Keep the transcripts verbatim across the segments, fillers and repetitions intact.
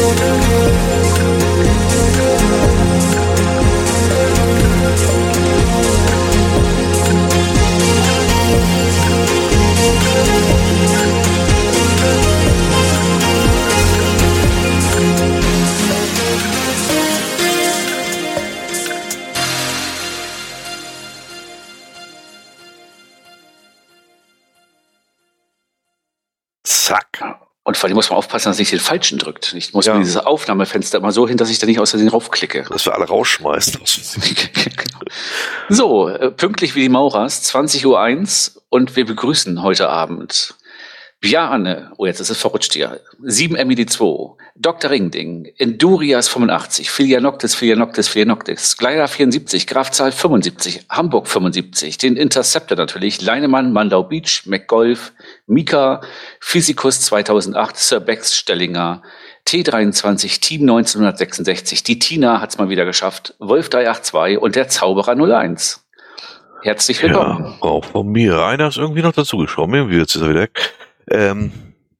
Zack. Und vor allem muss man aufpassen, dass man nicht den falschen drückt. Ich muss Ja. mir dieses Aufnahmefenster immer so hin, dass ich da nicht aus Versehen raufklicke. Dass wir alle rausschmeißen. So, äh, pünktlich wie die Maurers, zwanzig Uhr eins und wir begrüßen heute Abend Bjarne, oh jetzt ist es verrutscht hier, sieben M I D zwei, Doktor Ringding, Endurias fünfundachtzig, Philianoctis, Philianoctis, Philianoctis, Glider vierundsiebzig, Grafzahl fünfundsiebzig, Hamburg fünfundsiebzig, den Interceptor natürlich, Leinemann, Mandau Beach, McGolf, Mika, Physikus zweitausendacht, Sir Bex Stellinger, T dreiundzwanzig, Team neunzehnhundertsechsundsechzig, die Tina hat's mal wieder geschafft, Wolf drei acht zwei und der Zauberer null eins. Herzlich willkommen. Ja, auch von mir. Einer ist irgendwie noch dazugeschoben. Irgendwie jetzt ist er wieder weg. Ähm,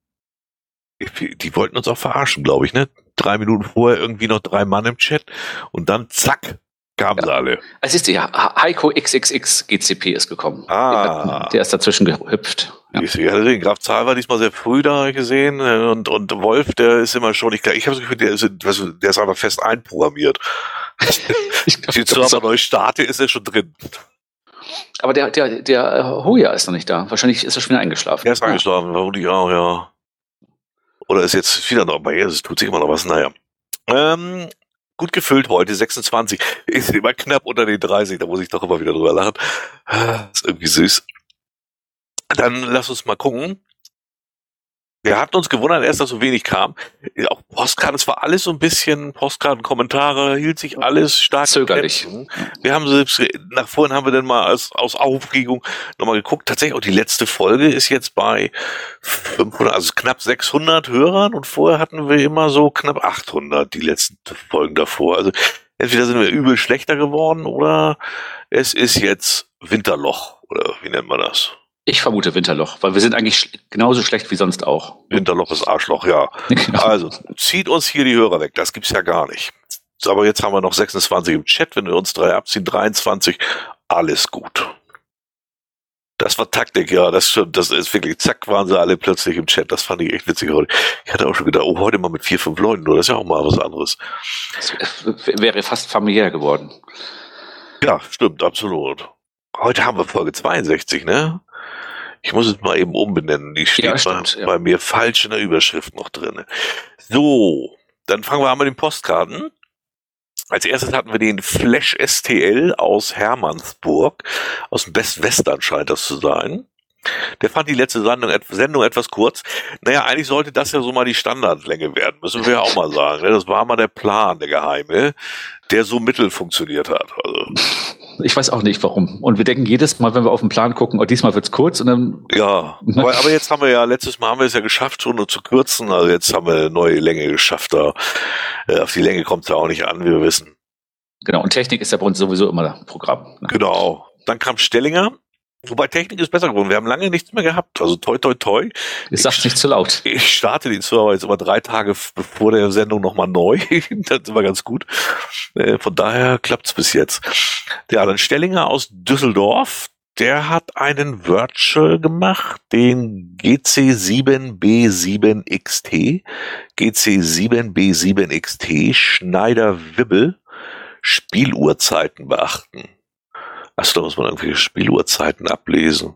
die wollten uns auch verarschen, glaube ich, ne? Drei Minuten vorher irgendwie noch drei Mann im Chat und dann zack, kamen Ja. sie alle. Es ist ja, Heiko X X X G C P ist gekommen. Ah. Der, der ist dazwischen gehüpft. Ja. Ich hatte den Graf Zahl war diesmal sehr früh da gesehen und, und Wolf, der ist immer schon, ich, ich habe das Gefühl, der ist, der ist einfach fest einprogrammiert. Ich glaub, Jetzt, wenn er neu starte, ist er schon drin. Aber der, der, der Hoja ist noch nicht da. Wahrscheinlich ist er schon wieder eingeschlafen. Er ist eingeschlafen, vermutlich auch, ja. Oder ist jetzt wieder noch bei ihr, es tut sich immer noch was, naja. Ähm, gut gefüllt heute, sechsundzwanzig. Ist immer knapp unter den dreißig, da muss ich doch immer wieder drüber lachen. Ist irgendwie süß. Dann lass uns mal gucken. Wir hatten uns gewundert, erst, dass so wenig kam. Auch Postkarten, es war alles so ein bisschen, Postkarten, Kommentare, hielt sich alles stark zögerlich. Wir haben selbst, nach vorhin haben wir dann mal als, aus Aufregung nochmal geguckt. Tatsächlich auch die letzte Folge ist jetzt bei fünfhundert, also knapp sechshundert Hörern und vorher hatten wir immer so knapp achthundert, die letzten Folgen davor. Also entweder sind wir übel schlechter geworden oder es ist jetzt Winterloch oder wie nennt man das? Ich vermute Winterloch, weil wir sind eigentlich sch- genauso schlecht wie sonst auch. Winterloch ist Arschloch, ja. Genau. Also, zieht uns hier die Hörer weg, das gibt's ja gar nicht. Aber jetzt haben wir noch sechsundzwanzig im Chat, wenn wir uns drei abziehen, dreiundzwanzig, alles gut. Das war Taktik, ja, das stimmt, das ist wirklich, zack, waren sie alle plötzlich im Chat, das fand ich echt witzig heute. Ich hatte auch schon gedacht, oh, heute mal mit vier, fünf Leuten, nur, das ist ja auch mal was anderes. Das wäre fast familiär geworden. Ja, stimmt, absolut. Heute haben wir Folge zweiundsechzig, ne? Ich muss es mal eben umbenennen. Die steht Ja, bei, stimmt, ja. bei mir falsch in der Überschrift noch drin. So, dann fangen wir an mit den Postkarten. Als erstes hatten wir den Flash S T L aus Hermannsburg. Aus dem Best Western scheint das zu sein. Der fand die letzte Sendung, Sendung etwas kurz. Naja, eigentlich sollte das ja so mal die Standardlänge werden, müssen wir ja auch mal sagen. Das war mal der Plan, der geheime, der so mittel funktioniert hat. Also Ich weiß auch nicht, warum. Und wir denken jedes Mal, wenn wir auf den Plan gucken, oh, diesmal wird's kurz und dann... ja, aber, aber jetzt haben wir ja, letztes Mal haben wir es ja geschafft, schon nur zu kürzen. Also jetzt haben wir eine neue Länge geschafft. Da, äh, auf die Länge kommt es ja auch nicht an, wie wir wissen. Genau, und Technik ist ja bei uns sowieso immer das Programm. Ne? Genau. Dann kam Stellinger. Wobei Technik ist besser geworden. Wir haben lange nichts mehr gehabt. Also toi, toi, toi. Ich sag's nicht zu laut. Ich starte den Server jetzt immer drei Tage vor der Sendung nochmal neu. Das ist immer ganz gut. Von daher klappt's bis jetzt. Ja, dann Stellinger aus Düsseldorf. Der hat einen Virtual gemacht, den G C sieben B sieben X T. G C sieben B sieben X T Schneider-Wibbel. Spieluhrzeiten beachten. Achso, da muss man irgendwelche Spieluhrzeiten ablesen.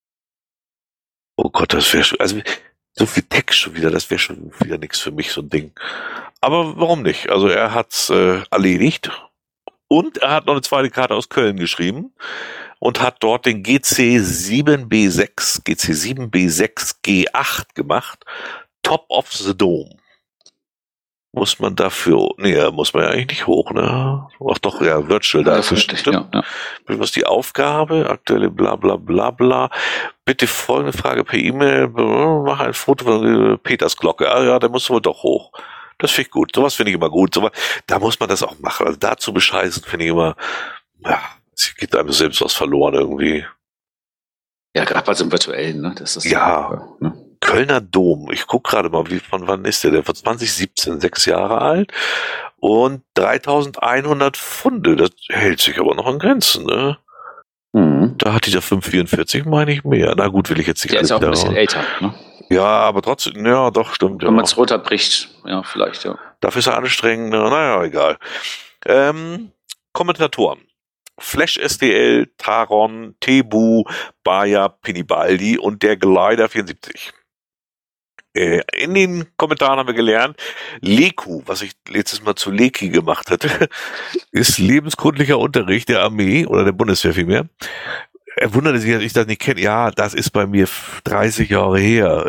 Oh Gott, das wäre schon, also so viel Text schon wieder, das wäre schon wieder nichts für mich, so ein Ding. Aber warum nicht? Also er hat's äh, erledigt und er hat noch eine zweite Karte aus Köln geschrieben und hat dort den G C sieben B sechs, G C sieben B sechs G acht gemacht. Top of the Dome. Muss man dafür, nee, muss man ja eigentlich nicht hoch, ne? Ach doch, ja, Virtual, da ist richtig, ja, ja. Was ist die Aufgabe? Aktuelle bla bla bla bla. Bitte folgende Frage per E-Mail. Mach ein Foto von Peters Glocke. Ah ja, der muss wohl doch hoch. Das finde ich gut. Sowas finde ich immer gut. So, da muss man das auch machen. Also dazu bescheißen finde ich immer, ja, es geht einem selbst was verloren irgendwie. Ja, gerade bei so einem virtuellen, ne? Das ist Ja. ne? Kölner Dom. Ich gucke gerade mal, wie, von wann ist der? Der von zwanzig siebzehn, sechs Jahre alt. Und dreitausendeinhundert Pfunde. Das hält sich aber noch an Grenzen, ne? Mhm. Da hat dieser fünf vierundvierzig, meine ich, mehr. Na gut, will ich jetzt nicht. Der ist auch ein bisschen älter, ne? Ja, aber trotzdem, ja, doch, stimmt. Wenn ja. man es runterbricht, ja, vielleicht, ja. Dafür ist er anstrengend, naja, egal. Ähm, Kommentatoren. Flash S D L, Taron, Tebu, Baja, Pinibaldi und der Glider vierundsiebzig. Äh, in den Kommentaren haben wir gelernt, Leku, was ich letztes Mal zu Leki gemacht hatte, ist lebenskundlicher Unterricht der Armee oder der Bundeswehr vielmehr. Er wunderte sich, dass ich das nicht kenne. Ja, das ist bei mir dreißig Jahre her.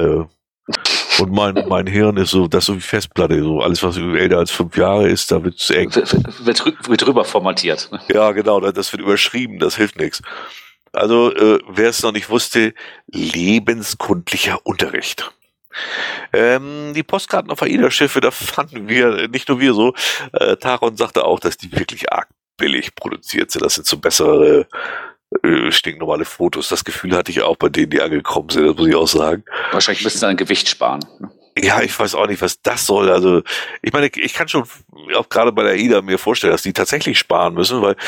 Äh, Und mein, mein Hirn ist so, das ist so wie Festplatte, so alles, was älter als fünf Jahre ist, da wird es eng. Wird, wird rüber formatiert. Ne? Ja, genau, das wird überschrieben, das hilft nichts. Also, äh, wer es noch nicht wusste, lebenskundlicher Unterricht. Ähm, die Postkarten auf AIDA-Schiffe, da fanden wir, nicht nur wir so, äh, Taron sagte auch, dass die wirklich arg billig produziert sind. Das sind so bessere, äh, stinknormale Fotos. Das Gefühl hatte ich auch bei denen, die angekommen sind, das muss ich auch sagen. Wahrscheinlich müssen sie an Gewicht sparen. Ne? Ja, ich weiß auch nicht, was das soll. Also, ich meine, ich kann schon auch gerade bei der AIDA mir vorstellen, dass die tatsächlich sparen müssen, weil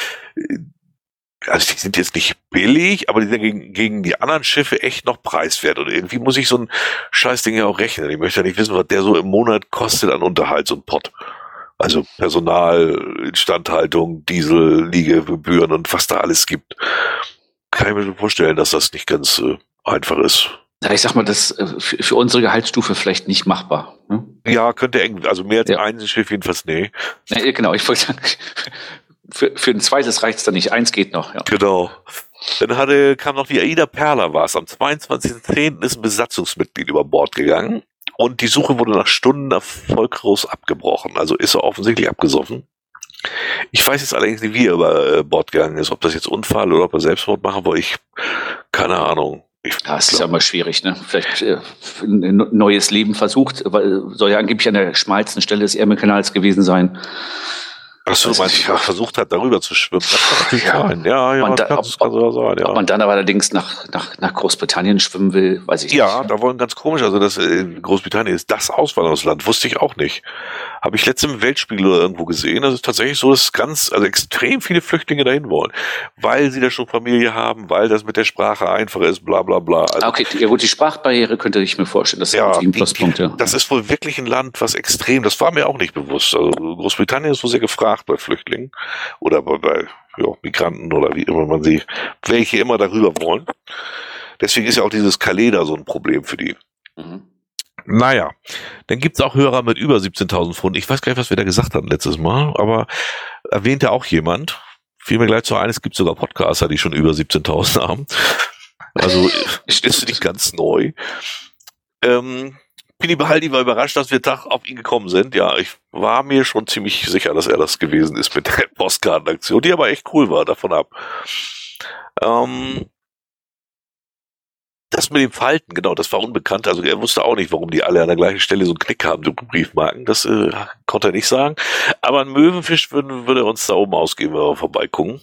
also die sind jetzt nicht billig, aber die sind gegen, gegen die anderen Schiffe echt noch preiswert. Und irgendwie muss ich so ein Scheißding ja auch rechnen. Ich möchte ja nicht wissen, was der so im Monat kostet an Unterhalt, so ein Pott. Also Personal, Instandhaltung, Diesel, Liegegebühren und was da alles gibt. Kann ich mir schon vorstellen, dass das nicht ganz äh, einfach ist. Ja, ich sag mal, das ist für, für unsere Gehaltsstufe vielleicht nicht machbar. Ne? Ja, könnte eng, also mehr als ja. ein Schiff jedenfalls, nee. nee genau, ich wollte sagen, für, für ein zweites reicht es dann nicht, eins geht noch. Ja. Genau. Dann hatte, kam noch die AIDA Perla, war es. Am zweiundzwanzigsten zehnten ist ein Besatzungsmitglied über Bord gegangen und die Suche wurde nach Stunden erfolglos abgebrochen. Also ist er offensichtlich abgesoffen. Ich weiß jetzt allerdings nicht, wie er über Bord gegangen ist, ob das jetzt Unfall oder ob er Selbstmord machen wollte. Ich, keine Ahnung. Ich ja, es ist ja immer schwierig, ne? Vielleicht äh, ein neues Leben versucht, weil soll ja angeblich an der schmalsten Stelle des Ärmelkanals gewesen sein. Ach so, du meinst, ich versucht hat, darüber zu schwimmen. Das kann natürlich ja. sein. Ja, ja, da, kann, ob, das kann so sein, ja. Ob man dann aber allerdings nach, nach, nach Großbritannien schwimmen will, weiß ich ja, nicht. Ja, da wollen ganz komisch, also das äh, Großbritannien ist das Auswanderungsland, wusste ich auch nicht. Habe ich letztens im Weltspiegel oder irgendwo gesehen. Das ist tatsächlich so, dass ganz, also extrem viele Flüchtlinge dahin wollen. Weil sie da schon Familie haben, weil das mit der Sprache einfacher ist, bla bla bla. Also, okay, ja gut, die Sprachbarriere könnte ich mir vorstellen. Das ist ja, ein Pluspunkt, ja. Das ist wohl wirklich ein Land, was extrem, das war mir auch nicht bewusst. Also Großbritannien ist wohl sehr gefragt bei Flüchtlingen oder bei, bei ja, Migranten oder wie immer man sie, welche immer darüber wollen. Deswegen ist ja auch dieses Calais da so ein Problem für die. Mhm. Naja, dann gibt's auch Hörer mit über siebzehntausend Pfund. Ich weiß gar nicht, was wir da gesagt hatten letztes Mal, aber erwähnte auch jemand. Fiel mir gleich zu ein, es gibt sogar Podcaster, die schon über siebzehntausend haben. Also ist nicht ganz neu. Ähm, Pini Behaldi war überrascht, dass wir Tag auf ihn gekommen sind. Ja, ich war mir schon ziemlich sicher, dass er das gewesen ist mit der Postkartenaktion, die aber echt cool war, davon ab. Ähm, Das mit dem Falten, genau, das war unbekannt. Also er wusste auch nicht, warum die alle an der gleichen Stelle so einen Knick haben, so Briefmarken. Das äh, konnte er nicht sagen. Aber ein Möwenfisch würde, würde er uns da oben ausgeben, wenn wir vorbeigucken.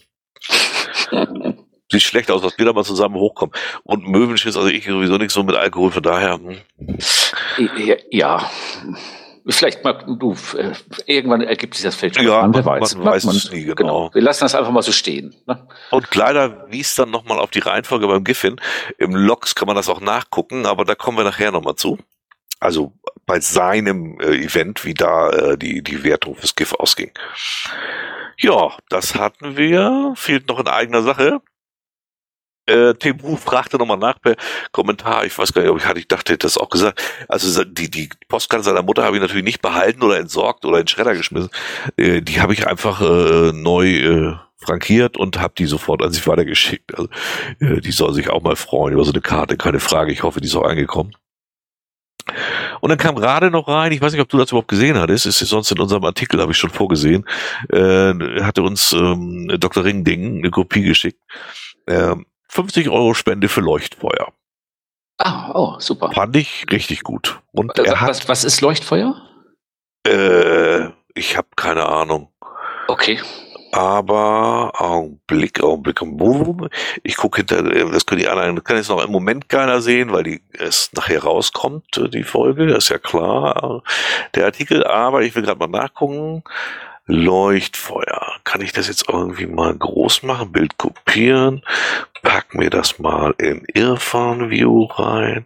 Sieht schlecht aus, dass wir da mal zusammen hochkommen. Und Möwenschiss, also ich sowieso nichts so mit Alkohol, von daher. Hm. Ja. Vielleicht mal, du, äh, irgendwann ergibt sich das Feld schon. Ja, man, man, weiß, man weiß man, es nie, genau. genau. Wir lassen das einfach mal so stehen. Ne? Und Kleider wies dann nochmal auf die Reihenfolge beim GIF hin. Im Logs kann man das auch nachgucken, aber da kommen wir nachher nochmal zu. Also bei seinem äh, Event, wie da äh, die, die Wertung fürs GIF ausging. Ja, das hatten wir. Fehlt noch in eigener Sache. Äh, Tebu fragte nochmal nach per Kommentar, ich weiß gar nicht, ob ich hatte, ich dachte, hätte das auch gesagt. Also die, die Postkarte seiner Mutter habe ich natürlich nicht behalten oder entsorgt oder in den Schredder geschmissen. Äh, die habe ich einfach äh, neu äh, frankiert und habe die sofort an sich weitergeschickt. Also äh, die soll sich auch mal freuen über so eine Karte, keine Frage. Ich hoffe, die ist auch angekommen. Und dann kam gerade noch rein, ich weiß nicht, ob du das überhaupt gesehen hattest, ist sonst in unserem Artikel, habe ich schon vorgesehen, äh, hatte uns ähm, Doktor Ringding eine Kopie geschickt. Ähm, fünfzig Euro Spende für Leuchtfeuer. Ah, oh, super. Fand ich richtig gut. Und was, er hat, was, was ist Leuchtfeuer? Äh, ich habe keine Ahnung. Okay. Aber Augenblick, Augenblick. Ich gucke hinter, das können die anderen, das kann jetzt noch im Moment keiner sehen, weil die es nachher rauskommt, die Folge, das ist ja klar, der Artikel. Aber ich will gerade mal nachgucken. Leuchtfeuer. Kann ich das jetzt irgendwie mal groß machen? Bild kopieren. Pack mir das mal in Irfan View rein.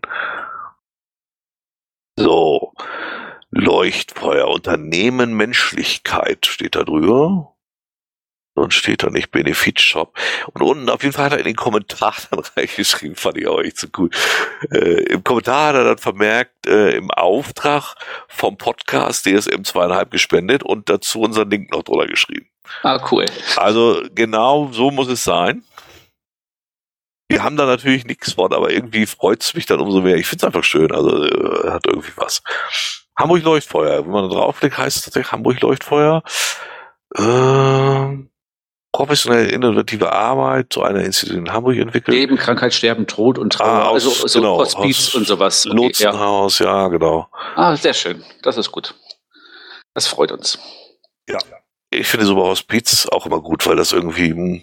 So. Leuchtfeuer. Unternehmen Menschlichkeit steht da drüber. Sonst steht da nicht Benefitshop. Und unten auf jeden Fall hat er in den Kommentaren dann reingeschrieben, fand ich auch echt so cool. Äh, Im Kommentar hat er dann vermerkt, äh, im Auftrag vom Podcast D S M zweieinhalb gespendet und dazu unseren Link noch drunter geschrieben. Ah, cool. Also genau so muss es sein. Wir haben da natürlich nichts von, aber irgendwie freut es mich dann umso mehr. Ich finde es einfach schön, also äh, hat irgendwie was. Hamburg Leuchtfeuer, wenn man da draufklickt, heißt es tatsächlich Hamburg Leuchtfeuer. Ähm... professionelle, innovative Arbeit zu einer Institution in Hamburg entwickelt. Leben, Krankheit, Sterben, Tod und Trauer, ah, aus, also so genau, Hospiz und sowas. Okay, Lotsenhaus, ja. ja, genau. Ah, sehr schön. Das ist gut. Das freut uns. Ja. Ich finde so bei Hospiz auch immer gut, weil das irgendwie hm,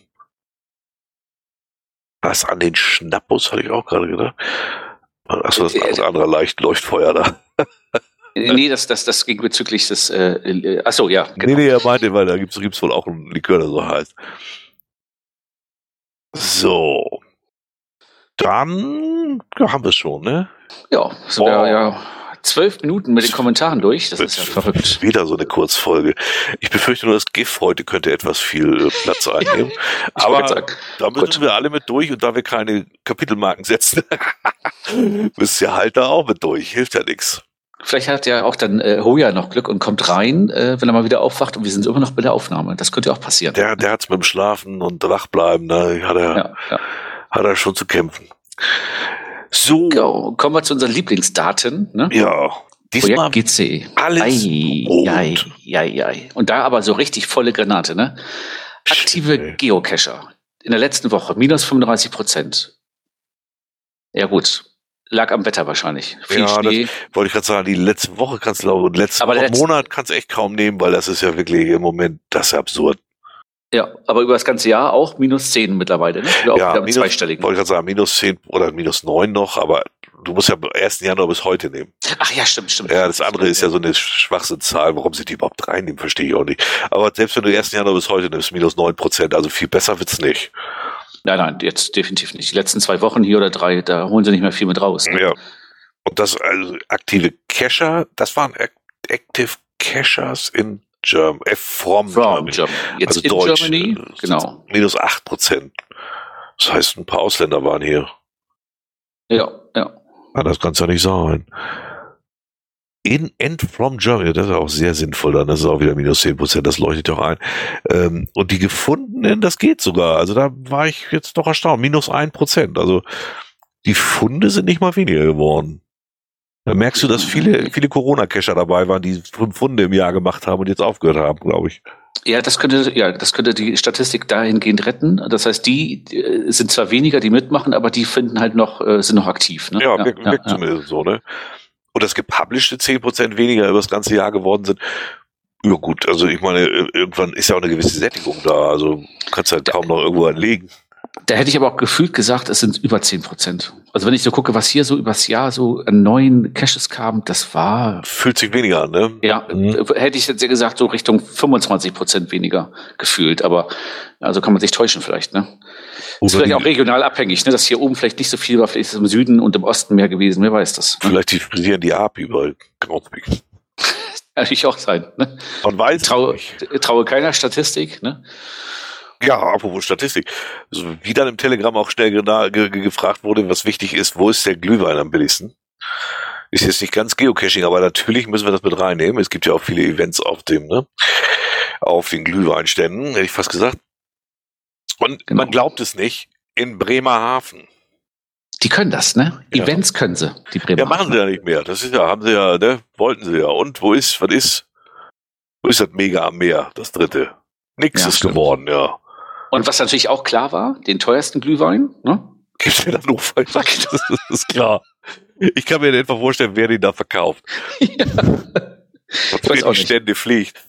was an den Schnappus hatte ich auch gerade gedacht. Achso, das ist ein anderer leicht Leuchtfeuer da. Nee, das, das, das ging bezüglich des, äh, achso, ja. Genau. Nee, nee, er meinte, weil da gibt's, gibt's wohl auch einen Likör, der so heißt. So. Dann ja, haben wir es schon, ne? Ja, sogar, ja, zwölf Minuten mit den Kommentaren durch, das ist ja verrückt. Wieder so eine Kurzfolge. Ich befürchte nur, das GIF heute könnte etwas viel äh, Platz einnehmen. Aber da müssen Gut. wir alle mit durch und da wir keine Kapitelmarken setzen, müsst ihr halt da auch mit durch. Hilft ja nichts. Vielleicht hat ja auch dann äh, Hoja noch Glück und kommt rein, äh, wenn er mal wieder aufwacht und wir sind immer noch bei der Aufnahme. Das könnte ja auch passieren. Der, der hat's mit dem Schlafen und Wachbleiben, da hat er, ja, ja. hat er schon zu kämpfen. So. Genau. Kommen wir zu unseren Lieblingsdaten. Ne? Ja. Diesmal Projekt G C. Alles ei, ei, ei, ei. Und da aber so richtig volle Granate, ne? Aktive Schön. Geocacher. In der letzten Woche minus fünfunddreißig Prozent. Ja gut. Lag am Wetter wahrscheinlich. Viel ja, Schnee. Das wollte ich gerade sagen, die letzte Woche kannst du, letzten aber letzten Monat kannst du echt kaum nehmen, weil das ist ja wirklich im Moment, das ist ja absurd. Ja, aber über das ganze Jahr auch minus zehn mittlerweile, ne? Auch ja, wieder minus, zweistelligen. Wollte ich gerade sagen, minus zehn oder minus neun noch, aber du musst ja am ersten Januar bis heute nehmen. Ach ja, stimmt, stimmt. Ja, das andere ist ja so eine Schwachsinnzahl, warum sie die überhaupt reinnehmen, verstehe ich auch nicht. Aber selbst wenn du ersten Januar bis heute nimmst, minus neun Prozent, also viel besser wird's nicht. Nein, nein, jetzt definitiv nicht. Die letzten zwei Wochen hier oder drei, da holen sie nicht mehr viel mit raus. Ne? Ja. Und das also aktive Cacher, das waren Active Cachers in Germany, äh, from, from Germany. Germany. Jetzt also in Deutsch, Germany, genau. Minus acht Prozent. Das heißt, ein paar Ausländer waren hier. Ja, ja. Ah, das kann es ja nicht sein. In and from Germany, das ist auch sehr sinnvoll dann, das ist auch wieder minus zehn Prozent, das leuchtet doch ein. Ähm, und die gefundenen, das geht sogar. Also da war ich jetzt doch erstaunt, minus ein Prozent. Also die Funde sind nicht mal weniger geworden. Da merkst du, dass viele, viele Corona-Cacher dabei waren, die fünf Funde im Jahr gemacht haben und jetzt aufgehört haben, glaube ich. Ja, das könnte, ja, das könnte die Statistik dahingehend retten. Das heißt, die, die sind zwar weniger, die mitmachen, aber die finden halt noch, äh, sind noch aktiv, ne? Ja, ja, wirkt ja, ja. zumindest so, ne? Und das gepublishte zehn Prozent weniger über das ganze Jahr geworden sind. Ja gut, also ich meine, irgendwann ist ja auch eine gewisse Sättigung da, also kannst halt kaum noch irgendwo anlegen. Da hätte ich aber auch gefühlt gesagt, es sind über zehn Prozent. Also wenn ich so gucke, was hier so übers Jahr so an neuen Caches kam, das war... Fühlt sich weniger an, ne? Ja, mhm. Hätte ich jetzt ja gesagt, so Richtung fünfundzwanzig Prozent weniger gefühlt. Aber also kann man sich täuschen vielleicht, ne? Ist vielleicht auch regional abhängig, ne? Dass hier oben vielleicht nicht so viel war, vielleicht ist es im Süden und im Osten mehr gewesen, wer weiß das. Ne? Vielleicht die frisieren die A P I bei Groundspeak. Natürlich auch sein, ne? Man weiß Traue, traue keiner Statistik, ne? Ja, apropos Statistik. Also, wie dann im Telegram auch schnell ge- ge- gefragt wurde, was wichtig ist, wo ist der Glühwein am billigsten? Ist jetzt nicht ganz Geocaching, aber natürlich müssen wir das mit reinnehmen. Es gibt ja auch viele Events auf dem, ne, auf den Glühweinständen, hätte ich fast gesagt. Und genau. Man glaubt es nicht, in Bremerhaven. Die können das, ne? Ja. Events können sie, die Bremerhaven. Ja, machen sie ja nicht mehr. Das ist ja, haben sie ja, ne, wollten sie ja. Und wo ist, was ist? Wo ist das Mega am Meer, das dritte? Nix ja, ist stimmt. geworden, ja. Und was natürlich auch klar war, den teuersten Glühwein, ne? Gibt's den Hannover? Das ist klar. Ich kann mir einfach vorstellen, wer den da verkauft. Ja. Und wer die Stände fliegt.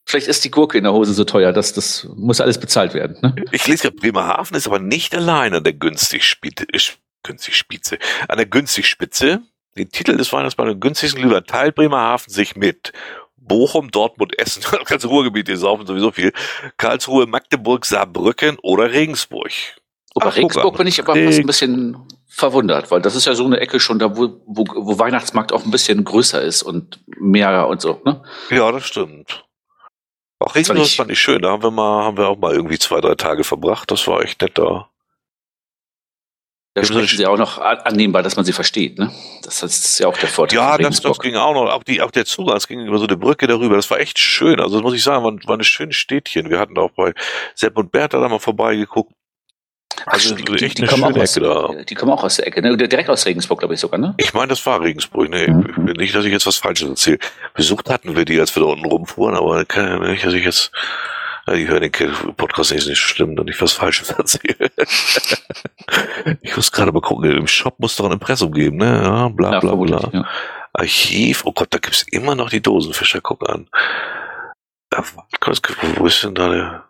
Vielleicht ist die Gurke in der Hose so teuer, dass das muss alles bezahlt werden. Ne? Ich lese ja, Bremerhaven ist aber nicht allein an der günstig Spitze, günstig Spitze, an der günstig Spitze. Den Titel des Weihnachts bei den günstigsten Glühwein teilt Bremerhaven sich mit Bochum, Dortmund, Essen, das ganze Ruhrgebiet, die saufen sowieso viel, Karlsruhe, Magdeburg, Saarbrücken oder Regensburg. Aber Regensburg bin ich aber fast ein bisschen verwundert, weil das ist ja so eine Ecke schon da, wo, wo, wo Weihnachtsmarkt auch ein bisschen größer ist und mehr und so, ne? Ja, das stimmt. Auch Regensburg fand ich schön, da haben wir mal, haben wir auch mal irgendwie zwei, drei Tage verbracht, das war echt nett da. Da sprechen sie auch noch annehmbar, dass man sie versteht, ne? Das ist ja auch der Vorteil. Ja, das, das ging auch noch, auch die, auch der Zugang, es ging über so eine Brücke darüber, das war echt schön, also das muss ich sagen, war, war eine schöne Städtchen, wir hatten da auch bei Sepp und Bertha da mal vorbeigeguckt. Also Ach, die, die, die, kommen aus, da. die kommen auch aus der Ecke, ne? Direkt aus Regensburg, glaube ich sogar, ne? Ich meine, das war Regensburg, ne? Mhm. Nicht, dass ich jetzt was Falsches erzähle. Besucht hatten wir die, als wir da unten rumfuhren, aber kann ja nicht, dass ich jetzt, ja, ich höre den Podcast nicht, ist nicht schlimm, dass ich was Falsches erzähle. Ich muss gerade mal gucken, im Shop muss doch ein Impressum geben, ne? Ja, bla, bla, bla. Ja. Archiv, oh Gott, da gibt's immer noch die Dosenfischer, guck an. Ja, wo ist denn da der,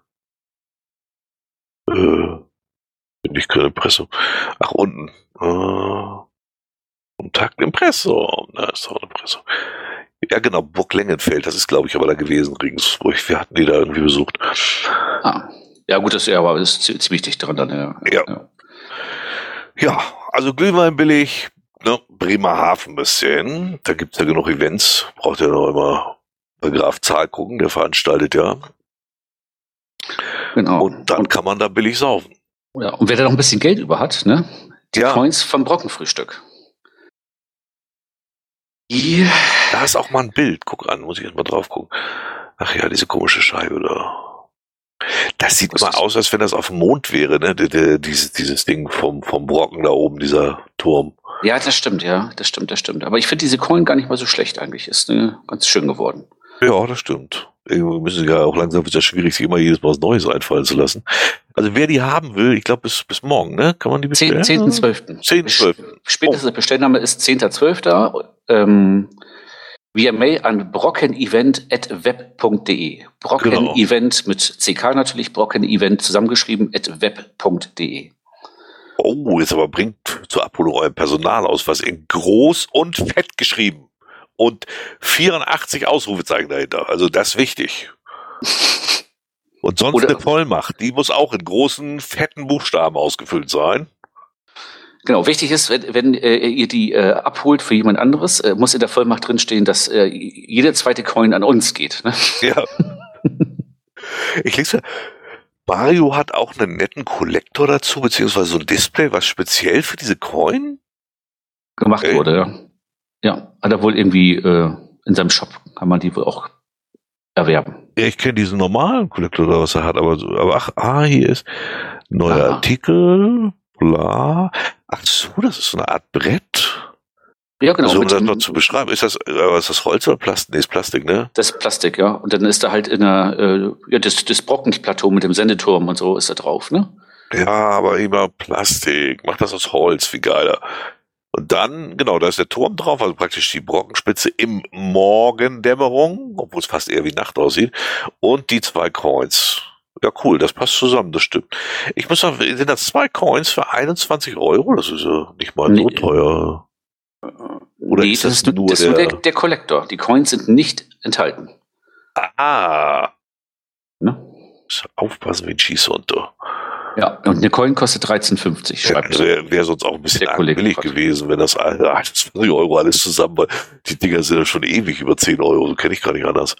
äh, nicht keine Impressum. Ach, unten. Uh, Kontakt Impressum. Da ist doch ein Impressum. Ja, genau, Burg Lengenfeld. Das ist, glaube ich, aber da gewesen, Regensburg. Wir hatten die da irgendwie besucht. Ah. Ja, gut, das ist ja aber ist ziemlich dicht dran dann. Ja. Ja. Ja, ja, also Glühwein billig, ne? Bremerhaven ein bisschen. Da gibt's ja genug Events. Braucht ja noch immer bei Graf Zahl gucken, der veranstaltet ja. Genau. Und dann und kann man da billig saufen. Ja, und wer da noch ein bisschen Geld über hat, ne? Die ja. Coins vom Brockenfrühstück. Yeah. Da ist auch mal ein Bild. Guck an, muss ich jetzt mal drauf gucken. Ach ja, diese komische Scheibe da. Das sieht mal aus, als wenn das auf dem Mond wäre, ne? Die, die, dieses, dieses Ding vom, vom Brocken da oben, dieser Turm. Ja, das stimmt, ja. Das stimmt, das stimmt. Aber ich finde diese Coin gar nicht mal so schlecht eigentlich. Ist ne? Ganz schön geworden. Ja, das stimmt. Irgendwie müssen ja auch langsam wieder schwierig, sich immer jedes Mal was Neues einfallen zu lassen. Also wer die haben will, ich glaube bis bis morgen, ne? Kann man die bestellen? zehnten zwölften zehnten zwölften Spätestens oh. Bestellname ist zehnten zwölften Ähm, via Mail an brockenevent at web punkt de. Brockenevent genau. Mit C K natürlich, Brockenevent zusammengeschrieben at web punkt de. Oh, jetzt aber bringt zur Abholung euer Personal aus, was in groß und fett geschrieben. Und vierundachtzig Ausrufezeichen dahinter. Also das ist wichtig. Und sonst Oder, eine Vollmacht. Die muss auch in großen, fetten Buchstaben ausgefüllt sein. Genau, wichtig ist, wenn, wenn äh, ihr die äh, abholt für jemand anderes, äh, muss in der Vollmacht drinstehen, dass äh, jede zweite Coin an uns geht. Ne? Ja. Ich lese, Mario hat auch einen netten Kollektor dazu, beziehungsweise so ein Display, was speziell für diese Coin gemacht okay. wurde, ja. Ja, hat er wohl irgendwie äh, in seinem Shop, kann man die wohl auch erwerben. Ja, ich kenne diesen normalen Kollektor, was er hat, aber, aber ach, ah, hier ist neuer Aha. Artikel, bla. Ach so, das ist so eine Art Brett. Ja, genau. Also, um das noch zu beschreiben, ist das, äh, ist das Holz oder Plastik? Nee, ist Plastik, ne? Das ist Plastik, ja. Und dann ist da halt in der, äh, ja, das, das Brockenplateau mit dem Sendeturm und so ist da drauf, ne? Ja, aber immer Plastik. Mach das aus Holz, wie geiler. Und dann, genau, da ist der Turm drauf, also praktisch die Brockenspitze im Morgendämmerung, obwohl es fast eher wie Nacht aussieht, und die zwei Coins. Ja, cool, das passt zusammen, das stimmt. Ich muss sagen, sind das zwei Coins für einundzwanzig Euro? Das ist ja nicht mal so nee. teuer. Oder nee, ist das, das ist nur, das der, nur der, der Kollektor. Die Coins sind nicht enthalten. Ah. Ne? Aufpassen wie ein Schießhund, du. Ja, und eine Coin kostet dreizehn fünfzig. Schreibt ja, wäre wär sonst auch ein bisschen billig gewesen, wenn das einundzwanzig Euro alles zusammen, weil die Dinger sind ja schon ewig über zehn Euro, so kenne ich gar nicht anders.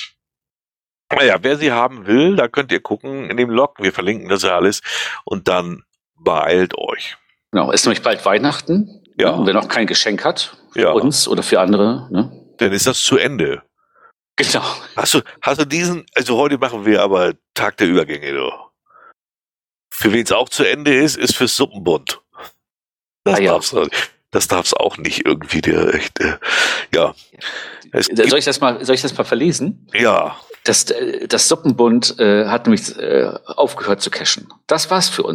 Naja, wer sie haben will, da könnt ihr gucken in dem Log, wir verlinken das ja alles und dann beeilt euch. Genau, ist nämlich bald Weihnachten. Ja. Und wer noch kein Geschenk hat, für ja. uns oder für andere, ne? Dann ist das zu Ende. Genau. Hast du, hast du diesen, also heute machen wir aber Tag der Übergänge, du. Für wen es auch zu Ende ist, ist fürs Suppenbund. Das, ah, ja. darf's, das darf's auch nicht irgendwie, der echt, äh, ja. Es soll ich das mal, soll ich das mal verlesen? Ja. Das, das Suppenbund äh, hat nämlich äh, aufgehört zu cashen. Das war's für uns.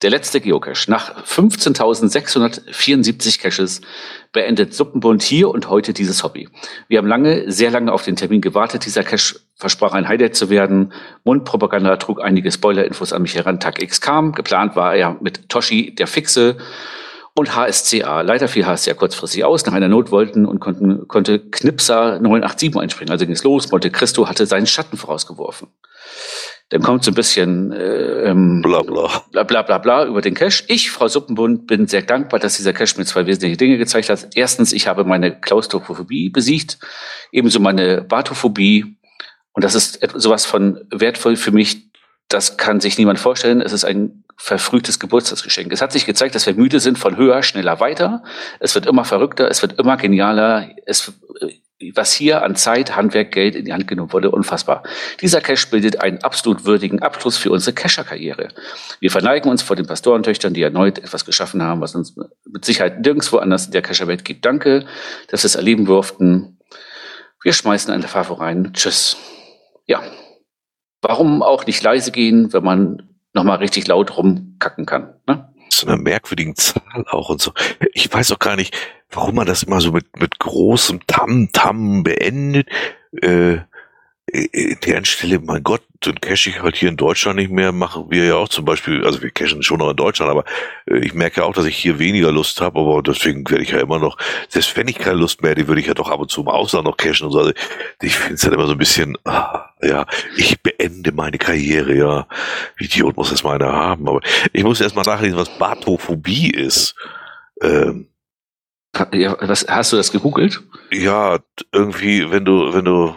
Der letzte Geocache. Nach fünfzehntausendsechshundertvierundsiebzig Caches beendet Suppenbund hier und heute dieses Hobby. Wir haben lange, sehr lange auf den Termin gewartet. Dieser Cache versprach ein Highlight zu werden. Mundpropaganda trug einige Spoiler-Infos an mich heran. Tag X kam. Geplant war er mit Toshi, der Fixe, und H S C A. Leider fiel H S C A kurzfristig aus. Nach einer Not wollten und konnten, konnte Knipser neun acht sieben einspringen. Also ging es los. Monte Cristo hatte seinen Schatten vorausgeworfen. Dann kommt so ein bisschen äh, ähm, bla, bla. bla bla bla bla über den Cache. Ich, Frau Suppenbund, bin sehr dankbar, dass dieser Cache mir zwei wesentliche Dinge gezeigt hat. Erstens, ich habe meine Klaustrophobie besiegt, ebenso meine Bathophobie. Und das ist sowas von wertvoll für mich, das kann sich niemand vorstellen. Es ist ein verfrühtes Geburtstagsgeschenk. Es hat sich gezeigt, dass wir müde sind von höher, schneller, weiter. Es wird immer verrückter, es wird immer genialer. Es Was hier an Zeit, Handwerk, Geld in die Hand genommen wurde, unfassbar. Dieser Cache bildet einen absolut würdigen Abschluss für unsere Cacher-Karriere. Wir verneigen uns vor den Pastorentöchtern, die erneut etwas geschaffen haben, was uns mit Sicherheit nirgendwo anders in der Cacher-Welt gibt. Danke, dass wir es erleben durften. Wir schmeißen eine Favo rein. Tschüss. Ja. Warum auch nicht leise gehen, wenn man nochmal richtig laut rumkacken kann, ne? So einer merkwürdigen Zahl auch und so. Ich weiß auch gar nicht, warum man das immer so mit, mit großem Tam-Tam beendet. Äh, in der Stelle, mein Gott, den cache ich halt hier in Deutschland nicht mehr, machen wir ja auch zum Beispiel, also wir cachen schon noch in Deutschland, aber äh, ich merke ja auch, dass ich hier weniger Lust habe, aber deswegen werde ich ja immer noch, selbst wenn ich keine Lust mehr hätte, würde ich ja doch ab und zu im Ausland noch cachen und so. Also ich finde es halt immer so ein bisschen, ah, ja, ich beende meine Karriere, ja. Idiot muss das mal einer haben, aber ich muss erst mal nachlesen, was Bathophobie ist. Ähm, ja, was, hast du das gegoogelt? Ja, irgendwie, wenn du, wenn du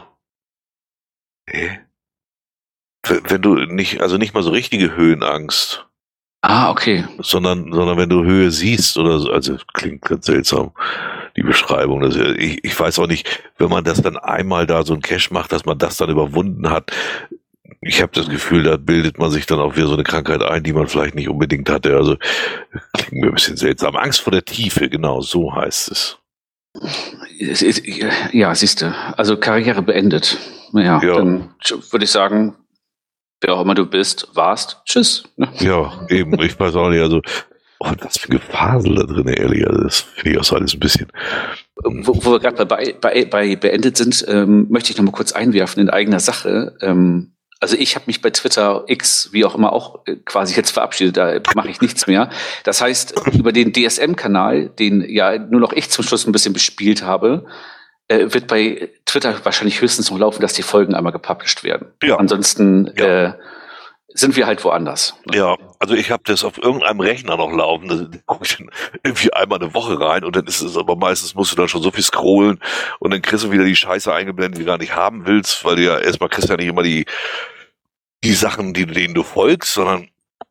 Nee. Wenn du nicht, also nicht mal so richtige Höhenangst. Ah, okay. Sondern, sondern wenn du Höhe siehst oder so, also klingt ganz seltsam, die Beschreibung. Das, ich, ich weiß auch nicht, wenn man das dann einmal da so ein Cache macht, dass man das dann überwunden hat. Ich habe das Gefühl, da bildet man sich dann auch wieder so eine Krankheit ein, die man vielleicht nicht unbedingt hatte. Also klingt mir ein bisschen seltsam. Angst vor der Tiefe, genau, so heißt es. Ja, siehst du. Also Karriere beendet. Ja, ja. Dann würde ich sagen, wer auch immer du bist, warst, tschüss. Ja, eben, ich weiß auch nicht, also, oh, was für ein Gefasel da drin, ehrlich, also das finde ich auch so alles ein bisschen. Ähm, wo, wo wir gerade bei, bei, bei beendet sind, ähm, möchte ich noch mal kurz einwerfen in eigener Sache. Ähm, also ich habe mich bei Twitter, X, wie auch immer, auch äh, quasi jetzt verabschiedet, da mache ich nichts mehr. Das heißt, über den D S M-Kanal, den ja nur noch ich zum Schluss ein bisschen bespielt habe, äh, wird bei Twitter wahrscheinlich höchstens noch laufen, dass die Folgen einmal gepublished werden. Ja. Ansonsten ja. äh, sind wir halt woanders. Ja, also ich habe das auf irgendeinem Rechner noch laufen, da gucke ich dann irgendwie einmal eine Woche rein und dann ist es aber meistens musst du dann schon so viel scrollen und dann kriegst du wieder die Scheiße eingeblendet, die du gar nicht haben willst, weil du ja erstmal kriegst ja nicht immer die die Sachen, die, denen du folgst, sondern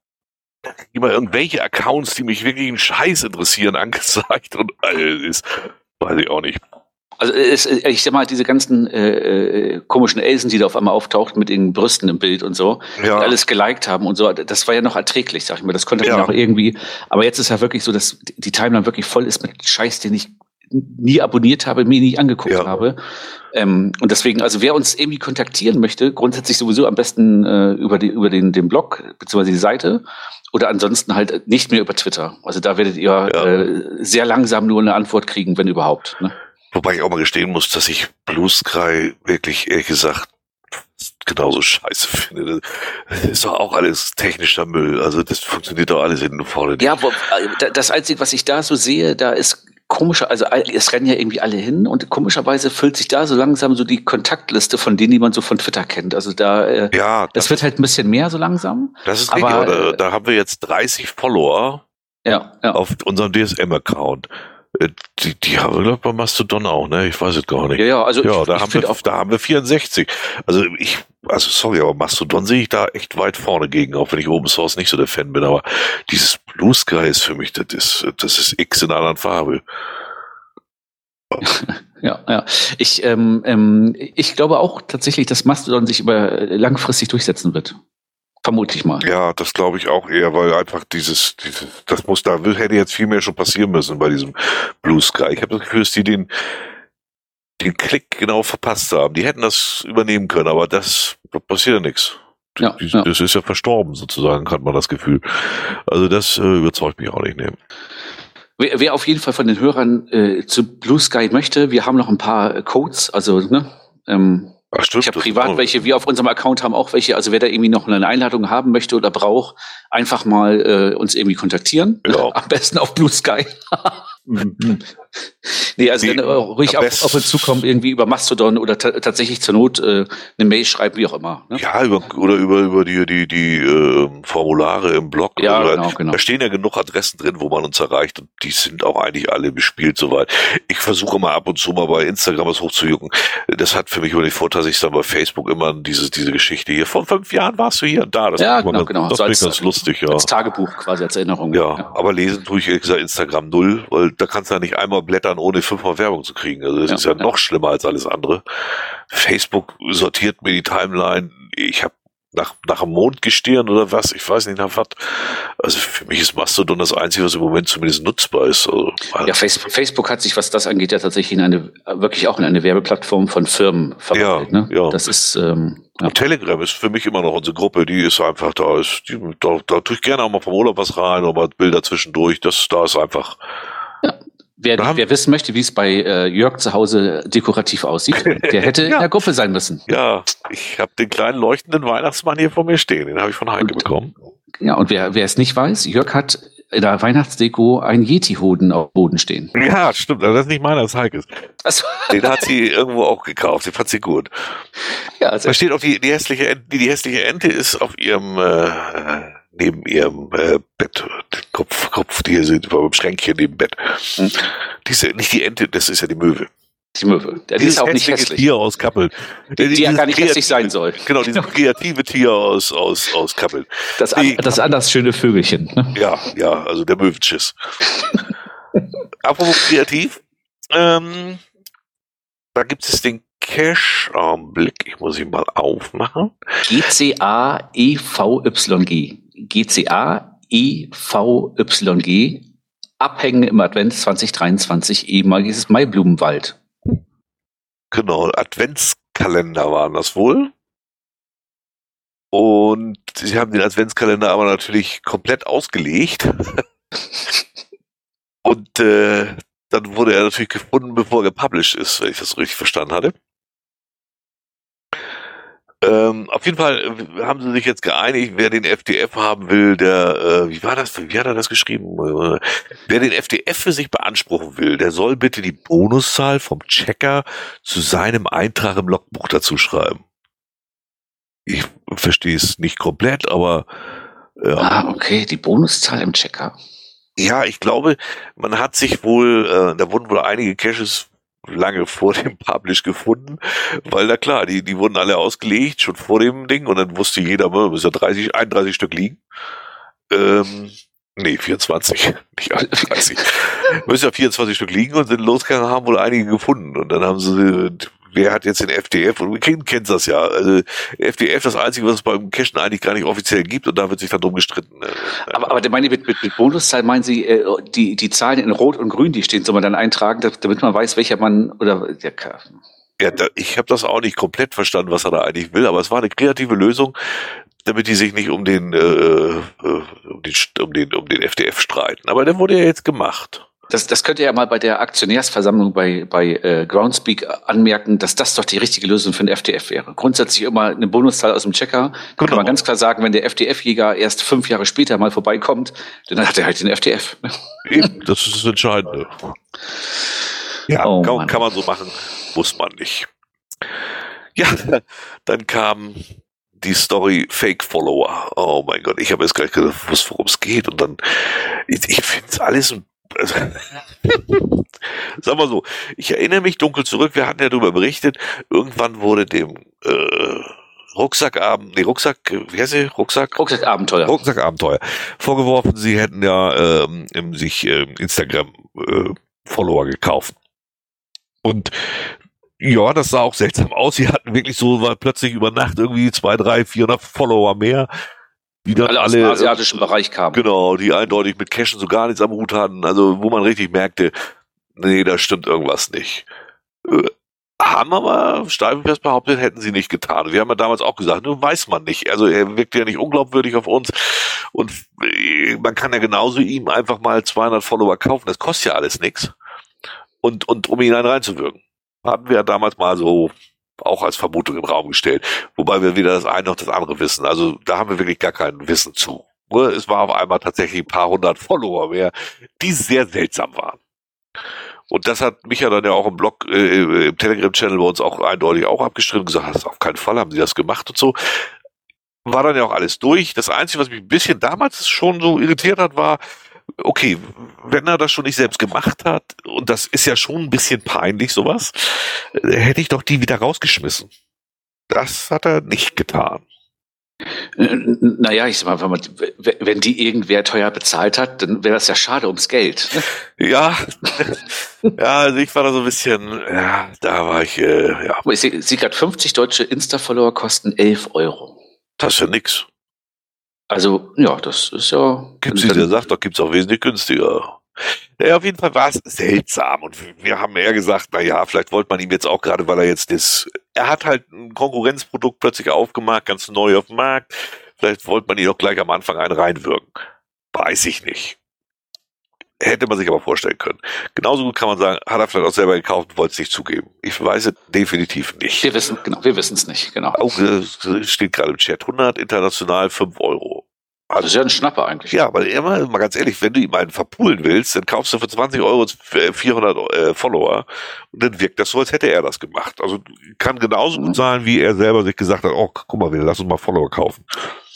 immer irgendwelche Accounts, die mich wirklich einen Scheiß interessieren, angezeigt und alles ist, weiß ich auch nicht. Also es, ich sag mal, diese ganzen äh, komischen Elsen, die da auf einmal auftauchten mit den Brüsten im Bild und so, ja. Und alles geliked haben und so, das war ja noch erträglich, sag ich mal. Das konnte man ja auch irgendwie, aber jetzt ist ja wirklich so, dass die Timeline wirklich voll ist mit Scheiß, den ich nie abonniert habe, mir nie angeguckt ja. habe. Ähm, und deswegen, also wer uns irgendwie kontaktieren möchte, grundsätzlich sowieso am besten äh, über, die, über den, den Blog beziehungsweise die Seite oder ansonsten halt nicht mehr über Twitter. Also da werdet ihr ja. äh, sehr langsam nur eine Antwort kriegen, wenn überhaupt. Ne? Wobei ich auch mal gestehen muss, dass ich Blue Sky wirklich, ehrlich gesagt, genauso scheiße finde. Das ist doch auch alles technischer Müll. Also das funktioniert doch alles hinten und vorne nicht. Ja, wo, das Einzige, was ich da so sehe, da ist komischer, also es rennen ja irgendwie alle hin und komischerweise füllt sich da so langsam so die Kontaktliste von denen, die man so von Twitter kennt. Also da, äh, ja, das, das wird halt ein bisschen mehr so langsam. Das ist richtig, aber da, da haben wir jetzt dreißig Follower ja, ja. auf unserem D S M-Account. Die, die haben wir, glaube ich, bei Mastodon auch, ne? Ich weiß es gar nicht. Ja, ja, also ja, ich, da, ich haben wir, auch da haben wir vierundsechzig. Also ich, also sorry, aber Mastodon sehe ich da echt weit vorne gegen, auch wenn ich Open Source nicht so der Fan bin. Aber dieses Blue Sky ist für mich, das ist, das ist X in einer anderen Farbe. Ja, ja. Ich, ähm, ähm, ich glaube auch tatsächlich, dass Mastodon sich über langfristig durchsetzen wird. Vermute ich mal. Ja, das glaube ich auch eher, weil einfach dieses, dieses, das muss da, hätte jetzt viel mehr schon passieren müssen bei diesem Blue Sky. Ich habe das Gefühl, dass die den, den Klick genau verpasst haben. Die hätten das übernehmen können, aber das, da passiert ja nichts. Ja, die, ja. Das ist ja verstorben sozusagen, hat man das Gefühl. Also das äh, überzeugt mich auch nicht. Ne? Wer, wer auf jeden Fall von den Hörern äh, zu Blue Sky möchte, wir haben noch ein paar äh, Codes, also ne, ähm, Ach, stimmt, ich habe das privat ist welche, wir auf unserem Account haben auch welche, also wer da irgendwie noch eine Einladung haben möchte oder braucht, einfach mal äh, uns irgendwie kontaktieren. Genau. Am besten auf Blue Sky. Nee, also Nee, dann äh, ruhig am auf, auf uns zukommen, irgendwie über Mastodon oder ta- tatsächlich zur Not äh, eine Mail schreiben, wie auch immer. Ne? Ja, über, oder über, über die, die, die äh, Formulare im Blog. Ja, also, genau, genau. Da stehen ja genug Adressen drin, wo man uns erreicht und die sind auch eigentlich alle bespielt soweit. Ich versuche mal ab und zu mal bei Instagram was hochzujucken. Das hat für mich immer den Vorteil, dass ich dann bei Facebook immer diese, diese Geschichte hier, vor fünf Jahren warst du hier und da. Das Ja, finde ich genau, ganz, genau. Das So finde ich als- ganz lustig, ja. Als Tagebuch quasi, als Erinnerung. Ja, aber lesen tue ich ehrlich gesagt Instagram null, weil da kannst du ja nicht einmal blättern, ohne fünfmal Werbung zu kriegen. Also das Ja, ist ja, ja. noch schlimmer als alles andere. Facebook sortiert mir die Timeline. Ich habe nach, nach dem Mondgestirn oder was, ich weiß nicht nach was. Also für mich ist Mastodon das Einzige, was im Moment zumindest nutzbar ist. Also, Ja, Facebook, Facebook hat sich, was das angeht, ja tatsächlich in eine, wirklich auch in eine Werbeplattform von Firmen verwandelt. Ja, ne? ja. Das ist, ähm, ja. Und Telegram ist für mich immer noch unsere Gruppe, die ist einfach, da ist, die, da, da tue ich gerne auch mal vom Urlaub was rein, aber Bilder zwischendurch, das, da ist einfach, Wer, Wir haben- wer wissen möchte, wie es bei äh, Jörg zu Hause dekorativ aussieht, der hätte in Ja. der Gruppe sein müssen. ja, ich habe den kleinen leuchtenden Weihnachtsmann hier vor mir stehen, den habe ich von Heike Und- bekommen. Ja, und wer, wer es nicht weiß, Jörg hat in der Weihnachtsdeko einen Yeti-Hoden auf dem Boden stehen. Ja, stimmt, aber das ist nicht meiner, das ist Heikes. Also, Den hat sie irgendwo auch gekauft, den fand sie gut. ja, also, Da steht auch die, die hässliche Ente, die, die hässliche Ente ist auf ihrem, äh, neben ihrem äh, Bett, Kopf, Kopf, die hier sind, beim Schränkchen neben dem Bett. Hm. Diese, nicht die Ente, das ist ja die Möwe. die Möwe. Der, die ist auch nicht hässlich. Tier aus Kappeln. Die, die ja Dieses gar nicht hässlich kreative- sein soll. Genau, dieses kreative Tier aus, aus, aus Kappeln. Das, an, Die- das anders schöne Vögelchen. Ne? Ja, ja, also der Möwenschiss. Apropos kreativ, ähm, da gibt es den Cache, Augenblick, ich muss ihn mal aufmachen. G C A E V Y G. G C A E V Y G. Abhängen im Advent zwanzig dreiundzwanzig, ehemaliges Maiblumenwald. Genau, Adventskalender waren das wohl. Und sie haben den Adventskalender aber natürlich komplett ausgelegt. Und äh, dann wurde er natürlich gefunden, bevor er gepublished ist, wenn ich das so richtig verstanden hatte. Ähm, auf jeden Fall äh, haben sie sich jetzt geeinigt, wer den F D F haben will, der, äh, wie war das, wie hat er das geschrieben? Äh, wer den F D F für sich beanspruchen will, der soll bitte die Bonuszahl vom Checker zu seinem Eintrag im Logbuch dazu schreiben. Ich verstehe es nicht komplett, aber äh, Ah, okay, die Bonuszahl im Checker. ja, ich glaube, man hat sich wohl, äh, da wurden wohl einige Caches lange vor dem Publish gefunden, weil na klar, die, die wurden alle ausgelegt, schon vor dem Ding, und dann wusste jeder, man muss ja dreißig, einunddreißig Stück liegen. Ähm, nee, vierundzwanzig, nicht einunddreißig. Müssen ja vierundzwanzig Stück liegen und sind losgegangen, haben wohl einige gefunden. Und dann haben sie, wer hat jetzt den F D F? Und wir kennen kennt das ja. Also F D F, das Einzige, was es beim Cachen eigentlich gar nicht offiziell gibt, und da wird sich dann drum gestritten. Aber, aber der meine, mit, mit, mit Bonuszahl meinen Sie, äh, die, die Zahlen in Rot und Grün, die stehen, soll man dann eintragen, da- damit man weiß, welcher Man oder ja, ka- Ja, da, ich habe das auch nicht komplett verstanden, was er da eigentlich will, aber es war eine kreative Lösung, damit die sich nicht um den, äh, äh, um den, um den, um den F D F streiten. Aber der wurde ja jetzt gemacht. Das, das könnt ihr ja mal bei der Aktionärsversammlung bei, bei äh, Groundspeak anmerken, dass das doch die richtige Lösung für den F D F wäre. Grundsätzlich immer eine Bonuszahl aus dem Checker. Kann Genau. man ganz klar sagen, wenn der F D F-Jäger erst fünf Jahre später mal vorbeikommt, dann hat er halt den F D F. Eben, das ist das Entscheidende. Ja, Oh kann, Mann. kann man so machen, muss man nicht. Ja, dann kam die Story Fake Follower. Oh mein Gott, ich habe jetzt gar nicht gewusst, worum es geht. Und dann, ich, ich finde es alles ein also, sag mal so, ich erinnere mich dunkel zurück, wir hatten ja darüber berichtet, irgendwann wurde dem äh, Rucksackabend, nee, Rucksack, wie heißt sie? Rucksack? Rucksackabenteuer. Rucksackabenteuer vorgeworfen, sie hätten ja ähm, im- sich ähm, Instagram-Follower gekauft. Und ja, das sah auch seltsam aus. Sie hatten wirklich so, war plötzlich über Nacht irgendwie zwei, drei, vierhundert Follower mehr, die dann Alle aus alle, dem asiatischen Bereich kamen. genau, die eindeutig mit Cashen so gar nichts am Hut hatten. Also wo man richtig merkte, nee, da stimmt irgendwas nicht. Äh, Haben aber steifenfest behauptet, hätten sie nicht getan. Wir haben ja damals auch gesagt, nur weiß man nicht. Also er wirkt ja nicht unglaubwürdig auf uns und man kann ja genauso ihm einfach mal zweihundert Follower kaufen. Das kostet ja alles nichts. Und, und um ihn einen reinzuwirken. Hatten wir ja damals mal so auch als Vermutung im Raum gestellt. Wobei wir weder das eine noch das andere wissen. Also da haben wir wirklich gar kein Wissen zu. Nur es war auf einmal tatsächlich ein paar hundert Follower mehr, die sehr seltsam waren. Und das hat Micha dann ja auch im Blog, äh, im Telegram-Channel bei uns auch eindeutig auch abgestritten, gesagt, das auf keinen Fall haben sie das gemacht und so. War dann ja auch alles durch. Das Einzige, was mich ein bisschen damals schon so irritiert hat, war, okay, wenn er das schon nicht selbst gemacht hat, und das ist ja schon ein bisschen peinlich, sowas, hätte ich doch die wieder rausgeschmissen. Das hat er nicht getan. Naja, ich sag mal, wenn, man, wenn die irgendwer teuer bezahlt hat, dann wäre das ja schade ums Geld. Ja, ja, also ich war da so ein bisschen, ja, da war ich, äh, ja. Ich sehe sie gerade, fünfzig deutsche Insta-Follower kosten elf Euro. Das ist ja nix. Also, ja, das ist ja... Gibt's, wie der sagt, doch gibt's auch wesentlich günstiger. Ja, auf jeden Fall war es seltsam und wir haben eher gesagt, na ja, vielleicht wollte man ihm jetzt auch gerade, weil er jetzt das, er hat halt ein Konkurrenzprodukt plötzlich aufgemacht, ganz neu auf dem Markt, vielleicht wollte man ihn auch gleich am Anfang einen reinwirken. Weiß ich nicht. Hätte man sich aber vorstellen können. Genauso gut kann man sagen, hat er vielleicht auch selber gekauft und wollte es nicht zugeben. Ich weiß es definitiv nicht. Wir wissen, genau, wir wissen es nicht, genau. Auch äh, steht gerade im Chat, hundert international, fünf Euro. Also, das ist ja ein Schnapper eigentlich. Ja, weil immer, mal ganz ehrlich, wenn du ihm einen verpulen willst, dann kaufst du für zwanzig Euro vierhundert äh, Follower und dann wirkt das so, als hätte er das gemacht. Also kann genauso gut sein, wie er selber sich gesagt hat, oh, guck mal, wir lass uns mal Follower kaufen.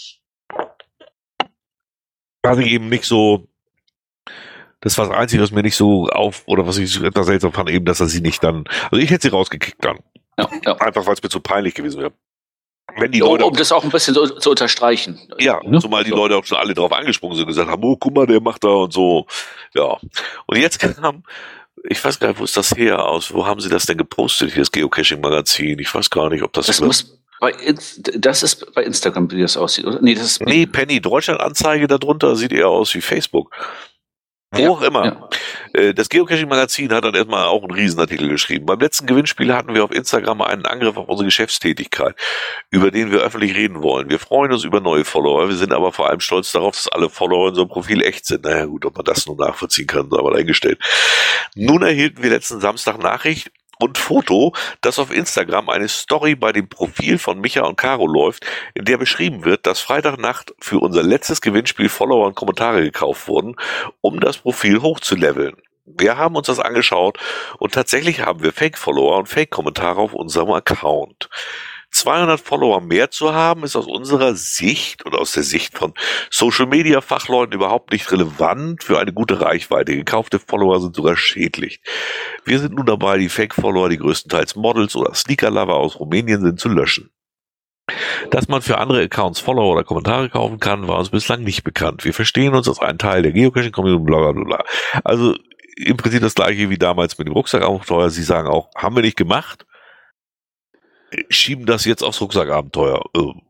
Was ich eben nicht so, das war das Einzige, was mir nicht so auf, oder was ich so etwas seltsam fand, eben, dass er sie nicht dann, also ich hätte sie rausgekickt dann. Ja, ja. Einfach, weil es mir zu peinlich gewesen wäre. Wenn die um, Leute um das auch ein bisschen so, zu unterstreichen. Ja, ja, zumal die Leute auch schon alle drauf angesprungen sind und gesagt haben, oh, guck mal, der macht da und so. Ja. Und jetzt kam, ich weiß gar nicht, wo ist das her aus? Wo haben sie das denn gepostet, hier das Geocaching-Magazin? Ich weiß gar nicht, ob das... Das muss bei, das ist bei Instagram, wie das aussieht, oder? Nee, das ist... Nee, Penny Deutschland-Anzeige darunter sieht eher aus wie Facebook. Wo ja, auch immer. Ja. Das Geocaching-Magazin hat dann erstmal auch einen Riesenartikel geschrieben. Beim letzten Gewinnspiel hatten wir auf Instagram einen Angriff auf unsere Geschäftstätigkeit, über den wir öffentlich reden wollen. Wir freuen uns über neue Follower, wir sind aber vor allem stolz darauf, dass alle Follower in unserem Profil echt sind. Naja gut, ob man das nur nachvollziehen kann, sei mal dahingestellt. Nun erhielten wir letzten Samstag Nachricht und Foto, dass auf Instagram eine Story bei dem Profil von Micha und Caro läuft, in der beschrieben wird, dass Freitagnacht für unser letztes Gewinnspiel Follower und Kommentare gekauft wurden, um das Profil hochzuleveln. Wir haben uns das angeschaut und tatsächlich haben wir Fake-Follower und Fake-Kommentare auf unserem Account. zweihundert Follower mehr zu haben, ist aus unserer Sicht oder aus der Sicht von Social-Media-Fachleuten überhaupt nicht relevant für eine gute Reichweite. Gekaufte Follower sind sogar schädlich. Wir sind nun dabei, die Fake-Follower, die größtenteils Models oder Sneaker-Lover aus Rumänien sind, zu löschen. Dass man für andere Accounts Follower oder Kommentare kaufen kann, war uns bislang nicht bekannt. Wir verstehen uns als einen Teil der Geocaching-Community, bla bla bla. Also im Prinzip das gleiche wie damals mit dem Rucksackabenteuer. Sie sagen auch, haben wir nicht gemacht, schieben das jetzt aufs Rucksackabenteuer.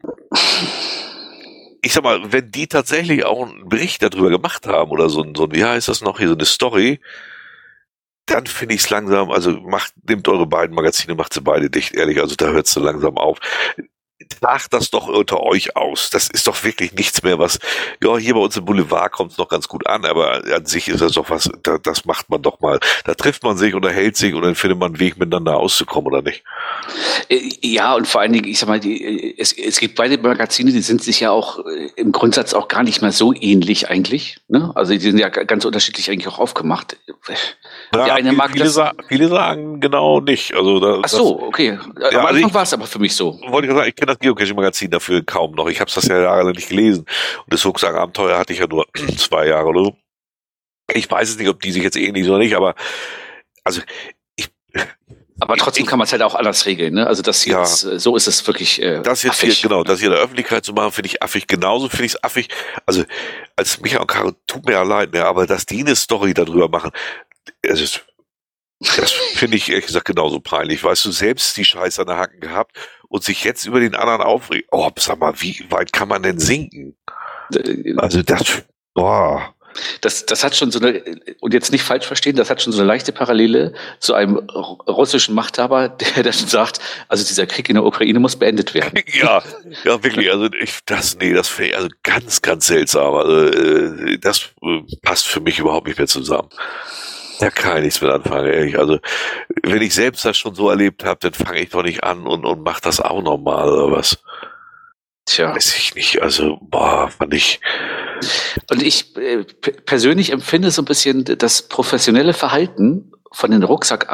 Ich sag mal, wenn die tatsächlich auch einen Bericht darüber gemacht haben oder so, so wie heißt das noch hier, so eine Story, dann finde ich es langsam, also macht, nehmt eure beiden Magazine, macht sie beide dicht, ehrlich, also da hört es so langsam auf. Tragt das doch unter euch aus. Das ist doch wirklich nichts mehr, was, ja, hier bei uns im Boulevard kommt es noch ganz gut an, aber an sich ist das doch was, da, das macht man doch mal. Da trifft man sich, unterhält sich und dann findet man einen Weg, miteinander auszukommen, oder nicht? Ja, und vor allen Dingen, ich sag mal, die, es, es gibt beide Magazine, die sind sich ja auch im Grundsatz auch gar nicht mehr so ähnlich eigentlich. Ne? Also die sind ja ganz unterschiedlich eigentlich auch aufgemacht. Ja, der eine viele, mag viele, das, sa- viele sagen genau nicht. Also da, ach so, okay. Ja, Am also Anfang ich- war es aber für mich so. wollte ich sagen, ich kenne das Geocaching-Magazin dafür kaum noch. Ich habe das ja jahrelang nicht gelesen. Und das Rucksackabenteuer hatte ich ja nur zwei Jahre oder so. Ich weiß es nicht, ob die sich jetzt ähnlich oder nicht, aber also ich, Aber trotzdem ich, kann man es halt auch anders regeln. Ne? Also das Ja. jetzt, so ist es wirklich äh, das jetzt affig. hier, genau, das hier in der Öffentlichkeit zu machen, finde ich affig. Genauso finde ich es affig. Also als Micha und Caro, tut mir ja leid, ne, aber dass die eine Story darüber machen, es ist, das finde ich ehrlich gesagt genauso peinlich. Weißt du, selbst die Scheiße an der Hacken gehabt und sich jetzt über den anderen aufregt. Oh, sag mal, wie weit kann man denn sinken? Äh, Also das, boah. Das, das hat schon so eine, und jetzt nicht falsch verstehen, das hat schon so eine leichte Parallele zu einem russischen Machthaber, der dann sagt, also dieser Krieg in der Ukraine muss beendet werden. Ja, ja, wirklich, also ich, das, nee, das finde ich also ganz, ganz seltsam. Also, äh, das äh, passt für mich überhaupt nicht mehr zusammen. Da kann ich nichts mit anfangen, ehrlich. Also, wenn ich selbst das schon so erlebt habe, dann fange ich doch nicht an und, und mach das auch nochmal, oder was? Tja. Weiß ich nicht, also, boah, fand ich. Und ich äh, persönlich empfinde so ein bisschen das professionelle Verhalten von den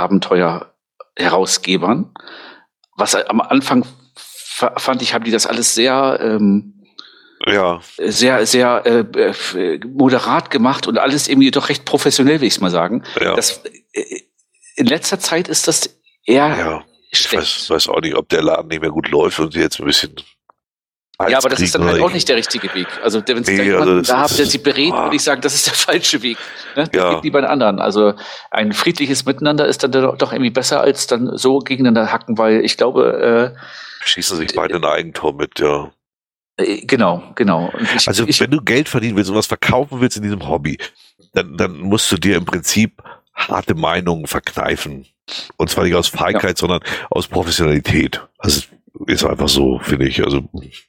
Rucksackabenteuer-Herausgebern, was am Anfang f- fand ich, haben die das alles sehr, ähm, Ja, sehr, sehr äh, äh, moderat gemacht und alles irgendwie doch recht professionell, will ich es mal sagen. ja, Das, äh, in letzter Zeit ist das eher ja. Ich schlecht. weiß, weiß auch nicht, ob der Laden nicht mehr gut läuft und sie jetzt ein bisschen. Ja, aber das ist dann kriegen halt oder auch nicht der richtige Weg. Also wenn Sie Nee, da jemanden also das da haben, ist- der Sie berät, ah. würde ich sagen, das ist der falsche Weg. Ne? Ja. Ja. Gibt lieber einen anderen. Also ein friedliches Miteinander ist dann doch doch irgendwie besser, als dann so gegeneinander hacken, weil ich glaube, schießen sich beide ein Eigentor mit, ja. äh, genau, genau. Und ich, Also ich, wenn du Geld verdienen willst und was verkaufen willst in diesem Hobby, dann, dann musst du dir im Prinzip harte Meinungen verkneifen. Und zwar nicht aus Feigheit, sondern aus Professionalität. Also ist einfach so, finde ich. Also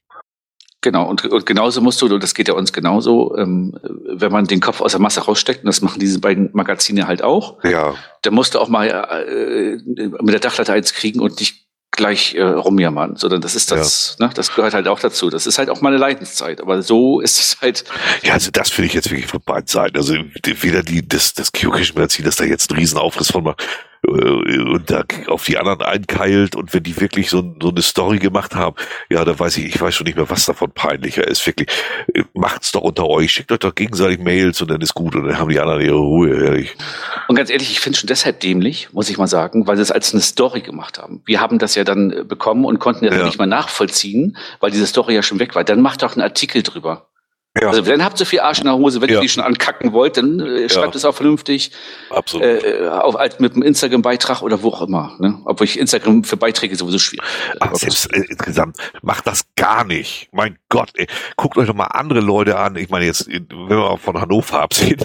Genau, und, und genauso musst du, und das geht ja uns genauso, ähm, wenn man den Kopf aus der Masse raussteckt, und das machen diese beiden Magazine halt auch, ja, dann musst du auch mal äh, mit der Dachleiter eins kriegen und nicht gleich äh, rumjammern, sondern das ist das, ne, das gehört halt auch dazu. Das ist halt auch mal eine Leidenszeit, aber so ist es halt. ja, also das finde ich jetzt wirklich von beiden Seiten. Also weder die das das Kyokushin-Magazin, das da jetzt einen riesen Aufriss von macht äh, und da auf die anderen einkeilt, und wenn die wirklich so, so eine Story gemacht haben, ja, da weiß ich, ich weiß schon nicht mehr, was davon peinlicher ist. Wirklich, äh, macht's doch unter euch, schickt euch doch gegenseitig Mails und dann ist gut, und dann haben die anderen ihre Ruhe, ehrlich. Und ganz ehrlich, ich finde es schon deshalb dämlich, muss ich mal sagen, weil sie es als eine Story gemacht haben. Wir haben das ja dann äh, bekommen und konnten das Ja. ja nicht mehr nachvollziehen, weil diese Story ja schon weg war. Dann macht doch einen Artikel drüber. Ja, Also dann habt ihr viel Arsch in der Hose, wenn Ja. ihr die schon ankacken wollt, dann äh, schreibt Ja. es auch vernünftig absolut. äh, auf, als mit einem Instagram-Beitrag oder wo auch immer. Ne? Obwohl ich Instagram für Beiträge sowieso schwierig finde. Aber selbst äh, insgesamt, macht das gar nicht. Mein Gott, ey. Guckt euch doch mal andere Leute an. Ich meine jetzt, wenn wir mal von Hannover absehen,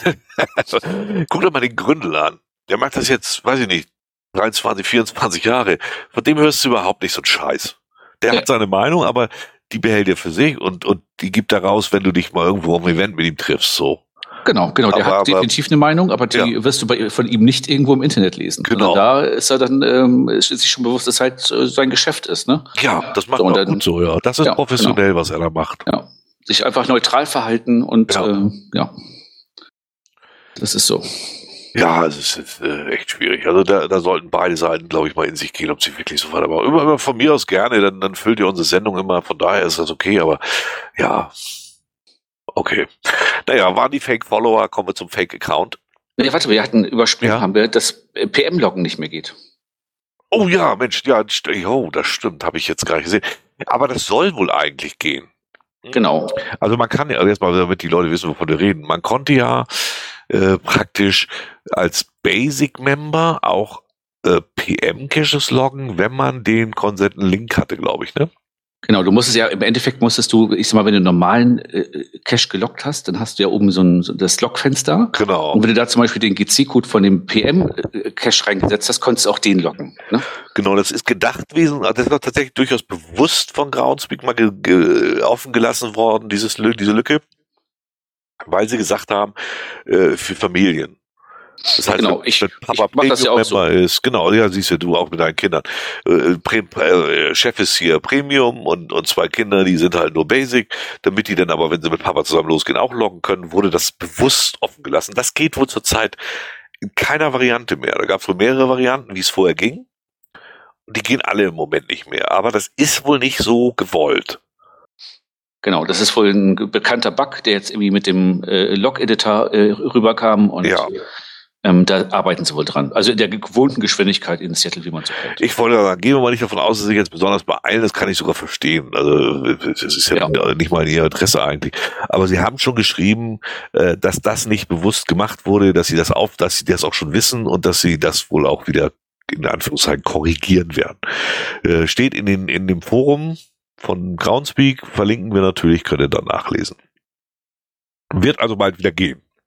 guckt euch mal den Gründel an. Der macht das jetzt, weiß ich nicht, dreiundzwanzig, vierundzwanzig Jahre. Von dem hörst du überhaupt nicht so einen Scheiß. Der Ja. hat seine Meinung, aber die behält er für sich und, und die gibt er raus, wenn du dich mal irgendwo am Event mit ihm triffst, so. Genau, genau. Der Aber- hat aber- definitiv eine Meinung, aber die Ja. wirst du bei, von ihm nicht irgendwo im Internet lesen. Genau. Sondern da ist er dann, ähm, ist sich schon bewusst, dass halt äh, sein Geschäft ist, ne? Ja, das macht So, und er auch dann- gut so, ja. Das ist Ja, professionell, was er da macht. Ja. Sich einfach neutral verhalten und Ja. ja. Äh, ja. Das ist so. Ja, es ist, ist äh, echt schwierig. Also da, da sollten beide Seiten, glaube ich, mal in sich gehen, ob sie wirklich so weitermachen. Immer, immer von mir aus gerne, dann, dann füllt ihr unsere Sendung immer, von daher ist das okay, aber ja, okay. Naja, waren die Fake-Follower, kommen wir zum Fake-Account. Nee, warte, wir hatten übersprungen, Ja. haben wir, dass äh, P M-Loggen nicht mehr geht. Oh ja, Mensch, ja, st- oh, das stimmt, habe ich jetzt gar nicht gesehen. Aber das soll wohl eigentlich gehen. Genau. Also man kann ja, also jetzt mal, damit die Leute wissen, wovon wir reden, man konnte ja äh, praktisch als Basic-Member auch äh, P M-Caches loggen, wenn man den konsenten Link hatte, glaube ich, ne? Genau, du musstest ja, im Endeffekt musstest du, ich sag mal, wenn du einen normalen äh, Cache gelockt hast, dann hast du ja oben so ein, so das Logfenster. Genau. Und wenn du da zum Beispiel den G C-Code von dem P M-Cache reingesetzt hast, konntest du auch den loggen. Ne? Genau, das ist gedacht gewesen, das ist auch tatsächlich durchaus bewusst von Groundspeak mal ge ge offen gelassen worden, dieses, Lü- diese Lücke, weil sie gesagt haben, äh, für Familien. Das heißt, Genau, wenn, ich- wenn Papa ich mach das ja auch so. Premium-Member ist, genau, ja, siehst du, du auch mit deinen Kindern. Äh, Pre äh, Chef ist hier Premium und, und zwei Kinder, die sind halt nur Basic, damit die dann aber, wenn sie mit Papa zusammen losgehen, auch loggen können, wurde das bewusst offen gelassen. Das geht wohl zurzeit in keiner Variante mehr. Da gab es wohl mehrere Varianten, wie es vorher ging. Und die gehen alle im Moment nicht mehr. Aber das ist wohl nicht so gewollt. Genau, das ist wohl ein bekannter Bug, der jetzt irgendwie mit dem äh, Log-Editor äh, rüberkam und Ja. ähm, da arbeiten sie wohl dran. Also in der gewohnten Geschwindigkeit in Seattle, wie man so kennt. Ich wollte sagen, gehen wir mal nicht davon aus, dass sie sich jetzt besonders beeilen, das kann ich sogar verstehen. Also das ist ja, Ja. nicht mal in ihr Interesse eigentlich. Aber sie haben schon geschrieben, äh, dass das nicht bewusst gemacht wurde, dass sie das auf, dass sie das auch schon wissen und dass sie das wohl auch wieder in Anführungszeichen korrigieren werden. Äh, steht in den in dem Forum von Groundspeak, verlinken wir natürlich, könnt ihr dann nachlesen. Wird also bald wieder gehen.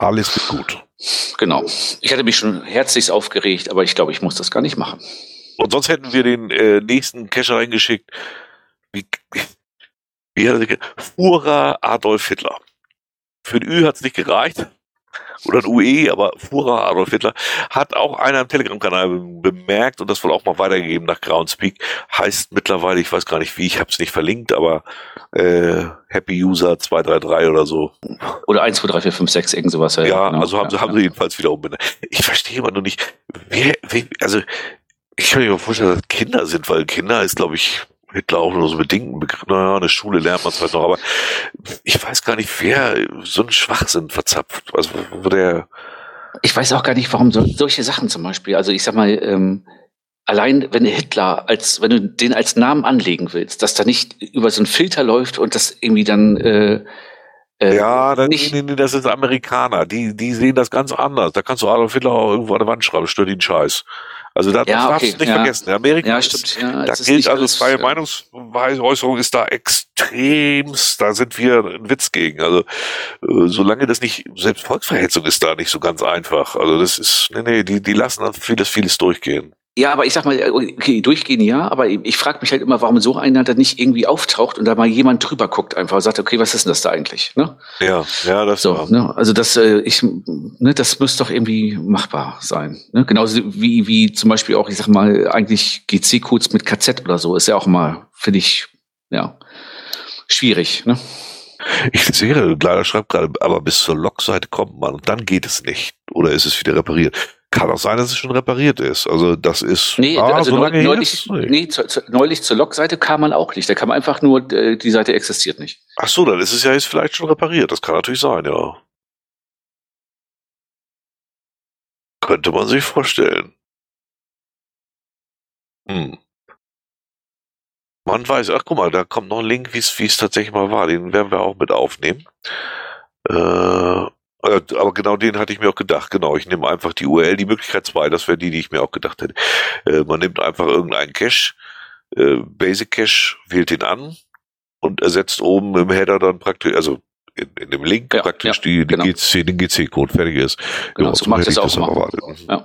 Alles wird gut. Genau. Ich hatte mich schon herzlichst aufgeregt, aber ich glaube, ich muss das gar nicht machen. Und sonst hätten wir den äh, nächsten Cacher reingeschickt. Wie, wie hat er sich Führer Adolf Hitler. Für ein Ü hat es nicht gereicht. Oder ein U E, aber Führer Adolf Hitler hat auch einer im Telegram-Kanal bemerkt und das wohl auch mal weitergegeben nach Groundspeak. Heißt mittlerweile, ich weiß gar nicht wie, ich habe es nicht verlinkt, aber äh, Happy User zwei drei drei oder so. Oder eins zwei drei vier fünf sechs, irgend sowas. Ja, ja genau. also haben, ja, sie, haben ja. sie jedenfalls wieder umbenannt. Ich verstehe immer nur nicht, wer, wer also ich kann mir vorstellen, dass das Kinder sind, weil Kinder ist, glaube ich, Hitler auch nur so bedingt ein Begriff. Naja, eine Schule lernt man es halt noch, aber ich weiß gar nicht, wer so einen Schwachsinn verzapft. Also, wo der. Ich weiß auch gar nicht, warum so, solche Sachen zum Beispiel. Also, ich sag mal, ähm, allein wenn Hitler als, wenn du den als Namen anlegen willst, dass da nicht über so einen Filter läuft und das irgendwie dann, äh, äh, ja, dann, nicht, nee, nee, das ist Amerikaner. Die, die sehen das ganz anders. Da kannst du Adolf Hitler auch irgendwo an der Wand schreiben, stört ihn Scheiß. Also da ja, darfst okay, du nicht ja. vergessen. In Amerika ja, ist, stimmt, ja, da gilt also freie ja. Meinungsäußerung ist da extremst, da sind wir ein Witz gegen. Also äh, solange das nicht, selbst Volksverhetzung ist da nicht so ganz einfach. Also das ist, nee, nee, die, die lassen dann vieles, vieles durchgehen. Ja, aber ich sag mal, okay, durchgehen ja, aber ich frage mich halt immer, warum so einer dann nicht irgendwie auftaucht und da mal jemand drüber guckt einfach und sagt, okay, was ist denn das da eigentlich? Ne? Ja, ja, das so. Ne? Also das, äh, ich, ne, das müsste doch irgendwie machbar sein. Ne? Genauso wie wie zum Beispiel auch, ich sag mal, eigentlich G C-Codes mit K Z oder so ist ja auch mal, finde ich, ja, schwierig. Ne? Ich sehe, leider schreibt gerade, aber bis zur Logseite kommt man und dann geht es nicht. Oder ist es wieder repariert? Kann auch sein, dass es schon repariert ist. Also das ist nee, ah, also so lange neulich, nee, zu, zu, neulich zur Logseite kam man auch nicht. Da kam einfach nur, äh, die Seite existiert nicht. Ach so, dann ist es ja jetzt vielleicht schon repariert. Das kann natürlich sein, ja. Könnte man sich vorstellen. Hm. Man weiß, ach guck mal, da kommt noch ein Link, wie es tatsächlich mal war. Den werden wir auch mit aufnehmen. Äh, aber genau den hatte ich mir auch gedacht. Genau, ich nehme einfach die U R L, die Möglichkeit zwei, das wäre die, die ich mir auch gedacht hätte. Äh, man nimmt einfach irgendeinen Cache, äh, Basic Cache, wählt den an und ersetzt oben im Header dann praktisch, also in, in dem Link ja, praktisch ja, die, die genau. G C, den G C-Code, fertig ist. Genau, ja, so macht das auch mal. Ja.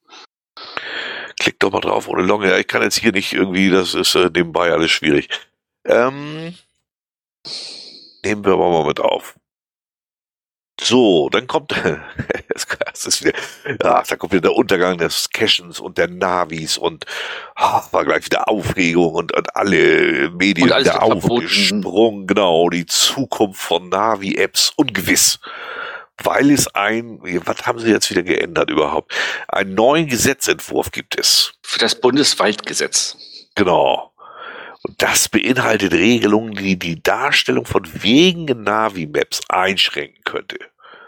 Klick doch mal drauf ohne Long. Ja, ich kann jetzt hier nicht irgendwie, das ist äh, nebenbei alles schwierig. Ähm, nehmen wir aber mal mit auf. So, dann kommt, das ist wieder, ach, da kommt wieder der Untergang des Cachens und der Navis und ach, war gleich wieder Aufregung und, und alle Medien und wieder aufgesprungen, genau, die Zukunft von Navi-Apps ungewiss. Weil es ein, was haben sie jetzt wieder geändert überhaupt? Einen neuen Gesetzentwurf gibt es. Für das Bundeswaldgesetz. Genau. Und das beinhaltet Regelungen, die die Darstellung von Wegen in Navi-Maps einschränken könnte.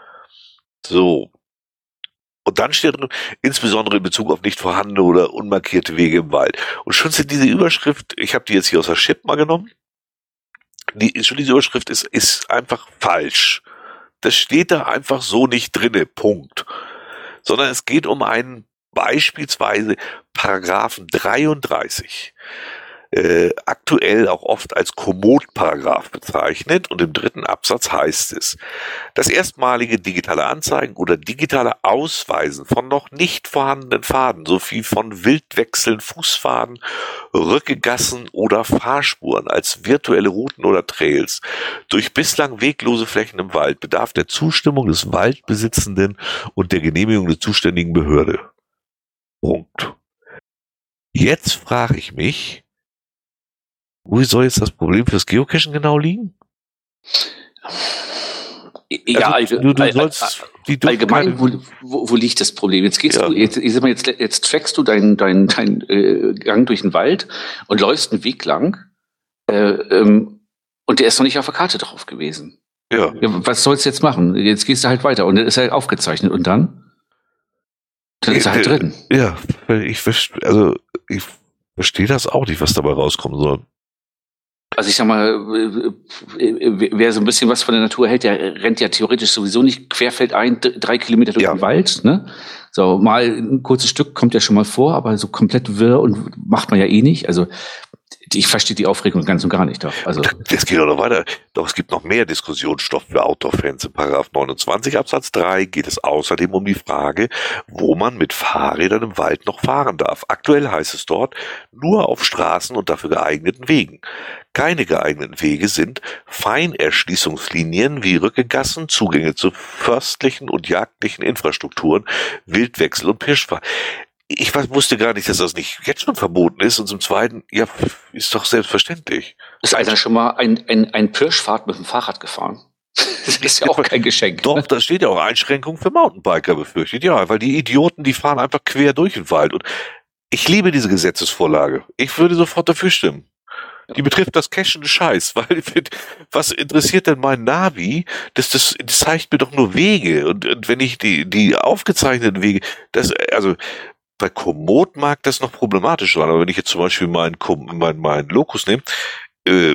So. Und dann steht drin, insbesondere in Bezug auf nicht vorhandene oder unmarkierte Wege im Wald. Und schon sind diese Überschrift, ich habe die jetzt hier aus der Chip mal genommen, die, schon diese Überschrift ist, ist einfach falsch. Das steht da einfach so nicht drinne, Punkt. Sondern es geht um einen beispielsweise Paragraphen dreiunddreißig, äh, aktuell auch oft als Komoot-Paragraph bezeichnet, und im dritten Absatz heißt es: Das erstmalige digitale Anzeigen oder digitale Ausweisen von noch nicht vorhandenen Pfaden sowie von Wildwechseln, Fußpfaden, Rückegassen oder Fahrspuren als virtuelle Routen oder Trails durch bislang weglose Flächen im Wald bedarf der Zustimmung des Waldbesitzenden und der Genehmigung der zuständigen Behörde. Punkt. Jetzt frage ich mich, wo soll jetzt das Problem fürs Geocachen genau liegen? Ja, also, also, du, du sollst die allgemein, wo, wo, wo liegt das Problem? Jetzt gehst ja. du, jetzt, jetzt, jetzt, jetzt trackst du deinen dein, dein, äh, Gang durch den Wald und läufst einen Weg lang, äh, ähm, und der ist noch nicht auf der Karte drauf gewesen. Ja. ja. Was sollst du jetzt machen? Jetzt gehst du halt weiter und dann ist er halt aufgezeichnet und dann? Dann ist er halt drin. Ja, ich verstehe, also ich verstehe das auch nicht, was dabei rauskommen soll. Also ich sag mal, wer so ein bisschen was von der Natur hält, der rennt ja theoretisch sowieso nicht querfeldein drei Kilometer durch ja. den Wald. Ne? So, mal ein kurzes Stück kommt ja schon mal vor, aber so komplett wirr und macht man ja eh nicht. Also ich verstehe die Aufregung ganz und gar nicht. Doch. Also das geht auch noch weiter. Doch es gibt noch mehr Diskussionsstoff für Outdoor-Fans. In Paragraph neunundzwanzig Absatz drei geht es außerdem um die Frage, wo man mit Fahrrädern im Wald noch fahren darf. Aktuell heißt es dort, nur auf Straßen und dafür geeigneten Wegen. Keine geeigneten Wege sind Feinerschließungslinien wie Rückegassen, Zugänge zu förstlichen und jagdlichen Infrastrukturen, Wildwechsel und Pirschfahrt. Ich wusste gar nicht, dass das nicht jetzt schon verboten ist. Und zum Zweiten, ja, ist doch selbstverständlich. Ist einer schon mal ein, ein, ein Pirschfahrt mit dem Fahrrad gefahren? Das ist ja auch kein Geschenk. Doch, da steht ja auch Einschränkung für Mountainbiker befürchtet. Ja, weil die Idioten, die fahren einfach quer durch den Wald. Und ich liebe diese Gesetzesvorlage. Ich würde sofort dafür stimmen. Die betrifft das Cashen Scheiß, weil was interessiert denn mein Navi? Das, das, das zeigt mir doch nur Wege. Und, und wenn ich die, die aufgezeichneten Wege, das, also, bei Komoot mag das noch problematisch sein, aber wenn ich jetzt zum Beispiel meinen mein, mein Locus nehme, äh,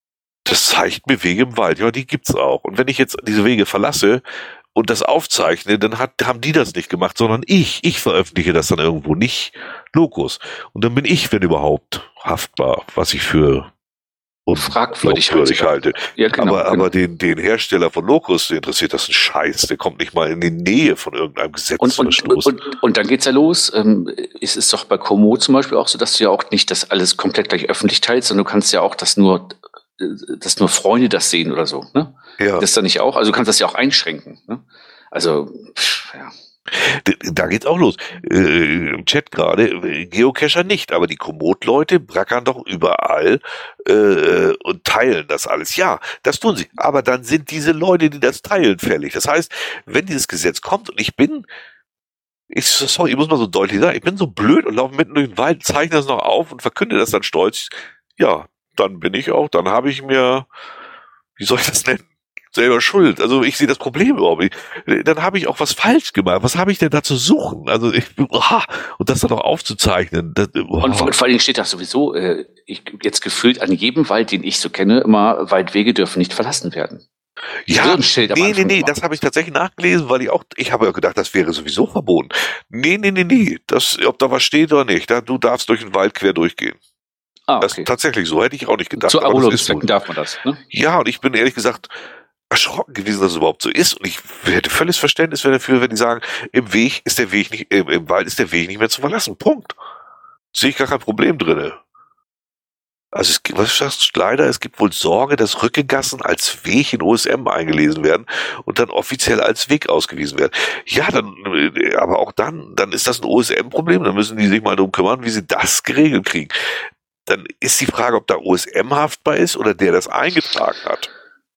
das zeigt mir Wege im Wald. Ja, die gibt's auch. Und wenn ich jetzt diese Wege verlasse und das aufzeichne, dann hat, haben die das nicht gemacht, sondern ich. Ich veröffentliche das dann irgendwo, nicht Locus. Und dann bin ich, wenn überhaupt, haftbar, was ich für fragwürdig halte. Ja, genau, aber genau. aber den, den Hersteller von Locus, der interessiert das ein Scheiß. Der kommt nicht mal in die Nähe von irgendeinem Gesetzesverstoß. Und, und, und, und dann geht's ja los. Ähm, es ist doch bei Komoot zum Beispiel auch so, dass du ja auch nicht das alles komplett gleich öffentlich teilst, sondern du kannst ja auch, dass nur, dass nur Freunde das sehen oder so. Ne? Ja. Das dann nicht auch. Also du kannst das ja auch einschränken. Ne? Also, pff, ja. Da geht's auch los. Äh, Im Chat gerade, Geocacher nicht, aber die Komoot-Leute brackern doch überall äh, und teilen das alles. Ja, das tun sie. Aber dann sind diese Leute, die das teilen, fällig. Das heißt, wenn dieses Gesetz kommt und ich bin, ich, sorry, ich muss mal so deutlich sagen, ich bin so blöd und laufe mitten durch den Wald, zeichne das noch auf und verkünde das dann stolz, ja, dann bin ich auch, dann habe ich mir, wie soll ich das nennen? Selber schuld. Also ich sehe das Problem überhaupt nicht. Dann habe ich auch was falsch gemacht. Was habe ich denn da zu suchen? Also ich, oha, und das dann auch aufzuzeichnen. Das, und, und vor allen Dingen steht da sowieso, äh, ich jetzt gefühlt an jedem Wald, den ich so kenne, immer Waldwege dürfen nicht verlassen werden. Ja, so ein Schild nee, nee, nee, das habe ich tatsächlich nachgelesen, weil ich auch, ich habe ja gedacht, das wäre sowieso verboten. Nee, nee, nee, nee, das, ob da was steht oder nicht, da, du darfst durch den Wald quer durchgehen. Ah, okay. Das ist tatsächlich so, hätte ich auch nicht gedacht. Zu Erholungszwecken darf man das, ne? Ja, und ich bin ehrlich gesagt erschrocken gewesen, dass es überhaupt so ist. Und ich hätte völliges Verständnis dafür, wenn die sagen, im Weg ist der Weg nicht, im, im Wald ist der Weg nicht mehr zu verlassen. Punkt. Sehe ich gar kein Problem drinne. Also es gibt, was sagst du, leider, es gibt wohl Sorge, dass Rückegassen als Weg in O S M eingelesen werden und dann offiziell als Weg ausgewiesen werden. Ja, dann, aber auch dann, dann ist das ein O S M-Problem. Dann müssen die sich mal darum kümmern, wie sie das geregelt kriegen. Dann ist die Frage, ob da O S M haftbar ist oder der das eingetragen hat.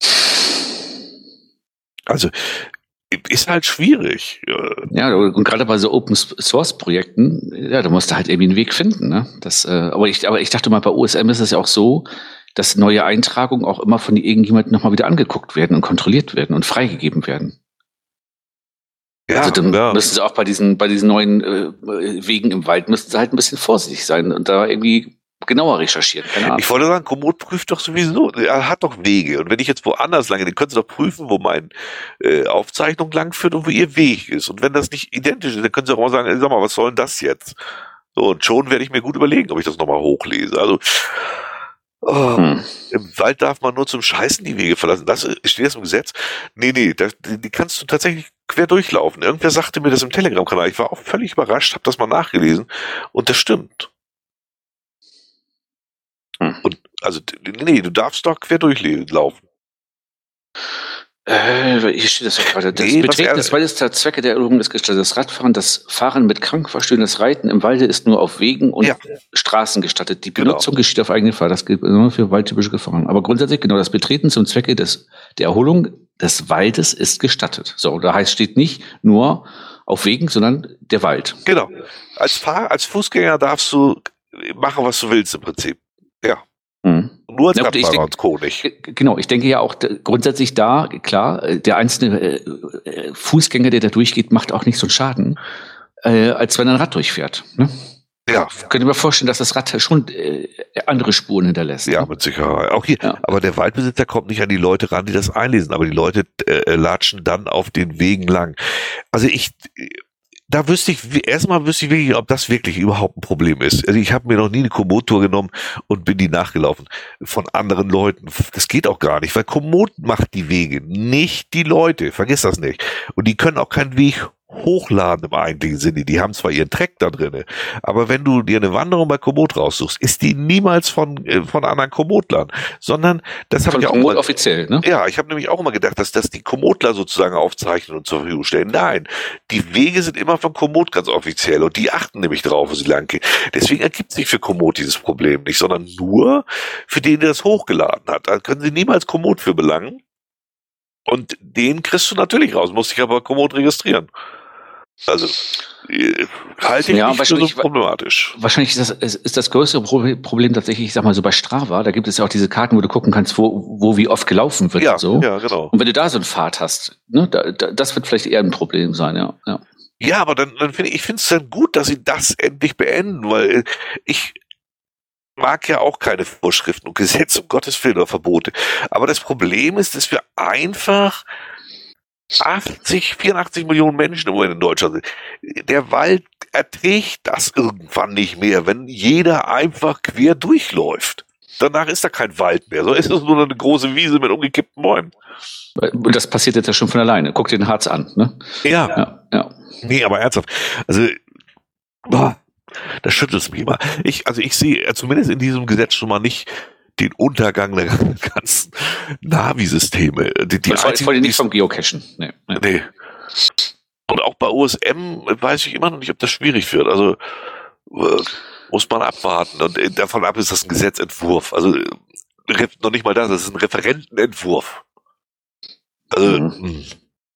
Also ist halt schwierig. Ja, und gerade bei so Open-Source-Projekten, ja, da musst du halt irgendwie einen Weg finden. Ne? Das, äh, aber, ich, aber ich dachte mal, bei O S M ist es ja auch so, dass neue Eintragungen auch immer von irgendjemandem nochmal wieder angeguckt werden und kontrolliert werden und freigegeben werden. Ja, also dann ja. müssen sie auch bei diesen, bei diesen neuen äh, Wegen im Wald, müssen sie halt ein bisschen vorsichtig sein und da irgendwie genauer recherchieren. Keine Ahnung. Ich wollte sagen, Komoot prüft doch sowieso, er hat doch Wege. Und wenn ich jetzt woanders lang gehe, dann können sie doch prüfen, wo meine äh, Aufzeichnung lang führt und wo ihr Weg ist. Und wenn das nicht identisch ist, dann können sie auch mal sagen, sag mal, was soll denn das jetzt? So, und schon werde ich mir gut überlegen, ob ich das nochmal hochlese. Also, oh, hm. Im Wald darf man nur zum Scheißen die Wege verlassen. Das steht jetzt im Gesetz. Nee, nee, das, die, die kannst du tatsächlich quer durchlaufen. Irgendwer sagte mir das im Telegram-Kanal. Ich war auch völlig überrascht, habe das mal nachgelesen. Und das stimmt. Und also, nee, du darfst doch quer durchlaufen. Äh, hier steht das doch gerade. Das Nee, Betreten was er- des Waldes der Zwecke der Erholung des Gestattet. Das Radfahren, das Fahren mit Krankverstehen, das Reiten im Walde ist nur auf Wegen und Ja. Straßen gestattet. Die Genau. Benutzung geschieht auf eigene Fall. Das gilt nur für waldtypische Gefahren. Aber grundsätzlich, genau, das Betreten zum Zwecke des, der Erholung des Waldes ist gestattet. So, da heißt, steht nicht nur auf Wegen, sondern der Wald. Genau. Als Fahr als Fußgänger darfst du machen, was du willst im Prinzip. Ja. Mhm. Nur als Na gut, ich Radfahrer denk- und Co. nicht. G- Genau, ich denke ja auch d- grundsätzlich da, klar, äh, der einzelne äh, äh, Fußgänger, der da durchgeht, macht auch nicht so einen Schaden, äh, als wenn er ein Rad durchfährt. Ne? Ja. Könnte mir vorstellen, dass das Rad schon äh, andere Spuren hinterlässt. Ja, Ne? mit Sicherheit. Auch hier. Ja. Aber der Waldbesitzer kommt nicht an die Leute ran, die das einlesen. Aber die Leute äh, latschen dann auf den Wegen lang. Also ich, da wüsste ich, erstmal wüsste ich wirklich, ob das wirklich überhaupt ein Problem ist. Also ich habe mir noch nie eine Komoot-Tour genommen und bin die nachgelaufen von anderen Leuten. Das geht auch gar nicht, weil Komoot macht die Wege, nicht die Leute. Vergiss das nicht. Und die können auch keinen Weg hochladen im eigentlichen Sinne. Die haben zwar ihren Track da drinne, aber wenn du dir eine Wanderung bei Komoot raussuchst, ist die niemals von äh, von anderen Komotlern, sondern das habe ich auch Komoot offiziell, ne? Ja, ich habe nämlich auch immer gedacht, dass das die Komotler sozusagen aufzeichnen und zur Verfügung stellen. Nein, die Wege sind immer von Komoot ganz offiziell und die achten nämlich drauf, wo sie lang gehen. Deswegen ergibt sich für Komoot dieses Problem nicht, sondern nur für den, der das hochgeladen hat. Da können sie niemals Komoot für belangen. Und den kriegst du natürlich raus, musst dich aber Komoot registrieren. Also äh, halte ich ja, nicht für so problematisch. Wahrscheinlich ist das, ist das größere Problem tatsächlich, ich sag mal so bei Strava, da gibt es ja auch diese Karten, wo du gucken kannst, wo, wo wie oft gelaufen wird Ja, und so. ja, genau. Und wenn du da so einen Pfad hast, ne, da, da, das wird vielleicht eher ein Problem sein, ja. Ja, Ja, aber dann, dann finde ich, ich finde es dann gut, dass sie das endlich beenden, weil ich mag ja auch keine Vorschriften und Gesetze, um Gottes Willen, oder Verbote. Aber das Problem ist, dass wir einfach achtzig, vierundachtzig Millionen Menschen im Moment in Deutschland sind. Der Wald erträgt das irgendwann nicht mehr, wenn jeder einfach quer durchläuft. Danach ist da kein Wald mehr. So ist es nur eine große Wiese mit umgekippten Bäumen. Und das passiert jetzt ja schon von alleine. Guck dir den Harz an, ne? Ja. Ja, ja. Nee, aber ernsthaft. Also, boah, das schüttelt mich immer. Ich, also ich sehe zumindest in diesem Gesetz schon mal nicht den Untergang der ganzen Navi-Systeme. Die, die das war vor allem nicht vom Geocachen. Nee, nee. nee. Und auch bei O S M weiß ich immer noch nicht, ob das schwierig wird. Also äh, muss man abwarten. Und äh, davon ab ist das ein Gesetzentwurf. Also äh, noch nicht mal das, das ist ein Referentenentwurf. Also mhm.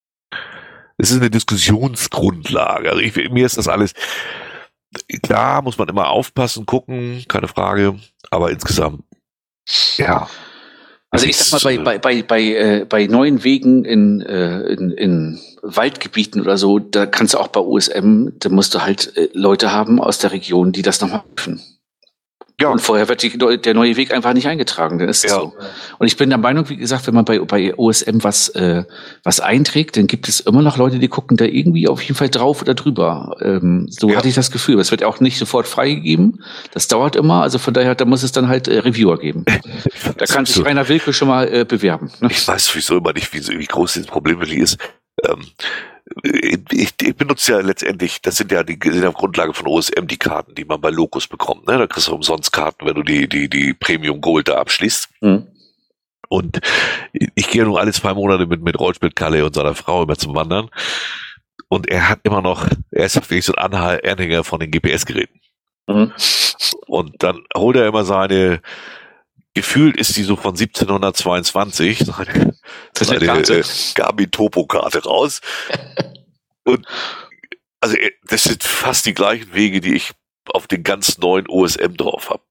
Es ist eine Diskussionsgrundlage. Also ich, mir ist das alles klar, muss man immer aufpassen, gucken, keine Frage. Aber insgesamt ja. Also ich sag mal, bei, bei, bei, bei, äh, bei neuen Wegen in, äh, in, in Waldgebieten oder so, da kannst du auch bei O S M, da musst du halt äh, Leute haben aus der Region, die das nochmal prüfen. Ja. Und vorher wird die, der neue Weg einfach nicht eingetragen, dann ist es ja so. Und ich bin der Meinung, wie gesagt, wenn man bei, bei O S M was, äh, was einträgt, dann gibt es immer noch Leute, die gucken da irgendwie auf jeden Fall drauf oder drüber. Ähm, so ja. hatte ich das Gefühl. Aber es wird auch nicht sofort freigegeben. Das dauert immer. Also von daher, da muss es dann halt äh, Reviewer geben. Da kann sich Rainer Wilke schon mal äh, bewerben. Ne? Ich weiß sowieso immer nicht, wie, wie groß dieses Problem wirklich ist. Ähm, Ich, ich benutze ja letztendlich, das sind ja die sind auf Grundlage von O S M die Karten, die man bei Locus bekommt. Ne? Da kriegst du umsonst Karten, wenn du die die die Premium Gold da abschließt. Mhm. Und ich gehe nur alle zwei Monate mit mit Rollspit Kalle und seiner Frau immer zum Wandern. Und er hat immer noch, er ist wirklich so ein Anhänger von den G P S-Geräten. Mhm. Und dann holt er immer seine, gefühlt ist die so von siebzehnhundertzweiundzwanzig, seine, seine äh, Garmin-Topo-Karte raus. Und also das sind fast die gleichen Wege, die ich auf den ganz neuen O S M drauf habe.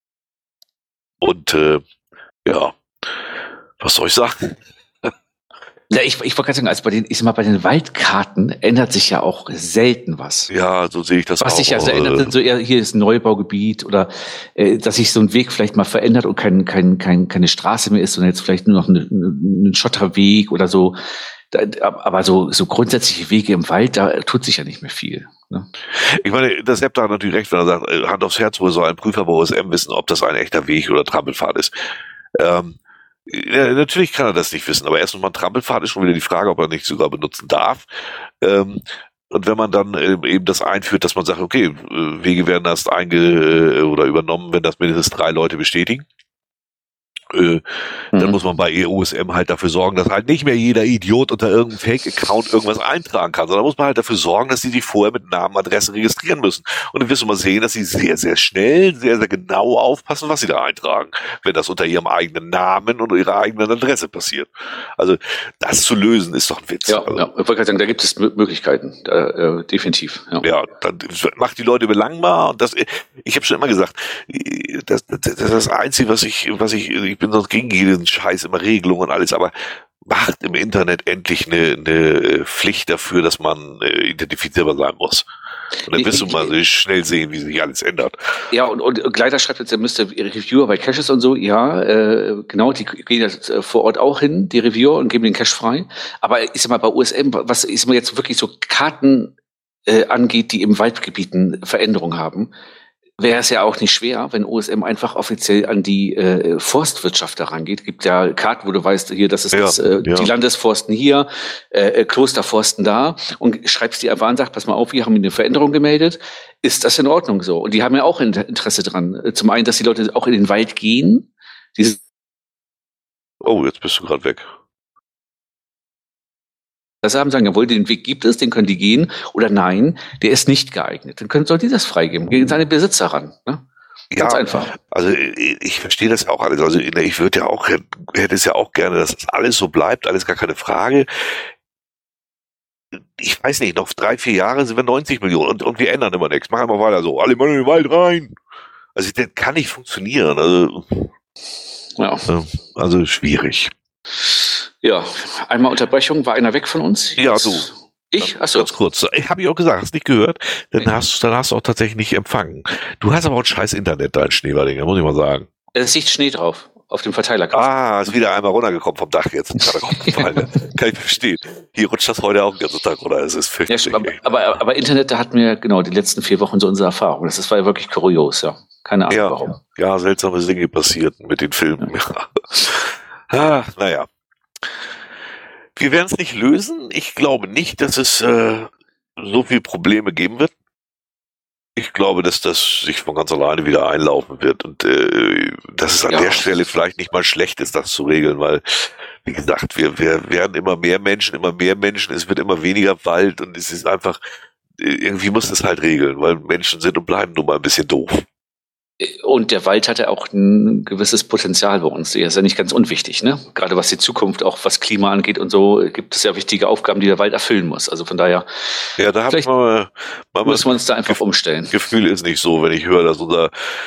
Und äh, ja, was soll ich sagen? Ja, ich, ich wollte gerade sagen, also bei den, ich sag mal, bei den Waldkarten ändert sich ja auch selten was. Ja, so sehe ich das was auch. Was sich ja so ändert, sind so eher, hier ist ein Neubaugebiet oder äh, dass sich so ein Weg vielleicht mal verändert und kein, kein, kein, keine Straße mehr ist, sondern jetzt vielleicht nur noch ein, ein Schotterweg oder so. Da, aber so, so grundsätzliche Wege im Wald, da tut sich ja nicht mehr viel. Ne? Ich meine, das Sepp da hat natürlich recht, wenn er sagt, Hand aufs Herz, wo soll ein Prüfer bei O S M wissen, ob das ein echter Weg oder Trampelpfad ist. Ähm, Ja, natürlich kann er das nicht wissen, aber erstens mal ein Trampelpfad ist schon wieder die Frage, ob er nicht sogar benutzen darf. Ähm, und wenn man dann eben das einführt, dass man sagt, okay, Wege werden erst einge- oder übernommen, wenn das mindestens drei Leute bestätigen, äh, mhm. dann muss man bei O S M halt dafür sorgen, dass halt nicht mehr jeder Idiot unter irgendeinem Fake-Account irgendwas eintragen kann, sondern muss man halt dafür sorgen, dass sie sich vorher mit Namen, Adressen registrieren müssen. Und dann wirst du mal sehen, dass sie sehr, sehr schnell, sehr, sehr genau aufpassen, was sie da eintragen, wenn das unter ihrem eigenen Namen und ihrer eigenen Adresse passiert. Also das zu lösen, ist doch ein Witz. Ja, also, ja. Ich wollte gerade sagen, da gibt es Möglichkeiten, da, äh, definitiv. Ja. ja, dann macht die Leute belangbar und das, ich habe schon immer gesagt, das, das, das ist das Einzige, was ich, was ich, ich bin sonst gegen jeden Scheiß, immer Regelungen und alles, aber macht im Internet endlich eine, eine Pflicht dafür, dass man äh, identifizierbar sein muss. Und dann wirst du mal schnell sehen, wie sich alles ändert. Ja, und, und Gleiter schreibt jetzt, er müsste Reviewer bei Caches und so, ja, äh, genau, die gehen jetzt äh, vor Ort auch hin, die Reviewer, und geben den Cache frei. Aber ich sag mal, bei O S M, was ist mal jetzt wirklich so Karten äh, angeht, die im Waldgebieten Veränderungen haben, wäre es ja auch nicht schwer, wenn O S M einfach offiziell an die äh, Forstwirtschaft herangeht. Gibt ja Karten, wo du weißt, hier, das ist Ja, das, äh, ja. die Landesforsten hier, äh, Klosterforsten da, und schreibst die einfach an, sag, pass mal auf, wir haben eine Veränderung gemeldet. Ist das in Ordnung so? Und die haben ja auch Interesse dran. Zum einen, dass die Leute auch in den Wald gehen. Diese Oh, jetzt bist du gerade weg. Das haben sagen, jawohl, den Weg gibt es, den können die gehen, oder nein, der ist nicht geeignet. Dann können, soll die das freigeben, gegen seine Besitzer ran. Ne? Ganz Ja, einfach. also ich, ich verstehe das auch alles. Also ich würde ja auch, hätte es ja auch gerne, dass das alles so bleibt, alles gar keine Frage. Ich weiß nicht, noch drei, vier Jahre sind wir neunzig Millionen und, und wir ändern immer nichts. Machen wir weiter so. Alle mal in den Wald rein. Also das kann nicht funktionieren. Also, Ja. also schwierig. Ja, einmal Unterbrechung, war einer weg von uns? Ja, du. Ich? Achso. Ganz kurz. Ich habe ich auch gesagt, hast nicht gehört, dann hast, dann hast du auch tatsächlich nicht empfangen. Du hast aber auch ein scheiß Internet, dein Schneeberdinger, muss ich mal sagen. Es liegt Schnee drauf, auf dem Verteilerkasten. Ah, ist wieder einmal runtergekommen vom Dach jetzt. Kann ich verstehen. Hier rutscht das heute auch den ganzen Tag runter. Es ist Ja, fürchterlich. aber, aber, aber Internet, da hatten wir genau die letzten vier Wochen so unsere Erfahrung. Das war ja wirklich kurios, ja. Keine Ahnung Ja, warum. ja, seltsame Dinge passierten mit den Filmen. Ja. Ah, naja. Wir werden es nicht lösen. Ich glaube nicht, dass es äh, so viele Probleme geben wird. Ich glaube, dass das sich von ganz alleine wieder einlaufen wird und äh, dass es an Ja. der Stelle vielleicht nicht mal schlecht ist, das zu regeln, weil, wie gesagt, wir, wir werden immer mehr Menschen, immer mehr Menschen, es wird immer weniger Wald und es ist einfach, irgendwie muss es halt regeln, weil Menschen sind und bleiben nun mal ein bisschen doof. Und der Wald hat ja auch ein gewisses Potenzial bei uns. Der ist ja nicht ganz unwichtig, ne? Gerade was die Zukunft, auch was Klima angeht und so, gibt es ja wichtige Aufgaben, die der Wald erfüllen muss. Also von daher Ja, da habe ich Vielleicht mal, mal müssen wir uns da einfach umstellen. Gefühl ist nicht so, wenn ich höre, dass unser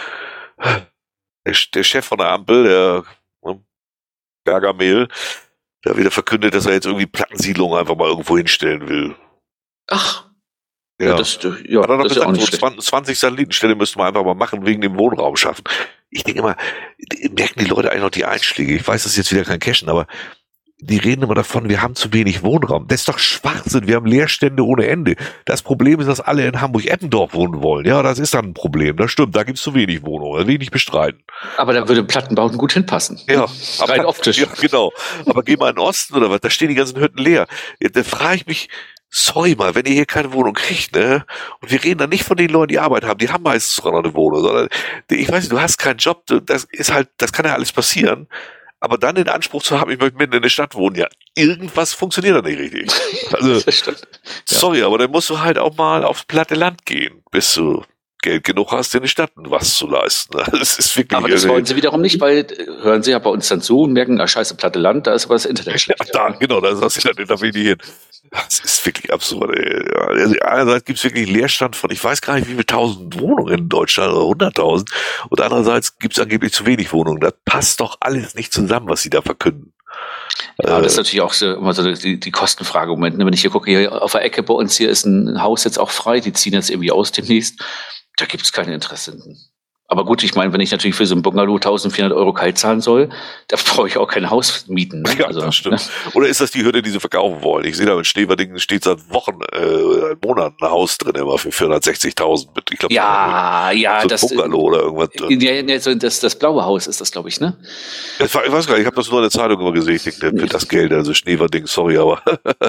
der, der Chef von der Ampel, der ne, Bergermehl, der wieder verkündet, dass er jetzt irgendwie Plattensiedlungen einfach mal irgendwo hinstellen will. Ach, Ja, ja, das, ja, hat er noch das ist ja auch gesagt, nicht so schlecht. zwanzig, zwanzig Satellitenstelle müssten wir einfach mal machen, wegen dem Wohnraum schaffen. Ich denke immer, merken die Leute eigentlich noch die Einschläge? Ich weiß, das ist jetzt wieder kein Cashen, aber die reden immer davon, wir haben zu wenig Wohnraum. Das ist doch Schwachsinn, wir haben Leerstände ohne Ende. Das Problem ist, dass alle in Hamburg-Eppendorf wohnen wollen. Ja, das ist dann ein Problem, das stimmt, da gibt es zu wenig Wohnungen, das will ich nicht bestreiten. Aber da würde Plattenbauten gut hinpassen. Ja, Rein aber, optisch. ja, genau. Aber geh mal in den Osten oder was, da stehen die ganzen Hütten leer. Ja, da frage ich mich, sorry mal, wenn ihr hier keine Wohnung kriegt, ne? Und wir reden dann nicht von den Leuten, die Arbeit haben, die haben meistens sogar noch eine Wohnung, sondern, ich weiß nicht, du hast keinen Job, das ist halt, das kann ja alles passieren. Aber dann den Anspruch zu haben, ich möchte mitten in der Stadt wohnen, ja, irgendwas funktioniert da nicht richtig. Also, Das stimmt. Ja. sorry, aber dann musst du halt auch mal aufs platte Land gehen, bis du Geld genug hast, in den Stadt was zu leisten. Das ist wirklich. Aber das wollen sie wiederum nicht, weil äh, hören sie ja bei uns dann zu und merken, ah, scheiße, platte Land, da ist aber das Internet schlecht. Ja, da, genau, da ist das Internet, da will ich nicht hin. Das ist wirklich absurd. Ey. Ja, also einerseits gibt es wirklich Leerstand von, ich weiß gar nicht, wie viele tausend Wohnungen in Deutschland, oder hunderttausend. Und andererseits gibt es angeblich zu wenig Wohnungen. Das passt doch alles nicht zusammen, was sie da verkünden. Ja, Äh, das ist natürlich auch so, immer so die, die Kostenfrage im Moment. ne? Wenn ich hier gucke, hier auf der Ecke bei uns hier ist ein Haus jetzt auch frei, die ziehen jetzt irgendwie aus demnächst. Da gibt es keine Interessenten. Aber gut, ich meine, wenn ich natürlich für so ein Bungalow eintausendvierhundert Euro kalt zahlen soll, da brauche ich auch kein Haus mieten. Ne? Ja, Also, das stimmt. Oder ist das die Hütte, die sie verkaufen wollen? Ich sehe da in Schneverdingen steht seit Wochen, äh, Monaten ein Haus drin, immer für vierhundertsechzigtausend. Ich glaube, Ja, ja, so ein das, Bungalow oder irgendwas. ja, ja, so das, das blaue Haus ist das, glaube ich, ne? Das war, ich weiß gar nicht, ich habe das nur in der Zeitung immer gesehen. Ich denke, für das Geld, also Schneverding, sorry, aber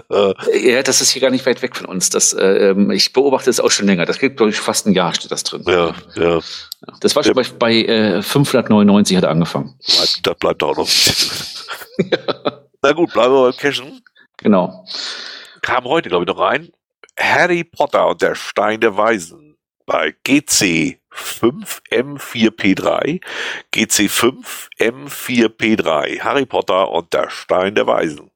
Ja, das ist hier gar nicht weit weg von uns. Das, äh, ich beobachte es auch schon länger. Das geht, glaube ich, fast ein Jahr steht das drin. ja, ja. Das war schon bei, bei äh, fünfhundertneunundneunzig hat er angefangen. Das bleibt auch noch. Na gut, bleiben wir beim Cashen. Genau. Kam heute, glaube ich, noch rein. Harry Potter und der Stein der Weisen bei G C fünf M vier P drei. G C fünf M vier P drei. Harry Potter und der Stein der Weisen.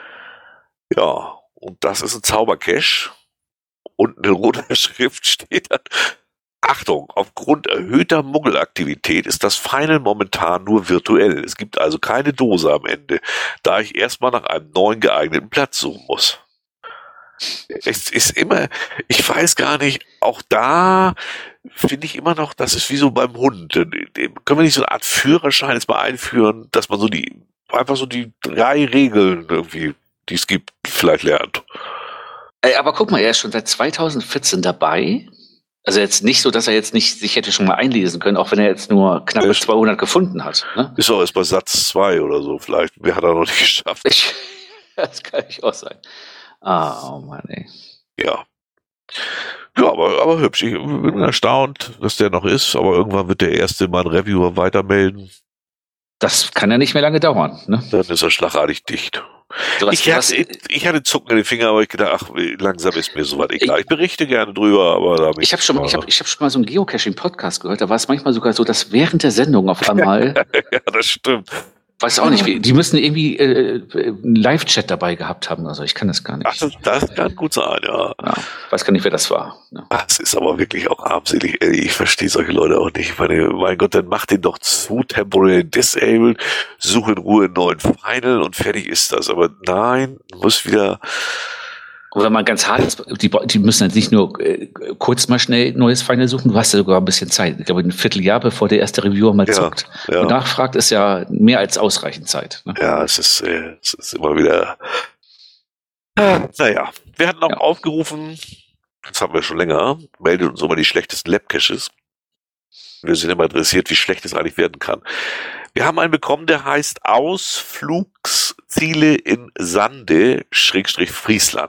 Ja, und das ist ein Zaubercache. Unten in roter Schrift steht dann: Achtung, aufgrund erhöhter Muggelaktivität ist das Final momentan nur virtuell. Es gibt also keine Dose am Ende, da ich erstmal nach einem neuen geeigneten Platz suchen muss. Es ist immer, ich weiß gar nicht, auch da finde ich immer noch, das ist wie so beim Hund. Können wir nicht so eine Art Führerschein jetzt mal einführen, dass man so die, einfach so die drei Regeln irgendwie, die es gibt, vielleicht lernt? Äh, aber guck mal, er ist schon seit zweitausendvierzehn dabei. Also jetzt nicht so, dass er jetzt nicht sich hätte schon mal einlesen können, auch wenn er jetzt nur knappe Echt? zweihundert gefunden hat. Ne? Ist auch erst bei Satz zwei oder so vielleicht. Wer hat er noch nicht geschafft? Ich, das kann ich auch sein. Ah, oh Mann, ey. Ja. Ja, aber, aber hübsch. Ich bin erstaunt, dass der noch ist, aber irgendwann wird der erste mal ein Reviewer weitermelden. Das kann ja nicht mehr lange dauern. Ne? Dann ist er schlagartig dicht. So was, Ich hatte, was, ich, ich hatte Zucken in den Finger, aber ich gedacht, ach, langsam ist mir soweit egal. Ich berichte gerne drüber, aber da ich habe schon, ich hab, ich hab schon mal so einen Geocaching-Podcast gehört, da war es manchmal sogar so, dass während der Sendung auf einmal, ja, das stimmt. weiß auch nicht, wie, die müssen irgendwie äh, einen Live-Chat dabei gehabt haben, also ich kann das gar nicht. Ach, das, das kann gut sein, ja. Ja, weiß gar nicht, wer das war. Ja. Das ist aber wirklich auch armselig. Ich verstehe solche Leute auch nicht. Ich meine, mein Gott, dann mach den doch zu, temporary disabled, such in Ruhe einen neuen Final und fertig ist das. Aber nein, muss wieder... Oder mal ganz hart ist, die, die müssen jetzt nicht nur äh, kurz mal schnell neues Final suchen, du hast ja sogar ein bisschen Zeit. Ich glaube, ein Vierteljahr, bevor der erste Reviewer mal Ja, zuckt ja. und nachfragt, ist ja mehr als ausreichend Zeit. Ne? Ja, es ist, äh, es ist immer wieder... Ah, naja, wir hatten auch Ja. aufgerufen, das haben wir schon länger, meldet uns immer die schlechtesten Lab-Caches. Wir sind immer interessiert, wie schlecht es eigentlich werden kann. Wir haben einen bekommen, der heißt Ausflugsziele in Sande, Schrägstrich Friesland.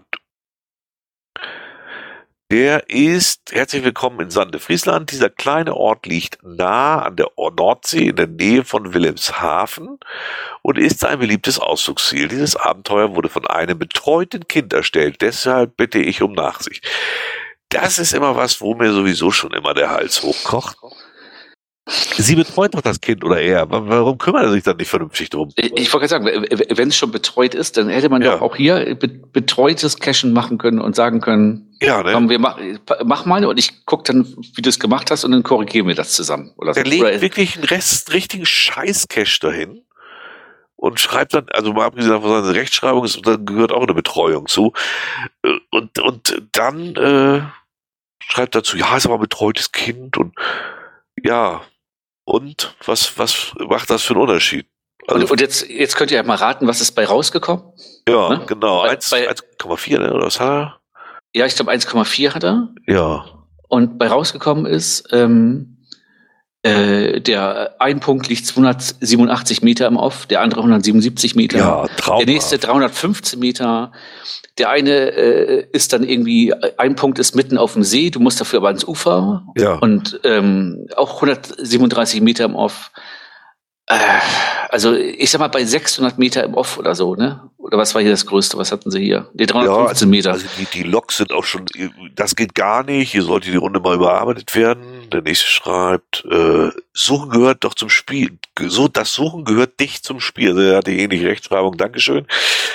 Der ist, herzlich willkommen in Sande, Friesland. Dieser kleine Ort liegt nah an der Nordsee in der Nähe von Wilhelmshaven und ist ein beliebtes Ausflugsziel. Dieses Abenteuer wurde von einem betreuten Kind erstellt. Deshalb bitte ich um Nachsicht. Das ist immer was, wo mir sowieso schon immer der Hals hochkocht. Sie betreut doch das Kind oder er. Warum kümmert er sich dann nicht vernünftig drum? Ich, ich wollte gerade sagen, wenn es schon betreut ist, dann hätte man Ja. doch auch hier be betreutes Cachen machen können und sagen können, Ja, ne? komm, wir mach, mach mal und ich guck dann, wie du es gemacht hast und dann korrigieren wir das zusammen. Oder so. Der legt Oder, wirklich einen Rest, richtigen Scheiß-Cache dahin und schreibt dann, also mal abgesehen von seiner Rechtschreibung, ist, da gehört auch eine Betreuung zu. Und, und dann äh, schreibt dazu, ja, ist aber ein betreutes Kind und ja, und was, was macht das für einen Unterschied? Also, und, und jetzt, jetzt könnt ihr ja mal raten, was ist bei rausgekommen? ja, ne? genau, Bei- eins bei- eins Komma vier, ne, oder was hat er? Ja, ich glaube eins Komma vier hat er. Ja, Und bei rausgekommen ist, ähm, äh, der ein Punkt liegt zweihundertsiebenundachtzig Meter im Off, der andere hundertsiebenundsiebzig Meter. ja, traumhaft. Der nächste dreihundertfünfzehn Meter. Der eine äh, ist dann irgendwie, ein Punkt ist mitten auf dem See, du musst dafür aber ans Ufer. Ja. Und ähm, auch hundertsiebenunddreißig Meter im Off. Äh, also ich sag mal bei sechshundert Meter im Off oder so, ne? Oder was war hier das Größte? Was hatten sie hier? Die dreihundertfünfzehn Meter. Also die, die Loks sind auch schon, das geht gar nicht, hier sollte die Runde mal überarbeitet werden. Der nächste schreibt, äh, Suchen gehört doch zum Spiel. So, das Suchen gehört dich zum Spiel. Also er hatte ähnliche Rechtschreibung, Dankeschön.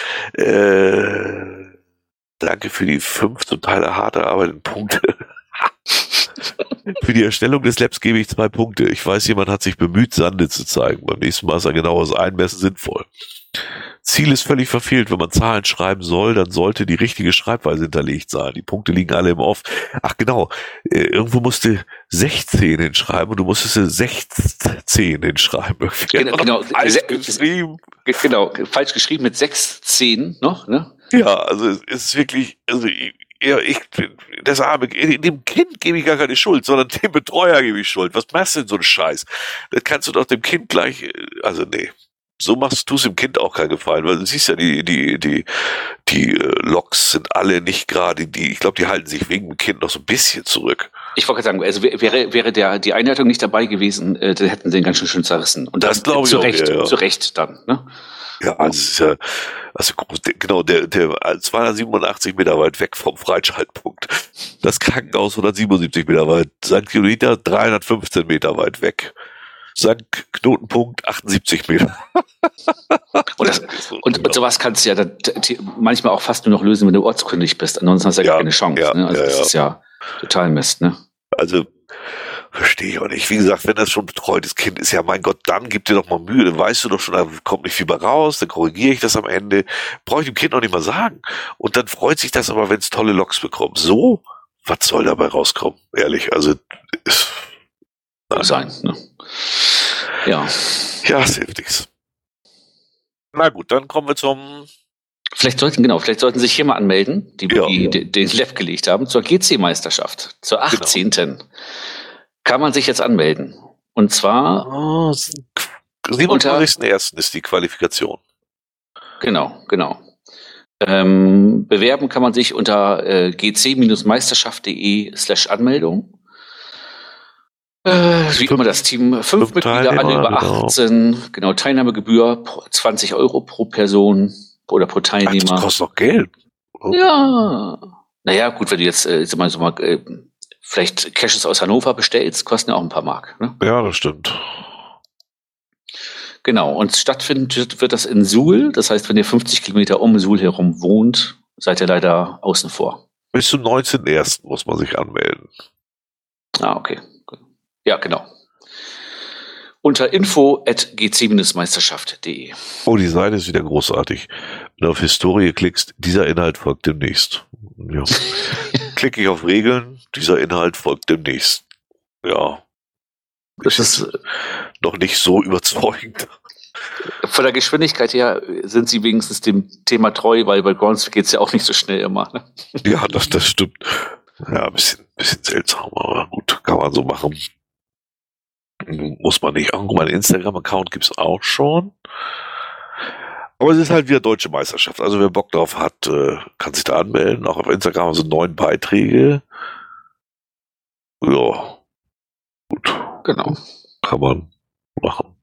Äh, danke für die fünf zum Teil hart erarbeiteten Punkte. Für die Erstellung des Labs gebe ich zwei Punkte. Ich weiß, jemand hat sich bemüht, Sande zu zeigen. Beim nächsten Mal ist ein genaues Einmessen sinnvoll. Ziel ist völlig verfehlt. Wenn man Zahlen schreiben soll, dann sollte die richtige Schreibweise hinterlegt sein. Die Punkte liegen alle im Off. Ach genau, äh, irgendwo musste sechzehn hinschreiben und du musstest sechzehn hinschreiben. Genau, genau. Falsch Se- geschrieben. Genau, falsch geschrieben mit sechs zehn noch, ne? Ja, also es ist wirklich, also ich, ja, ich, das arme, dem Kind gebe ich gar keine Schuld, sondern dem Betreuer gebe ich Schuld. Was machst du denn so einen Scheiß? Das kannst du doch dem Kind gleich, also nee. So machst du es dem Kind auch keinen Gefallen, weil du siehst ja, die, die, die, die äh, Loks sind alle nicht gerade, die, ich glaube, die halten sich wegen dem Kind noch so ein bisschen zurück. Ich wollte gerade sagen, also wäre, wäre der, die Einleitung nicht dabei gewesen, äh, dann hätten sie den ganz schön schön zerrissen. Und Das glaube ich zu auch, Recht, ja, ja. zu Recht dann, ne? Ja, also, es ist ja, also genau, der, der zweihundertsiebenundachtzig Meter weit weg vom Freischaltpunkt. Das Krankenhaus hundertsiebenundsiebzig Meter weit, Sankt Julita dreihundertfünfzehn Meter weit weg. Sankt Knotenpunkt achtundsiebzig Meter. Und, das, und, und sowas kannst du ja dann t- manchmal auch fast nur noch lösen, wenn du ortskundig bist. Ansonsten hast du ja, Ja, keine Chance. ja, ne? Also ja, das ja. ist ja total Mist, ne? Also, verstehe ich auch nicht. Wie gesagt, wenn das schon betreutes Kind ist, ja mein Gott, dann gib dir doch mal Mühe, dann weißt du doch schon, da kommt nicht viel bei raus, dann korrigiere ich das am Ende. Brauche ich dem Kind noch nicht mal sagen. Und dann freut sich das aber, wenn es tolle Loks bekommt. So, was soll dabei rauskommen? Ehrlich, also ist, Kann sein, ne? Ja. ja, es hilft nichts. Na gut, dann kommen wir zum Vielleicht sollten, genau, vielleicht sollten sich hier mal anmelden, die, Ja. die, die den Lev gelegt haben, zur G C-Meisterschaft, zur achtzehnten Genau. Kann man sich jetzt anmelden. Und zwar Oh, siebenundzwanzigsten ersten ist die Qualifikation. Genau, genau. Ähm, bewerben kann man sich unter äh, gc-meisterschaft.de slash Anmeldung. Äh, wie immer das Team, fünf, fünf Mitglieder, alle über achtzehn, genau. genau, Teilnahmegebühr zwanzig Euro pro Person oder pro Teilnehmer. Ach, das kostet doch Geld. Oh. Ja. Naja, gut, wenn du jetzt, äh, sag mal, so mal äh, vielleicht Caches aus Hannover bestellst, kosten ja auch ein paar Mark. Ne? Ja, das stimmt. Genau, und stattfinden wird das in Suhl. Das heißt, wenn ihr fünfzig Kilometer um Suhl herum wohnt, seid ihr leider außen vor. Bis zum neunzehnten ersten muss man sich anmelden. Ah, okay. Ja, genau. Unter info at gc-meisterschaft punkt de. Oh, die Seite ist wieder großartig. Wenn du auf Historie klickst, dieser Inhalt folgt demnächst. Ja. Klicke ich auf Regeln, dieser Inhalt folgt demnächst. Ja. Das ist noch nicht so überzeugend. Von der Geschwindigkeit her sind sie wenigstens dem Thema treu, weil bei Groundspeak geht es ja auch nicht so schnell immer. Ne? Ja, das, das stimmt. Ja, ein bisschen, bisschen seltsam, aber gut, kann man so machen. Muss man nicht. Auch mein Instagram-Account gibt es auch schon. Aber es ist halt wieder deutsche Meisterschaft. Also wer Bock drauf hat, kann sich da anmelden. Auch auf Instagram sind neun Beiträge. Ja, gut. Genau. Kann man machen.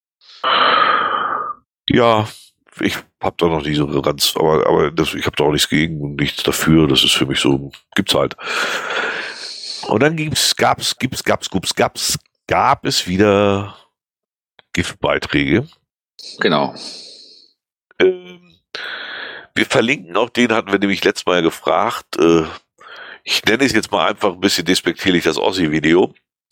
Ja, ich habe da noch nicht so ganz, aber, aber das, ich habe da auch nichts gegen und nichts dafür. Das ist für mich so, gibt's halt. Und dann gibt's, gab's, gibt's, gab's, gab's, gab's, gab es wieder Giftbeiträge. Genau. Ähm, wir verlinken auch den, hatten wir nämlich letztes Mal ja gefragt. Äh, ich nenne es jetzt mal einfach ein bisschen despektierlich das Ossi-Video.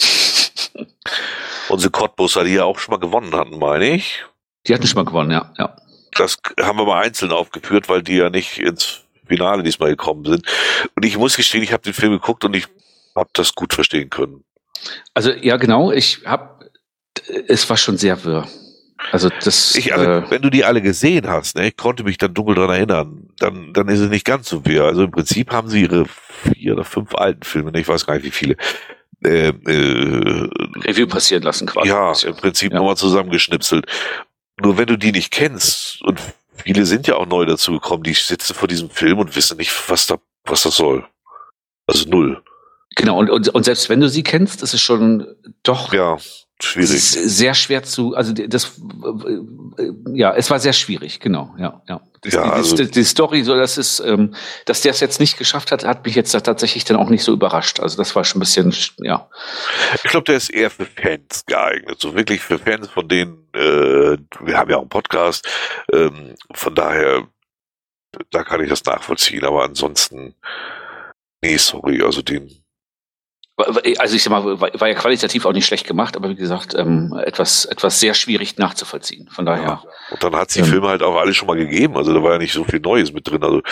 Unsere Cottbusser, die ja auch schon mal gewonnen hatten, meine ich. Die hatten schon mal gewonnen, ja. ja. Das haben wir mal einzeln aufgeführt, weil die ja nicht ins Finale diesmal gekommen sind. Und ich muss gestehen, ich habe den Film geguckt und ich habe das gut verstehen können. Also ja, genau. Ich habe, es war schon sehr wirr. Also das. Ich, also, äh, wenn du die alle gesehen hast, ne, ich konnte mich dann dunkel dran erinnern, dann, dann ist es nicht ganz so wirr. Also im Prinzip haben sie ihre vier oder fünf alten Filme, ne, ich weiß gar nicht wie viele. Äh, äh, Review passieren lassen quasi. Ja, im Prinzip ja. nochmal zusammengeschnipselt. Nur wenn du die nicht kennst, und viele sind ja auch neu dazu gekommen, die sitzen vor diesem Film und wissen nicht, was da, was das soll. Also null. Genau, und, und, und selbst wenn du sie kennst, ist es schon doch ja, schwierig. Sehr schwer zu, also das, ja, es war sehr schwierig, genau, ja, ja. Das, ja die, also, die, die Story, so dass es, ähm, dass der es jetzt nicht geschafft hat, hat mich jetzt tatsächlich dann auch nicht so überrascht. Also das war schon ein bisschen, ja. Ich glaube, der ist eher für Fans geeignet, so wirklich für Fans von denen, äh, wir haben ja auch einen Podcast, ähm, von daher, da kann ich das nachvollziehen, aber ansonsten, nee, sorry, also den, also ich sag mal, war, war ja qualitativ auch nicht schlecht gemacht, aber wie gesagt, ähm, etwas, etwas sehr schwierig nachzuvollziehen. Von daher. Ja. Und dann hat es die ähm, Filme halt auch alle schon mal gegeben, also da war ja nicht so viel Neues mit drin. Also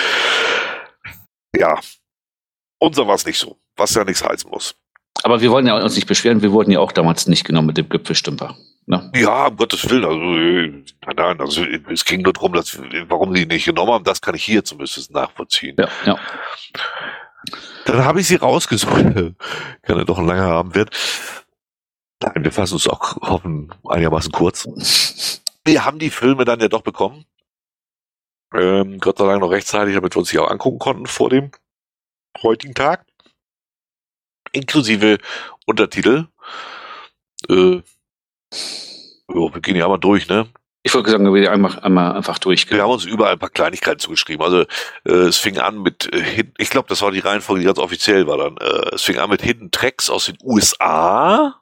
ja, unser war es nicht so, was ja nichts heißen muss. Aber wir wollen ja uns nicht beschweren, wir wurden ja auch damals nicht genommen mit dem Gipfelstümper. Ne? Ja, um Gottes Willen, also nein, nein, also es ging nur darum, dass, warum sie ihn nicht genommen haben, das kann ich hier zumindest nachvollziehen. Ja, ja. Dann habe ich sie rausgesucht. Kann ja doch ein langer Abend wird. Nein, wir fassen uns auch hoffen einigermaßen kurz. Wir haben die Filme dann ja doch bekommen. Ähm, Gott sei Dank noch rechtzeitig, damit wir uns die auch angucken konnten vor dem heutigen Tag. Inklusive Untertitel. Äh, jo, wir gehen ja einmal durch, ne? Ich wollte sagen, wir einmal, einmal einfach durch. Wir haben uns überall ein paar Kleinigkeiten zugeschrieben. Also äh, es fing an mit, äh, ich glaube, das war die Reihenfolge, die ganz offiziell war dann. Äh, es fing an mit Hidden Tracks aus den U S A,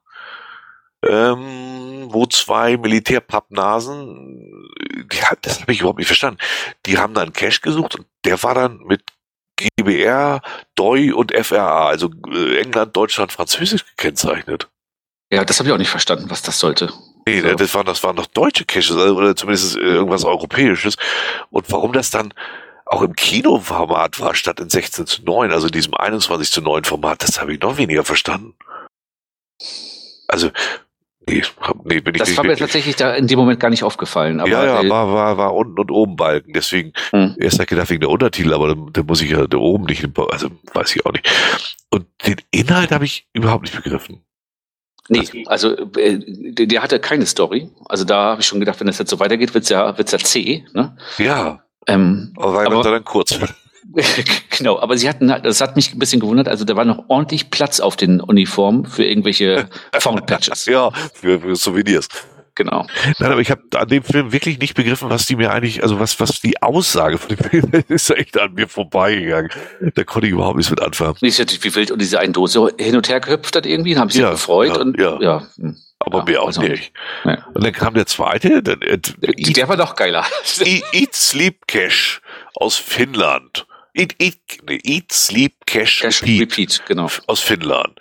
ähm, wo zwei Militärpappnasen, die, das habe ich überhaupt nicht verstanden, die haben dann Cash gesucht und der war dann mit G B R, D O I und F R A, also äh, England, Deutschland, Französisch gekennzeichnet. Ja, das habe ich auch nicht verstanden, was das sollte. Nee, so. das waren das waren doch deutsche Caches, oder zumindest irgendwas Europäisches. Und warum das dann auch im Kinoformat war, statt in sechzehn zu neun, also diesem einundzwanzig zu neun Format, das habe ich noch weniger verstanden. Also, Nee, nee, bin ich das nicht war mir wirklich. tatsächlich da in dem Moment gar nicht aufgefallen. Aber, ja, ja, äh, war, war, war unten und oben Balken. Deswegen, hm. erst hab ich gedacht wegen der Untertitel, aber da, da muss ich ja da oben nicht, also weiß ich auch nicht. Und den Inhalt habe ich überhaupt nicht begriffen. Nee, also äh, der, der hatte keine Story. Also da habe ich schon gedacht, wenn das jetzt so weitergeht, wird's ja, wird's ja zäh. Ne? Ja, Ähm, aber war aber dann kurz. genau, aber sie hatten, das hat mich ein bisschen gewundert, also da war noch ordentlich Platz auf den Uniformen für irgendwelche Found-Patches. Ja, für, für Souvenirs. Genau. Nein, aber ich habe an dem Film wirklich nicht begriffen, was die mir eigentlich, also was, was die Aussage von dem Film ist, echt an mir vorbeigegangen. Da konnte ich überhaupt nichts mit anfangen. Nicht natürlich wie wild und diese eine Dose hin und her gehüpft hat irgendwie, haben sich Ja, gefreut ja, und ja. ja. hm, Aber ja, mir auch also, nicht. Ja. Und dann kam der zweite, dann, äh, Der, der war noch geiler. Eat, Eat Sleep Cash aus Finnland. Eat, eat, nee, eat Sleep Cash, Cash Repeat, Repeat, genau. aus Finnland.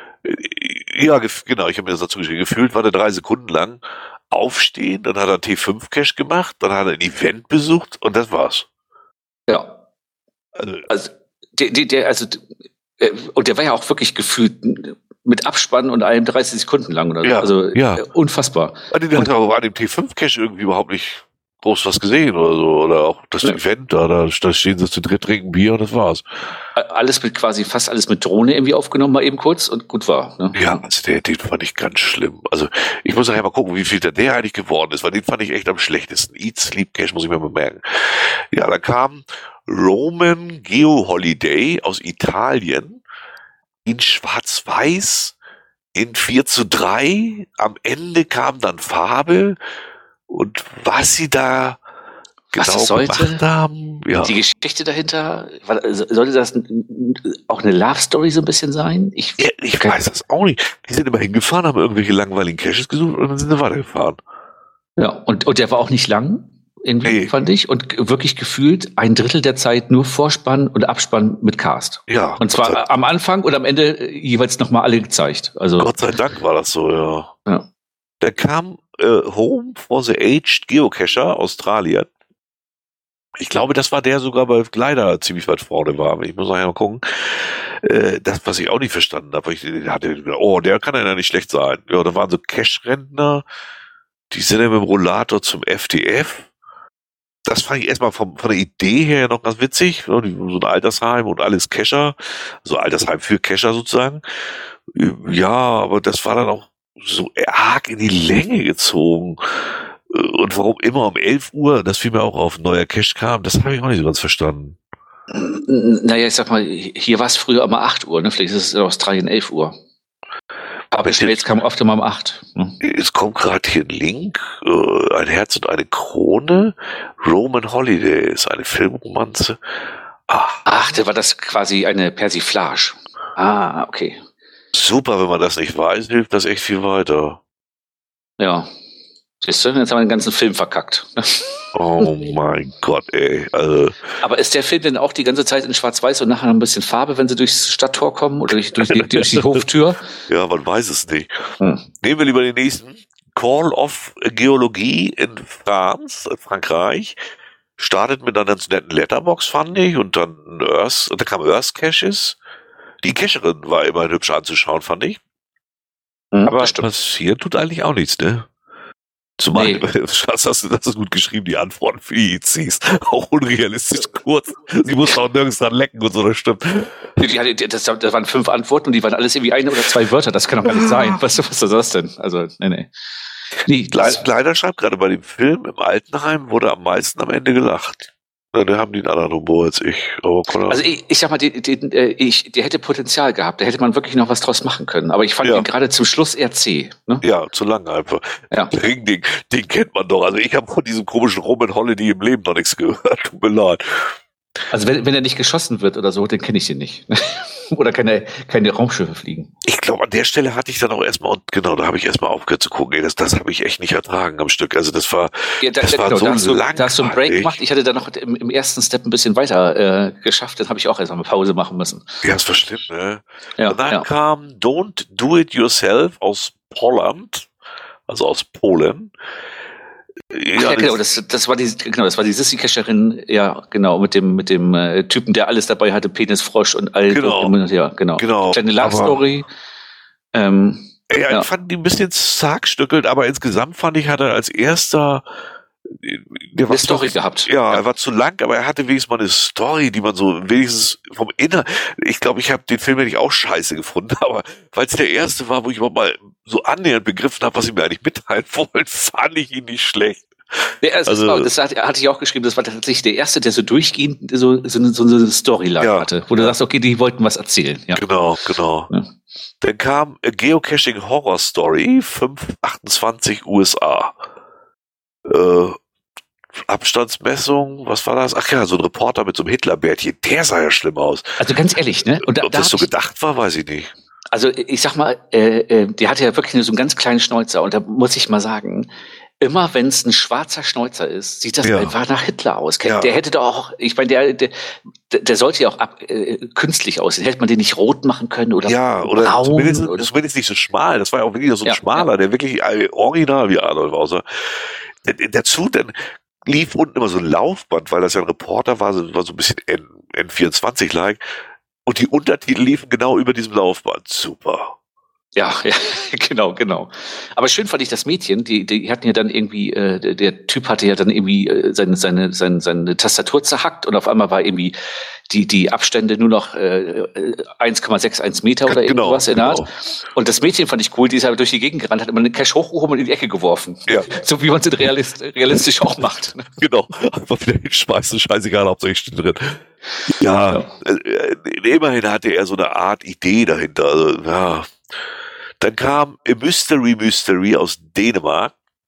Ja, gef- genau, ich habe mir das dazu geschrieben. Gefühlt war der drei Sekunden lang. Aufstehen, dann hat er T fünf Cash gemacht, dann hat er ein Event besucht und das war's. Ja. Also, Also der, der, der also äh, und der war ja auch wirklich gefühlt mit Abspann und allem dreißig Sekunden lang oder so. Ja, Also ja. äh, unfassbar. an den hat er aber an dem T fünf Cash irgendwie überhaupt nicht groß was gesehen oder so. Oder auch das Ja. Event da, da, da stehen sie zu dritt, trinken Bier und das war's. Alles mit quasi fast alles mit Drohne irgendwie aufgenommen, mal eben kurz und gut war. Ne? Ja, also der, den fand ich ganz schlimm. Also ich muss nachher mal gucken, wie viel der, der eigentlich geworden ist, weil den fand ich echt am schlechtesten. Eat, Sleep, Cash, muss ich mir mal merken. Ja, dann kam Roman Geo Holiday aus Italien in Schwarz-Weiß in vier zu drei. Am Ende kam dann Farbe und was sie da Was genau das sollte? gemacht haben. Ja. Die Geschichte dahinter, war, sollte das n- n- auch eine Love Story so ein bisschen sein? Ich, Ja, ich weiß das auch nicht. Die sind immer hingefahren, haben irgendwelche langweiligen Caches gesucht und dann sind sie weitergefahren. ja, und, und der war auch nicht lang, irgendwie, Nee. fand ich. Und g- wirklich gefühlt ein Drittel der Zeit nur Vorspann und Abspann mit Cast. Ja. Und zwar Gott sei, am Anfang und am Ende äh, jeweils nochmal alle gezeigt. Also, Gott sei Dank war das so, ja. ja. Da kam äh, Home for the Aged Geocacher, Australien. Ich glaube, das war der sogar bei Glider ziemlich weit vorne war. Aber ich muss nachher mal gucken. Äh, das, was ich auch nicht verstanden habe. Ich hatte gedacht, oh, der kann ja nicht schlecht sein. Ja, da waren so Cash-Rentner, die sind ja mit dem Rollator zum F D F. Das fand ich erstmal vom, von der Idee her noch ganz witzig. So ein Altersheim und alles Cacher. So Altersheim für Cacher sozusagen. Ja, aber das war dann auch so arg in die Länge gezogen. Und warum immer um elf Uhr, das fiel mir auch auf, ein neuer Cache kam, das habe ich auch nicht so ganz verstanden. N- Naja, ich sag mal, hier war es früher immer acht Uhr, ne? Vielleicht ist es in Australien elf Uhr. Aber es jetzt kam oft immer um acht. Ne? Es kommt gerade hier ein Link, äh, ein Herz und eine Krone, Roman Holiday ist eine Filmromanze. Ah, Ach, da war das quasi eine Persiflage. Ah, okay. super, wenn man das nicht weiß, hilft das echt viel weiter. Ja. Siehst du, jetzt haben wir den ganzen Film verkackt. Oh mein Gott, ey. Also, Aber ist der Film denn auch die ganze Zeit in Schwarz-Weiß und nachher noch ein bisschen Farbe, wenn sie durchs Stadttor kommen oder durch, durch, die, durch die Hoftür? ja, man weiß es nicht. Hm. Nehmen wir lieber den nächsten. Call of Geologie in France, in Frankreich. Startet mit einer ganz netten Letterbox, fand ich, und dann Earth, und da kam Earth Caches. Die Cacherin war immer hübsch anzuschauen, fand ich. Hm, Aber das stimmt. passiert tut eigentlich auch nichts, ne? Zumal, Nee. Schatz, hast du das ist gut geschrieben, die Antworten für die I Cs. Auch unrealistisch kurz. Sie mussten auch nirgends dran lecken und so, das stimmt. Die, die, die, das, das waren fünf Antworten und die waren alles irgendwie eine oder zwei Wörter. Das kann doch gar nicht sein. Was, was ist das denn? Also, nee, nee. nee das, Leider schreibt gerade bei dem Film im Altenheim wurde am meisten am Ende gelacht. Ja, da haben die einen anderen Humor als ich. Aber also ich, ich sag mal, die, die, äh, ich, der hätte Potenzial gehabt. Da hätte man wirklich noch was draus machen können. Aber ich fand Ja. ihn gerade zum Schluss eher zäh. Ne? ja, zu lang einfach. Ja. Den, den, den kennt man doch. Also ich habe von diesem komischen Roman Holiday im Leben noch nichts gehört. Tut mir leid. Also wenn, wenn er nicht geschossen wird oder so, dann kenne ich den nicht. Oder keine, keine Raumschiffe fliegen. Ich glaube, an der Stelle hatte ich dann auch erstmal, und genau, da habe ich erstmal aufgehört zu gucken. Ey, das das habe ich echt nicht ertragen am Stück. Also das war, Ja, da, das da, war genau, so da, hast du, da hast du einen Break langweilig. gemacht. Ich hatte da noch im, im ersten Step ein bisschen weiter äh, geschafft. Dann habe ich auch erstmal eine Pause machen müssen. Ja, das war schlimm, ne? Ja, Und dann ja. kam Don't Do It Yourself aus Poland, also aus Polen. Ach, ja, genau, das, das war die, genau, das war die Sissy-Cacherin, ja, genau, mit dem, mit dem äh, Typen, der alles dabei hatte, Penis, Frosch und all. Genau. Und, ja, genau. Genau, Kleine Love aber- Story. Ähm, Ja, Ja. ich fand die ein bisschen zagstückelt, aber insgesamt fand ich, hat er als erster der war Eine Story zu, gehabt. Ja, Ja. er war zu lang, aber er hatte wenigstens mal eine Story, die man so wenigstens vom Inhalt. Ich glaube, ich habe den Film hätte ich auch scheiße gefunden, aber weil es der erste war, wo ich überhaupt mal so annähernd begriffen habe, was sie mir eigentlich mitteilen wollen, fand ich ihn nicht schlecht. Ja, also, Also- das hat, hatte ich auch geschrieben, das war tatsächlich der erste, der so durchgehend so, so, eine, so eine Storyline Ja. hatte, wo du sagst, okay, die wollten was erzählen. Ja. Genau, genau. Ja. Dann kam A Geocaching Horror Story, fünf achtundzwanzig U S A. Äh, Abstandsmessung, was war das? Ach ja, so ein Reporter mit so einem Hitlerbärtchen, der sah ja schlimm aus. Also ganz ehrlich, ne? Und da, Ob da das hab so ich, gedacht war, weiß ich nicht. also ich sag mal, äh, äh, der hatte ja wirklich nur so einen ganz kleinen Schnäuzer und da muss ich mal sagen, immer wenn es ein schwarzer Schnäuzer ist, sieht das Ja. einfach nach Hitler aus. Ja. Der hätte doch auch, ich meine, der, der, der sollte ja auch ab, äh, künstlich aussehen. Hätte man den nicht rot machen können oder Ja, oder braun? zumindest, oder? zumindest nicht so schmal. Das war ja auch wirklich so ein Ja, schmaler, der wirklich äh, original wie Adolf aussah. D- Dazu dann lief unten immer so ein Laufband, weil das ja ein Reporter war, so- war so ein bisschen N, N vierundzwanzig-like. Und die Untertitel liefen genau über diesem Laufband. Super. Ja, ja, genau, genau. Aber schön fand ich das Mädchen, die, die hatten ja dann irgendwie, äh, der, der Typ hatte ja dann irgendwie äh, seine, seine, seine, seine Tastatur zerhackt und auf einmal war irgendwie die, die Abstände nur noch äh, eins Komma sechsundsiebzig Meter oder Genau, irgendwas in der Art. genau. Und das Mädchen fand ich cool, die ist aber durch die Gegend gerannt, hat immer eine Cache hochgehoben und in die Ecke geworfen. Ja. So wie man es realist, realistisch auch macht. ne? Genau. Einfach wieder hinschmeißen, scheißegal, hauptsächlich steht drin. Ja, äh, äh, immerhin hatte er so eine Art Idee dahinter. Also, ja. Dann kam A Mystery Mystery aus Dänemark.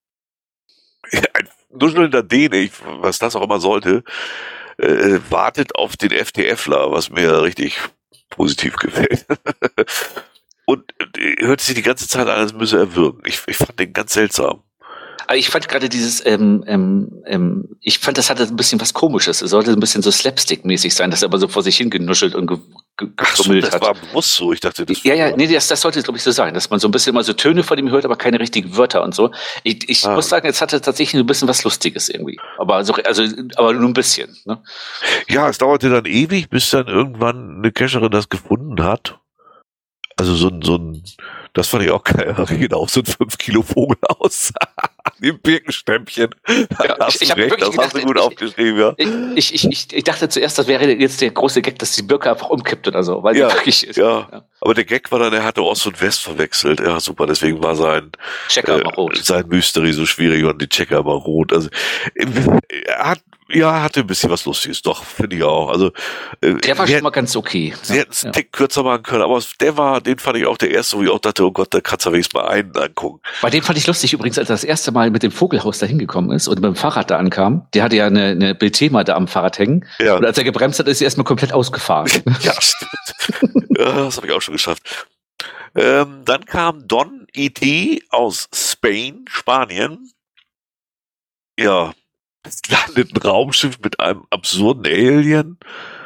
Ein nuschelnder Däne, ich- was das auch immer sollte, äh, wartet auf den FTFler, was mir richtig positiv gefällt. Und äh, hört sich die ganze Zeit an, als müsse er würgen. Ich, ich fand den ganz seltsam. Aber ich fand gerade dieses, ähm, ähm, ähm, ich fand, das hatte ein bisschen was Komisches. Es sollte ein bisschen so Slapstick-mäßig sein, dass er aber so vor sich hingenuschelt und ge ge Ach so, gefummelt das hat. war bewusst so. Ich dachte, das Ja, ja, nee, das, das sollte, glaube ich, so sein, dass man so ein bisschen immer so Töne von ihm hört, aber keine richtigen Wörter und so. Ich, ich Ah. muss sagen, jetzt hatte tatsächlich ein bisschen was Lustiges irgendwie. Aber so, also, aber nur ein bisschen, ne? Ja, es dauerte dann ewig, bis dann irgendwann eine Cacherin das gefunden hat. Also so ein, so ein, das fand ich auch geil, genau, so ein fünf Kilo Vogel aus. Im Birkenstämmchen. Ja, hast ich- ich du hab recht, wirklich das hast du gedacht, gut ich- aufgeschrieben, ja. Ich, ich, ich, ich dachte zuerst, das wäre jetzt der große Gag, dass die Birke einfach umkippt oder so, weil Ja, die wirklich ist. ja. Aber der Gag war dann, er hatte Ost und West verwechselt. Ja, super, deswegen war sein, Checker äh, immer rot. sein Mystery so schwierig und die Checker immer rot. Also, äh, er hat, ja, hatte ein bisschen was Lustiges, doch, finde ich auch. Also, äh, Der war wir- schon mal ganz okay. Sie hätten es einen Tick kürzer machen können, aber der war, den fand ich auch der erste, wo ich auch dachte, oh Gott, da kannst du wenigstens mal einen angucken. Bei dem fand ich lustig übrigens, als er das erste Mal mit dem Vogelhaus da hingekommen ist und mit dem Fahrrad da ankam. Der hatte ja eine, eine Bildthema da am Fahrrad hängen. Ja. Und als er gebremst hat, ist er erstmal komplett ausgefahren. Ja, stimmt. Ja, das habe ich auch schon geschafft. Ähm, dann kam Don E T aus Spain, Spanien. Ja, es landet ein Raumschiff mit einem absurden Alien.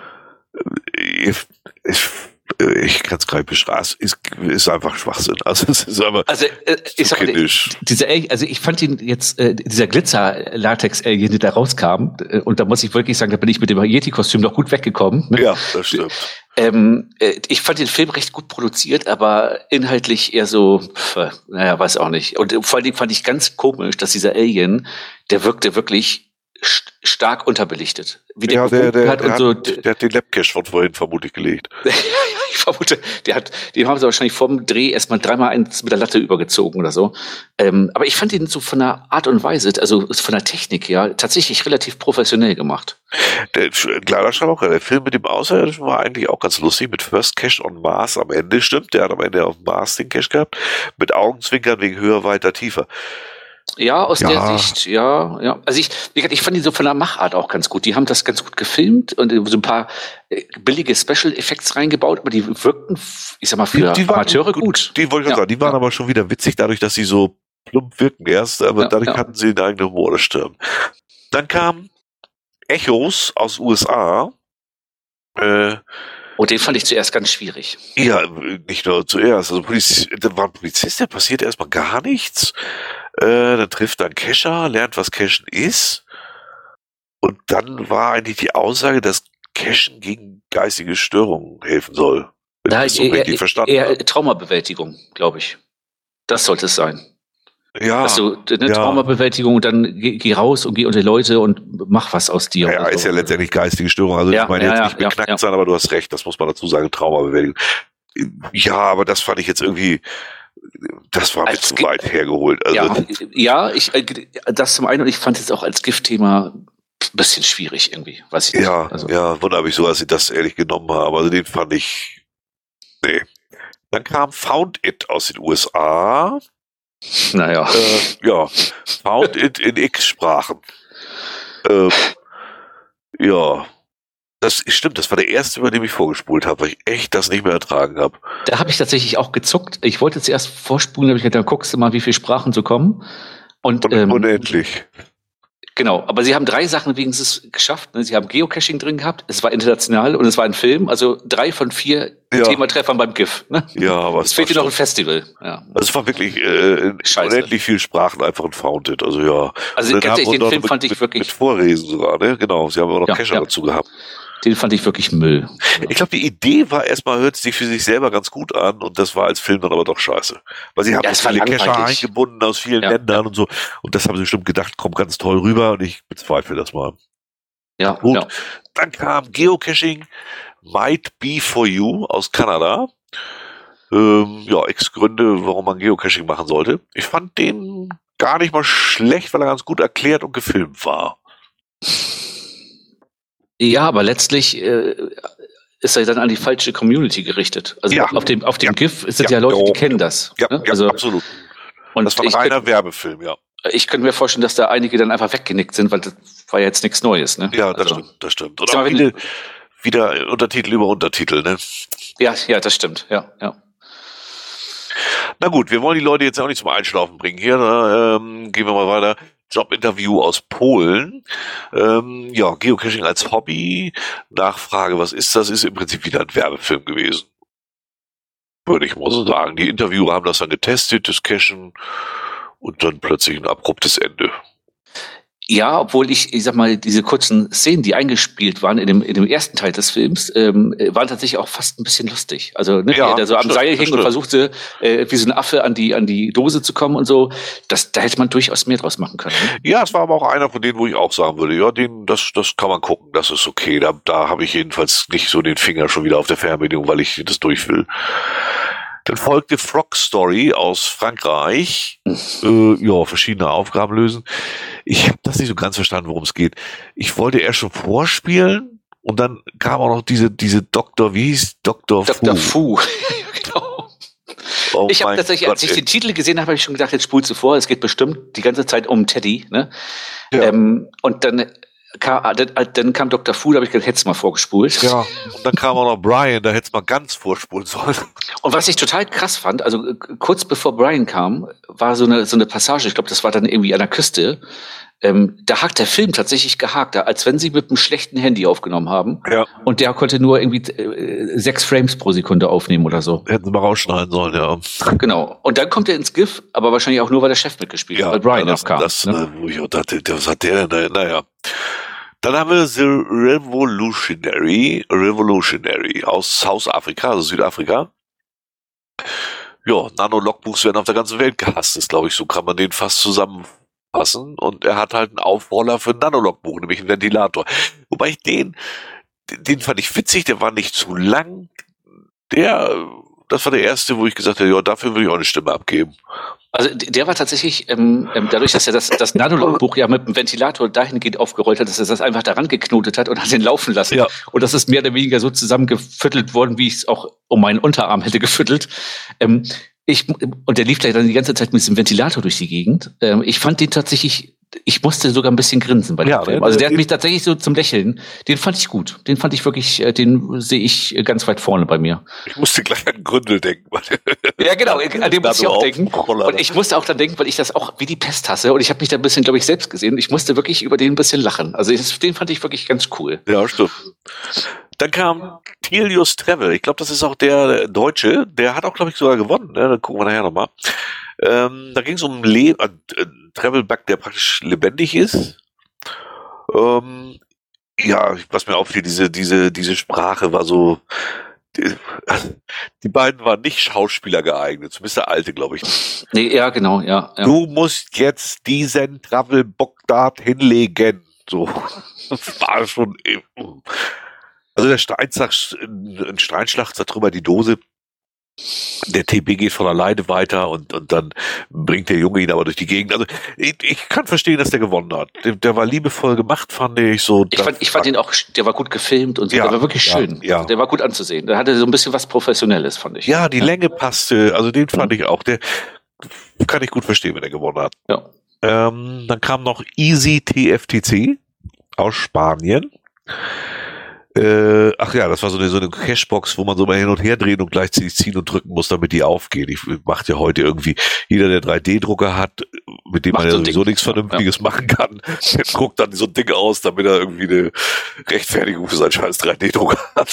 Ich, ich, ich kann es gar nicht beschreiben. Es ist, ist einfach Schwachsinn. Also es ist aber Also, äh, ich zu sag mal, kindisch. dieser, Alien- also ich fand ihn jetzt, äh, dieser Glitzer-Latex-Alien, der da rauskam, äh, und da muss ich wirklich sagen, da bin ich mit dem Yeti-Kostüm noch gut weggekommen. Ne? Ja, das stimmt. Ähm, äh, ich fand den Film recht gut produziert, aber inhaltlich eher so, pf, naja, weiß auch nicht. Und äh, vor allen Dingen fand ich ganz komisch, dass dieser Alien, der wirkte wirklich st stark unterbelichtet. Wie der Ja, der, gewunken der, hat der, und so. hat, der hat den Labcache von vorhin vermutlich gelegt. Ich vermute, der hat, dem haben sie wahrscheinlich vorm Dreh erstmal dreimal eins mit der Latte übergezogen oder so. Ähm, aber ich fand ihn so von der Art und Weise, also von der Technik her, tatsächlich relativ professionell gemacht. Der kleiner Schrauber, der Film mit dem Außerirdischen war eigentlich auch ganz lustig, mit First Cache on Mars am Ende, stimmt, der hat am Ende auf Mars den Cache gehabt, mit Augenzwinkern wegen höher, weiter, tiefer. Ja, aus Ja. der Sicht, ja, ja. Also ich, wie gesagt, ich fand ihn so von der Machart auch ganz gut. Die haben das ganz gut gefilmt und so ein paar äh, billige Special Effects reingebaut, aber die wirkten, ich sag mal, für Die- die waren Amateure gut. Die wollte ich Ja, sagen, die waren ja. aber schon wieder witzig, dadurch, dass sie so plump wirken erst, aber Ja, dadurch ja. hatten sie einen eigenen Humor, das stimmt. Dann kam Echos aus U S A, äh, Und den fand ich zuerst ganz schwierig. ja, nicht nur zuerst, also Poliz da war ein Polizist, der passiert erstmal gar nichts. Äh, dann trifft er einen Cacher, lernt, was Cachen ist. Und dann war eigentlich die Aussage, dass Cachen gegen geistige Störungen helfen soll. Wenn ich Da, das so eher, richtig verstanden eher habe. Traumabewältigung, glaube ich. Das sollte es sein. Ja. Also eine ja. Traumabewältigung und dann geh, geh raus und geh unter die Leute und mach was aus dir. Ja, oder ist so. ja letztendlich geistige Störung. Also Ja, ich meine ja, jetzt ja, nicht beknackt ja, ja. sein, aber du hast recht, das muss man dazu sagen, Traumabewältigung. Ja, aber das fand ich jetzt irgendwie, das war mir Als zu Gi- weit hergeholt. Also, Ja, ja, ich äh, das zum einen und ich fand es auch als Giftthema ein bisschen schwierig irgendwie, weiß ich nicht. ja, Also, ja, wundere mich so, dass sie das ehrlich genommen haben. Also den fand ich, nee. Dann kam Found It aus den U S A. naja. Äh, ja, Found It in X-Sprachen. Äh, ja, das stimmt, das war der erste, über den ich vorgespult habe, weil ich echt das nicht mehr ertragen habe. Da habe ich tatsächlich auch gezuckt. Ich wollte zuerst vorspulen, da habe ich gedacht, dann guckst du mal, wie viele Sprachen so kommen. Und, Und ähm, unendlich. genau, aber sie haben drei Sachen wenigstens geschafft. Ne? Sie haben Geocaching drin gehabt, es war international und es war ein Film. Also drei von vier Ja. Thematreffern beim GIF. Ne? Ja, aber Es fehlte noch ein Festival. Ja. Also es war wirklich äh, Scheiße. unendlich viel Sprachen einfach ein Found It. Also ja. Also Und dann ganz haben ehrlich, wir den noch Film mit, fand ich mit, wirklich, mit Vorlesen sogar, ne? Genau. Sie haben auch noch Ja, Cacher ja. dazu gehabt. den fand ich wirklich Müll. Ich glaube, die Idee war erstmal, hört sich für sich selber ganz gut an und das war als Film dann aber doch scheiße. Weil sie haben Ja, es war viele Cacher langweilig. eingebunden aus vielen Ja, Ländern und so. Und das haben sie bestimmt gedacht, kommt ganz toll rüber und ich bezweifle das mal. Ja, Gut. ja. Dann kam Geocaching Might Be For You aus Kanada. Ähm, ja, Ex-Gründe, warum man Geocaching machen sollte. Ich fand den gar nicht mal schlecht, weil er ganz gut erklärt und gefilmt war. Ja, aber letztlich äh, ist er dann an die falsche Community gerichtet. Also Ja. auf dem auf dem Ja. GIF sind Ja. ja, Leute, die Ja. kennen das. Ja, ne? ja Also absolut. und Das war ein ich reiner könnte Werbefilm, ja. ich könnte mir vorstellen, dass da einige dann einfach weggenickt sind, weil das war ja jetzt nichts Neues. Ne? Ja, das also, stimmt, das stimmt. Und Sag auch mal, wenn viele, wieder Untertitel über Untertitel, ne? Ja, ja, das stimmt. Ja, ja. Na gut, wir wollen die Leute jetzt auch nicht zum Einschlafen bringen. Hier, ne, ähm, gehen wir mal weiter. Jobinterview aus Polen. Ähm, ja, Geocaching als Hobby. Nachfrage, was ist das? Ist im Prinzip wieder ein Werbefilm gewesen. Würde ich mal so sagen. Die Interviewer haben das dann getestet, das Cachen, und dann plötzlich ein abruptes Ende. Ja, obwohl ich, ich sag mal, diese kurzen Szenen, die eingespielt waren in dem, in dem ersten Teil des Films, ähm, waren tatsächlich auch fast ein bisschen lustig. Also, ne, Ja, wie er da so am stimmt, Seil das hing und stimmt. versuchte, äh, wie so ein Affe an die, an die Dose zu kommen und so. Das, da hätte man durchaus mehr draus machen können. Ne? Ja, es war aber auch einer von denen, wo ich auch sagen würde, ja, den, das, das kann man gucken, das ist okay. Da, da habe ich jedenfalls nicht so den Finger schon wieder auf der Fernbedienung, weil ich das durch will. Dann folgte Frog Story aus Frankreich. Äh, ja, verschiedene Aufgaben lösen. Ich habe das nicht so ganz verstanden, worum es geht. Ich wollte erst schon vorspielen und dann kam auch noch diese, diese Doktor, wie hieß Doktor Doktor Fu. Fu. Genau. Oh Ich habe mein tatsächlich, Gott, als ich ey. den Titel gesehen habe, habe ich schon gedacht, jetzt spulst du vor, es geht bestimmt die ganze Zeit um Teddy. Ne? Ja. Ähm, und dann, kam, dann, dann kam Doktor Fu, da habe ich gedacht, hättest du mal vorgespult. Ja, und dann kam auch noch Brian, da hätte es mal ganz vorspulen sollen. Und was ich total krass fand, also äh, kurz bevor Brian kam, war so eine so eine Passage, ich glaube, das war dann irgendwie an der Küste, ähm, da hat der Film tatsächlich gehakt, da, als wenn sie mit einem schlechten Handy aufgenommen haben. Ja. Und der konnte nur irgendwie äh, sechs Frames pro Sekunde aufnehmen oder so. Hätten sie mal rausschneiden sollen, ja. Genau. Und dann kommt er ins GIF, aber wahrscheinlich auch nur, weil der Chef mitgespielt hat, Ja, weil Brian das, noch kam. das, ne? äh, wo ich auch dachte, was hat der denn da? Naja. Dann haben wir The Revolutionary, Revolutionary aus South Africa, also Südafrika. Ja, Nano-Logbuchs werden auf der ganzen Welt gehasst, ist, glaube ich, so kann man den fast zusammenfassen. Und er hat halt einen Aufroller für ein Nano-Logbuch, nämlich einen Ventilator. Wobei ich den, den fand ich witzig, der war nicht zu lang. Der, das war der erste, wo ich gesagt habe, ja, dafür würde ich auch eine Stimme abgeben. Also d- der war tatsächlich, ähm, ähm, dadurch, dass er das, das Nano-Logbuch ja mit dem Ventilator dahingehend aufgerollt hat, dass er das einfach daran geknotet hat und hat den laufen lassen. Ja. Und das ist mehr oder weniger so zusammengefüttelt worden, wie ich es auch um meinen Unterarm hätte gefüttelt. Ähm, ich, und der lief da dann die ganze Zeit mit diesem Ventilator durch die Gegend. Ähm, ich fand den tatsächlich, ich musste sogar ein bisschen grinsen bei dem Ja, Film. der- Also der hat der- mich tatsächlich so zum Lächeln, den fand ich gut. Den fand ich wirklich, äh, den sehe ich äh, ganz weit vorne bei mir. Ich musste gleich an Gründel denken. Ja, genau, an den musste ich auch denken. Roller. Und ich musste auch dann denken, weil ich das auch wie die Pest hasse. Und ich habe mich da ein bisschen, glaube ich, selbst gesehen. Ich musste wirklich über den ein bisschen lachen. Also das, den fand ich wirklich ganz cool. Ja, stimmt. Dann kam Tilius Travel. Ich glaube, das ist auch der Deutsche. Der hat auch, glaube ich, sogar gewonnen. Ne? Da gucken wir nachher nochmal. Ähm, da ging es um Le äh, Travel-Bug, der praktisch lebendig ist. Ähm, ja, was mir auffiel, diese, diese, diese Sprache war so, die beiden waren nicht Schauspieler geeignet, zumindest der Alte, glaube ich. Nee, ja, genau, ja, ja. Du musst jetzt diesen Travel-Bock dort hinlegen. So, das war schon. Also der Steinschlag, ein Steinschlag zertrümmert die Dose. Der T B geht von alleine weiter und, und dann bringt der Junge ihn aber durch die Gegend. Also ich, ich kann verstehen, dass der gewonnen hat. Der, der war liebevoll gemacht, fand ich so. Ich fand, ich fand ihn auch, der war gut gefilmt und so. Ja, der war wirklich ja, schön. ja. Der war gut anzusehen. Der hatte so ein bisschen was Professionelles, fand ich. Ja, die Länge passte. Also den fand ich auch. Der kann ich gut verstehen, wenn er gewonnen hat. Ja. Ähm, dann kam noch Easy T F T C aus Spanien. Äh, ach ja, das war so eine, so eine Cashbox, wo man so mal hin und her drehen und gleichzeitig ziehen und drücken muss, damit die aufgeht. Ich macht ja heute irgendwie jeder, der drei D Drucker hat, mit dem Macht man ja so ein sowieso Ding. nichts Vernünftiges Ja. machen kann, der druckt dann so ein Ding aus, damit er irgendwie eine Rechtfertigung für seinen scheiß drei D Drucker hat.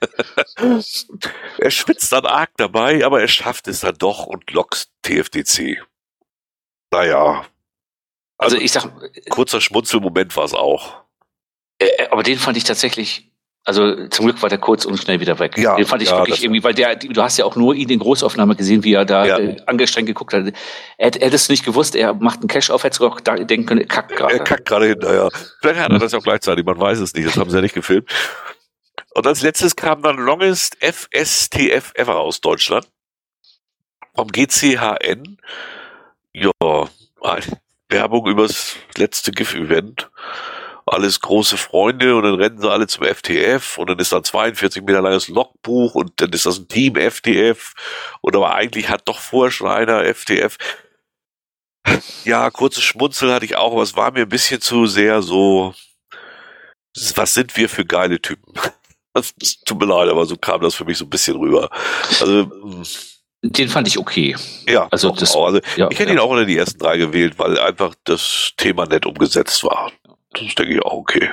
Er schwitzt dann arg dabei, aber er schafft es dann doch und lockt T F T C. Naja. Also ich sag, Kurzer Schmunzelmoment war es auch. äh, aber den fand ich tatsächlich, also zum Glück war der kurz und schnell wieder weg. Ja, den fand ich ja, wirklich das- irgendwie, weil der, du hast ja auch nur ihn in Großaufnahme gesehen, wie er da Ja. äh, angestrengt geguckt hat. Er, er hätte es nicht gewusst, er macht einen Cash auf, hätte sogar auch da denken können, er kackt Er gerade. kackt gerade hinterher. Vielleicht hat er das ja auch gleichzeitig, man weiß es nicht, das haben sie ja nicht gefilmt. Und als letztes kam dann Longest F S T F Ever aus Deutschland. Vom G C H N. Ja, eine Werbung übers letzte GIF-Event. Alles große Freunde und dann rennen sie alle zum F T F und dann ist da ein zweiundvierzig Meter langes Logbuch und dann ist das ein Team F T F und aber eigentlich hat doch vorher schon einer F T F. Ja, kurzes Schmunzel hatte ich auch, aber es war mir ein bisschen zu sehr so, was sind wir für geile Typen? Das tut mir leid, aber so kam das für mich so ein bisschen rüber. Also, Den fand ich okay. ja, Also doch das- auch. Also ja, ich hätte ja. ihn auch unter die ersten drei gewählt, weil einfach das Thema nett umgesetzt war. Das ist, denke ich, auch okay.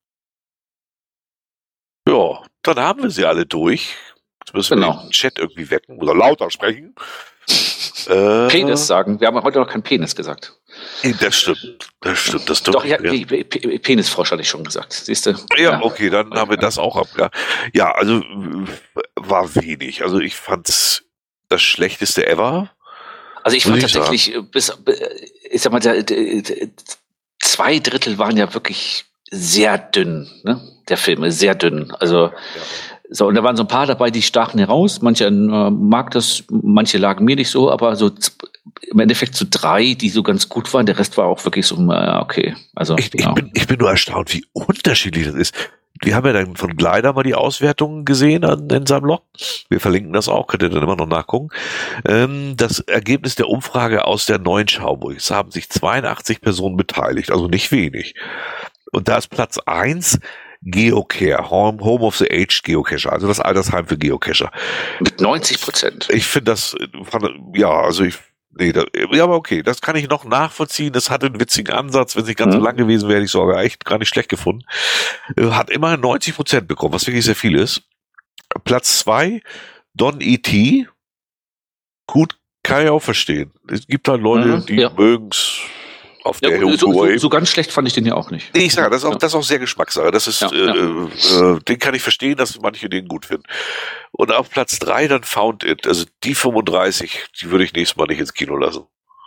Ja, dann haben wir sie alle durch. Jetzt müssen wir Genau. den Chat irgendwie wecken oder lauter sprechen. Äh, Penis sagen. Wir haben heute noch keinen Penis gesagt. Das stimmt, das stimmt. Das Doch, ja, ja. P- P- Penisfrosch hatte ich schon gesagt. Siehst du? Ja, okay, dann haben wir das auch abgehakt. Ja, also äh, war wenig. Also ich fand's das schlechteste ever. Also ich Muss fand ich tatsächlich, äh, bis, äh, ich sag mal, der, der, der, zwei Drittel waren ja wirklich sehr dünn, ne? Der Filme, sehr dünn. Also so, und da waren so ein paar dabei, die stachen heraus. Manche äh, mag das, manche lagen mir nicht so, aber so z- im Endeffekt so drei, die so ganz gut waren. Der Rest war auch wirklich so, äh, okay. Also Ich, ich, ja. bin, ich bin nur erstaunt, wie unterschiedlich das ist. Wir haben ja dann von Gleider mal die Auswertungen gesehen an, in seinem Blog. Wir verlinken das auch, könnt ihr dann immer noch nachgucken. Ähm, das Ergebnis der Umfrage aus der neuen Schauburg. Es haben sich zweiundachtzig Personen beteiligt, also nicht wenig. Und da ist Platz eins Geocare, Home, Home of the Aged Geocacher, also das Altersheim für Geocacher. Mit neunzig Prozent. Ich finde das, ja, also ich, nee, da, ja, aber okay, das kann ich noch nachvollziehen. Das hatte einen witzigen Ansatz. Wenn es nicht ganz Mhm. so lang gewesen wäre, hätte ich es sogar echt gar nicht schlecht gefunden. Äh, Hat immerhin neunzig Prozent bekommen, was wirklich sehr viel ist. Platz zwei Don E T. Gut, kann ich auch verstehen. Es gibt halt Leute, Mhm, die ja. mögen's auf Ja, der so, so, Hugo so ganz schlecht fand ich den ja auch nicht. Nee, ich sage, das ist auch, Ja. das ist auch sehr Geschmackssache. Das ist, Ja, äh, ja. Äh, den kann ich verstehen, dass manche den gut finden. Und auf Platz drei dann Found It. Also die fünfunddreißig, die würde ich nächstes Mal nicht ins Kino lassen.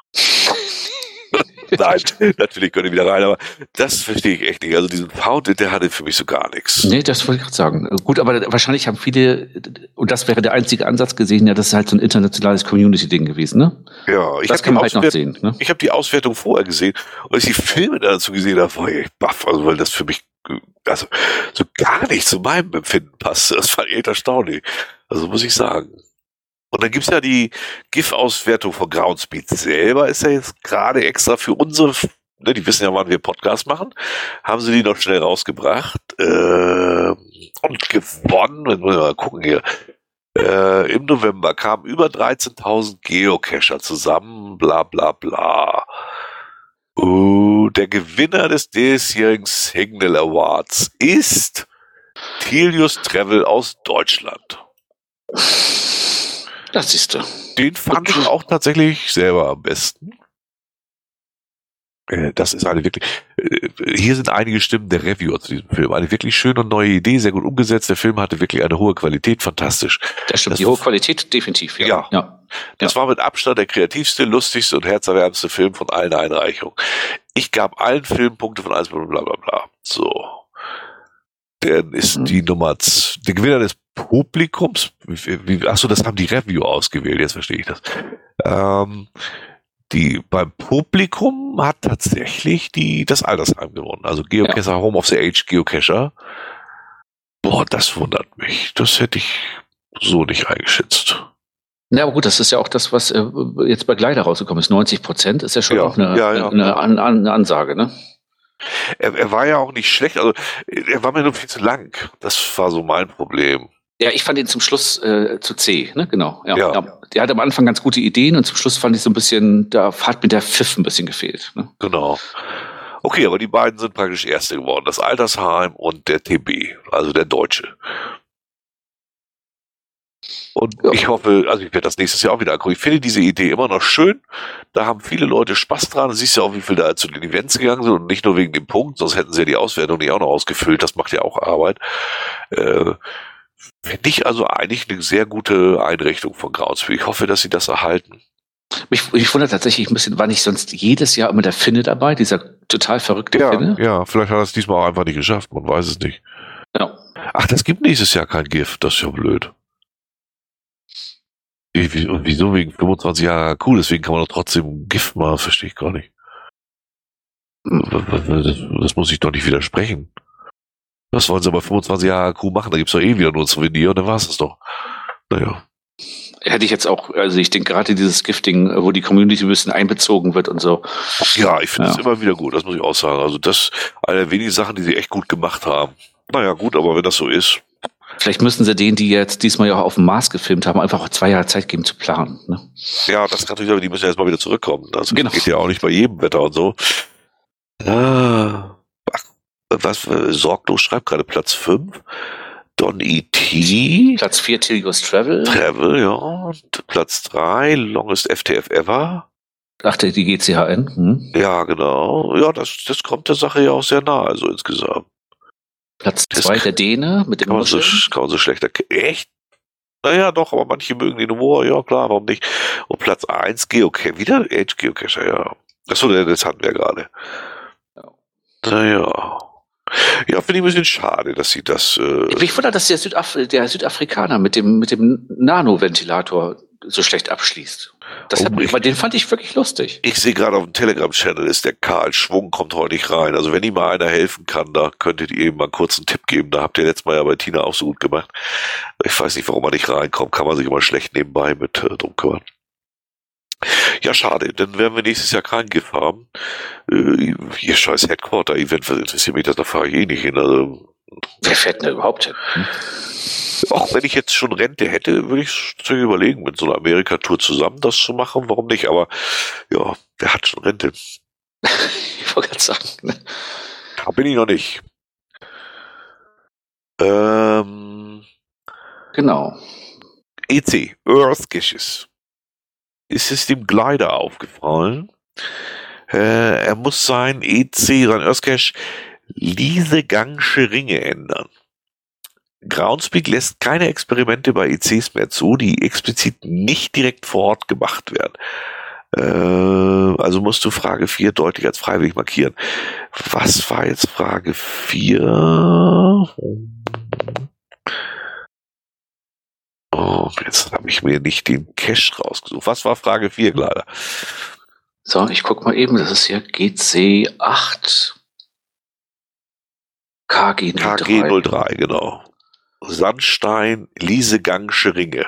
Nein, natürlich können die wieder rein, aber das verstehe ich echt nicht. Also diesen Found It, der hatte für mich so gar nichts. Nee, das wollte ich gerade sagen. Gut, aber wahrscheinlich haben viele, und das wäre der einzige Ansatz gesehen, ja, das ist halt so ein internationales Community-Ding gewesen, ne? Ja, ich Das habe kann die, man halt noch Auswert- sehen, ne? ich hab die Auswertung vorher gesehen und als ich die Filme dazu gesehen habe, war ich baff, also weil das für mich äh, also so gar nicht zu meinem Empfinden passt. Das war echt erstaunlich. Also muss ich sagen. Und dann gibt's ja die GIF-Auswertung von Groundspeed selber, ist ja jetzt gerade extra für unsere, ne, die wissen ja, wann wir Podcast machen, haben sie die noch schnell rausgebracht äh, und gewonnen, wenn wir mal gucken hier, äh, im November kamen über dreizehntausend Geocacher zusammen, bla bla bla. Uh, der Gewinner des diesjährigen Signal Awards ist Telius Travel aus Deutschland. Das siehst du. Den fand ich auch tatsächlich selber am besten. Äh, das ist eine wirklich, äh, hier sind einige Stimmen der Reviewer zu diesem Film. Eine wirklich schöne und neue Idee, sehr gut umgesetzt. Der Film hatte wirklich eine hohe Qualität, fantastisch. Das stimmt, Das- die hohe Qualität definitiv. Ja. Ja. ja. Das war mit Abstand der kreativste, lustigste und herzerwärmendste Film von allen Einreichungen. Ich gab allen Filmen Punkte von eins, bla bla bla bla. So. Der ist Mhm. die Nummer, z- der Gewinner des Publikums, wie, wie, achso, das haben die Reviewer ausgewählt, jetzt verstehe ich das. Ähm, die, beim Publikum hat tatsächlich die, das Altersheim gewonnen. Also Geocacher Home of the Age Geocacher. Boah, das wundert mich. Das hätte ich so nicht eingeschätzt. Ja, aber gut, das ist ja auch das, was äh, jetzt bei Gleiter rausgekommen ist. neunzig Prozent ist ja schon Ja, auch eine, ja, ja. eine, An, An, eine Ansage, ne? Er, er war ja auch nicht schlecht, also er war mir nur viel zu lang. Das war so mein Problem. Ja, ich fand ihn zum Schluss äh, zu zäh, ne? Genau. Ja, Ja. ja. Der hatte am Anfang ganz gute Ideen und zum Schluss fand ich so ein bisschen, da hat mir der Pfiff ein bisschen gefehlt. Ne? Genau. Okay, aber die beiden sind praktisch Erste geworden. Das Altersheim und der T B, also der Deutsche. Und Ja. ich hoffe, also ich werde das nächstes Jahr auch wieder angucken. Ich finde diese Idee immer noch schön. Da haben viele Leute Spaß dran. Du siehst ja auch, wie viel da zu den Events gegangen sind und nicht nur wegen dem Punkt, sonst hätten sie ja die Auswertung nicht auch noch ausgefüllt. Das macht ja auch Arbeit. Äh, finde ich also eigentlich eine sehr gute Einrichtung von Groundspeak. Ich hoffe, dass sie das erhalten. Mich, mich wundert tatsächlich ein bisschen, war nicht sonst jedes Jahr immer der Finne dabei, dieser total verrückte Finne? ja, vielleicht hat er es diesmal auch einfach nicht geschafft. Man weiß es nicht. Ja. Ach, das gibt nächstes Jahr kein Gift. Das ist ja blöd. Wie- wie- Und wieso wegen fünfundzwanzig Jahre cool? Deswegen kann man doch trotzdem Gift machen. Verstehe ich gar nicht. Das, das muss ich doch nicht widersprechen. Was wollen sie bei fünfundzwanzig Jahre Crew machen? Da gibt's doch eh wieder nur ein Souvenir und dann war's das doch. Naja. Hätte ich jetzt auch, also ich denke gerade dieses Gifting, wo die Community ein bisschen einbezogen wird und so. Ja, ich finde es Ja. immer wieder gut, das muss ich auch sagen. Also das eine der wenigen Sachen, die sie echt gut gemacht haben. Naja, gut, aber wenn das so ist. Vielleicht müssen sie denen, die jetzt diesmal ja auch auf dem Mars gefilmt haben, einfach auch zwei Jahre Zeit geben zu planen. Ne? Ja, das kann natürlich, aber die müssen ja erst mal wieder zurückkommen. Das Genau. geht ja auch nicht bei jedem Wetter und so. Ah, ach, was, äh, Sorglos schreibt gerade Platz fünf. Don E T. Platz vier Tilgos Travel. Travel, ja. Und Platz drei, Longest F T F Ever. Dachte die G C H N. Hm. Ja, genau. Ja, das, das kommt der Sache ja auch sehr nah, also insgesamt. Platz Das zwei kann- der Däne mit dem Kann man so, Muscheln. kann man so schlecht erkennen. Echt? Naja, doch, aber manche mögen den Humor, ja klar, warum nicht? Und Platz eins, Geocache, wieder Age Geocacher, ja. Achso, das hatten wir gerade. Ja. Naja. Ja, finde ich ein bisschen schade, dass sie das, äh, Mich wundert, dass der, Südaf der Südafrikaner mit dem, mit dem Nano-Ventilator so schlecht abschließt. Das Oh, hat, ich- aber den fand ich wirklich lustig. ich sehe gerade auf dem Telegram-Channel ist der Karl Schwung kommt heute nicht rein. Also wenn ihm mal einer helfen kann, da könntet ihr ihm mal kurz einen Tipp geben. Da habt ihr letztes Mal ja bei Tina auch so gut gemacht. Ich weiß nicht, warum er nicht reinkommt. Kann man sich immer schlecht nebenbei mit äh, drum kümmern. Ja, schade. Dann werden wir nächstes Jahr kein GIF haben. Äh, ihr scheiß Headquarter-Event, was interessiert mich das? Da fahre ich eh nicht hin. Also, Wer fährt denn da überhaupt hin? Hm? auch wenn ich jetzt schon Rente hätte, würde ich es überlegen, mit so einer Amerika-Tour zusammen das zu machen. Warum nicht? Aber ja, der hat schon Rente. Ich wollte gerade sagen. Ne? Da bin ich noch nicht. Ähm, Genau. E C, Earth Caches. Ist es dem Glider aufgefallen? Äh, er muss sein E C, sein Earth Cache, Liesegangsche Ringe ändern. Groundspeak lässt keine Experimente bei E Cs mehr zu, die explizit nicht direkt vor Ort gemacht werden. Äh, also musst du Frage vier deutlich als freiwillig markieren. Was war jetzt Frage vier? Oh, jetzt habe ich mir nicht den Cache rausgesucht. Was war Frage vier, Kleider? So, ich guck mal eben, das ist hier G C acht K G null drei. K G null drei, genau. Sandstein, Liesegangsche Ringe.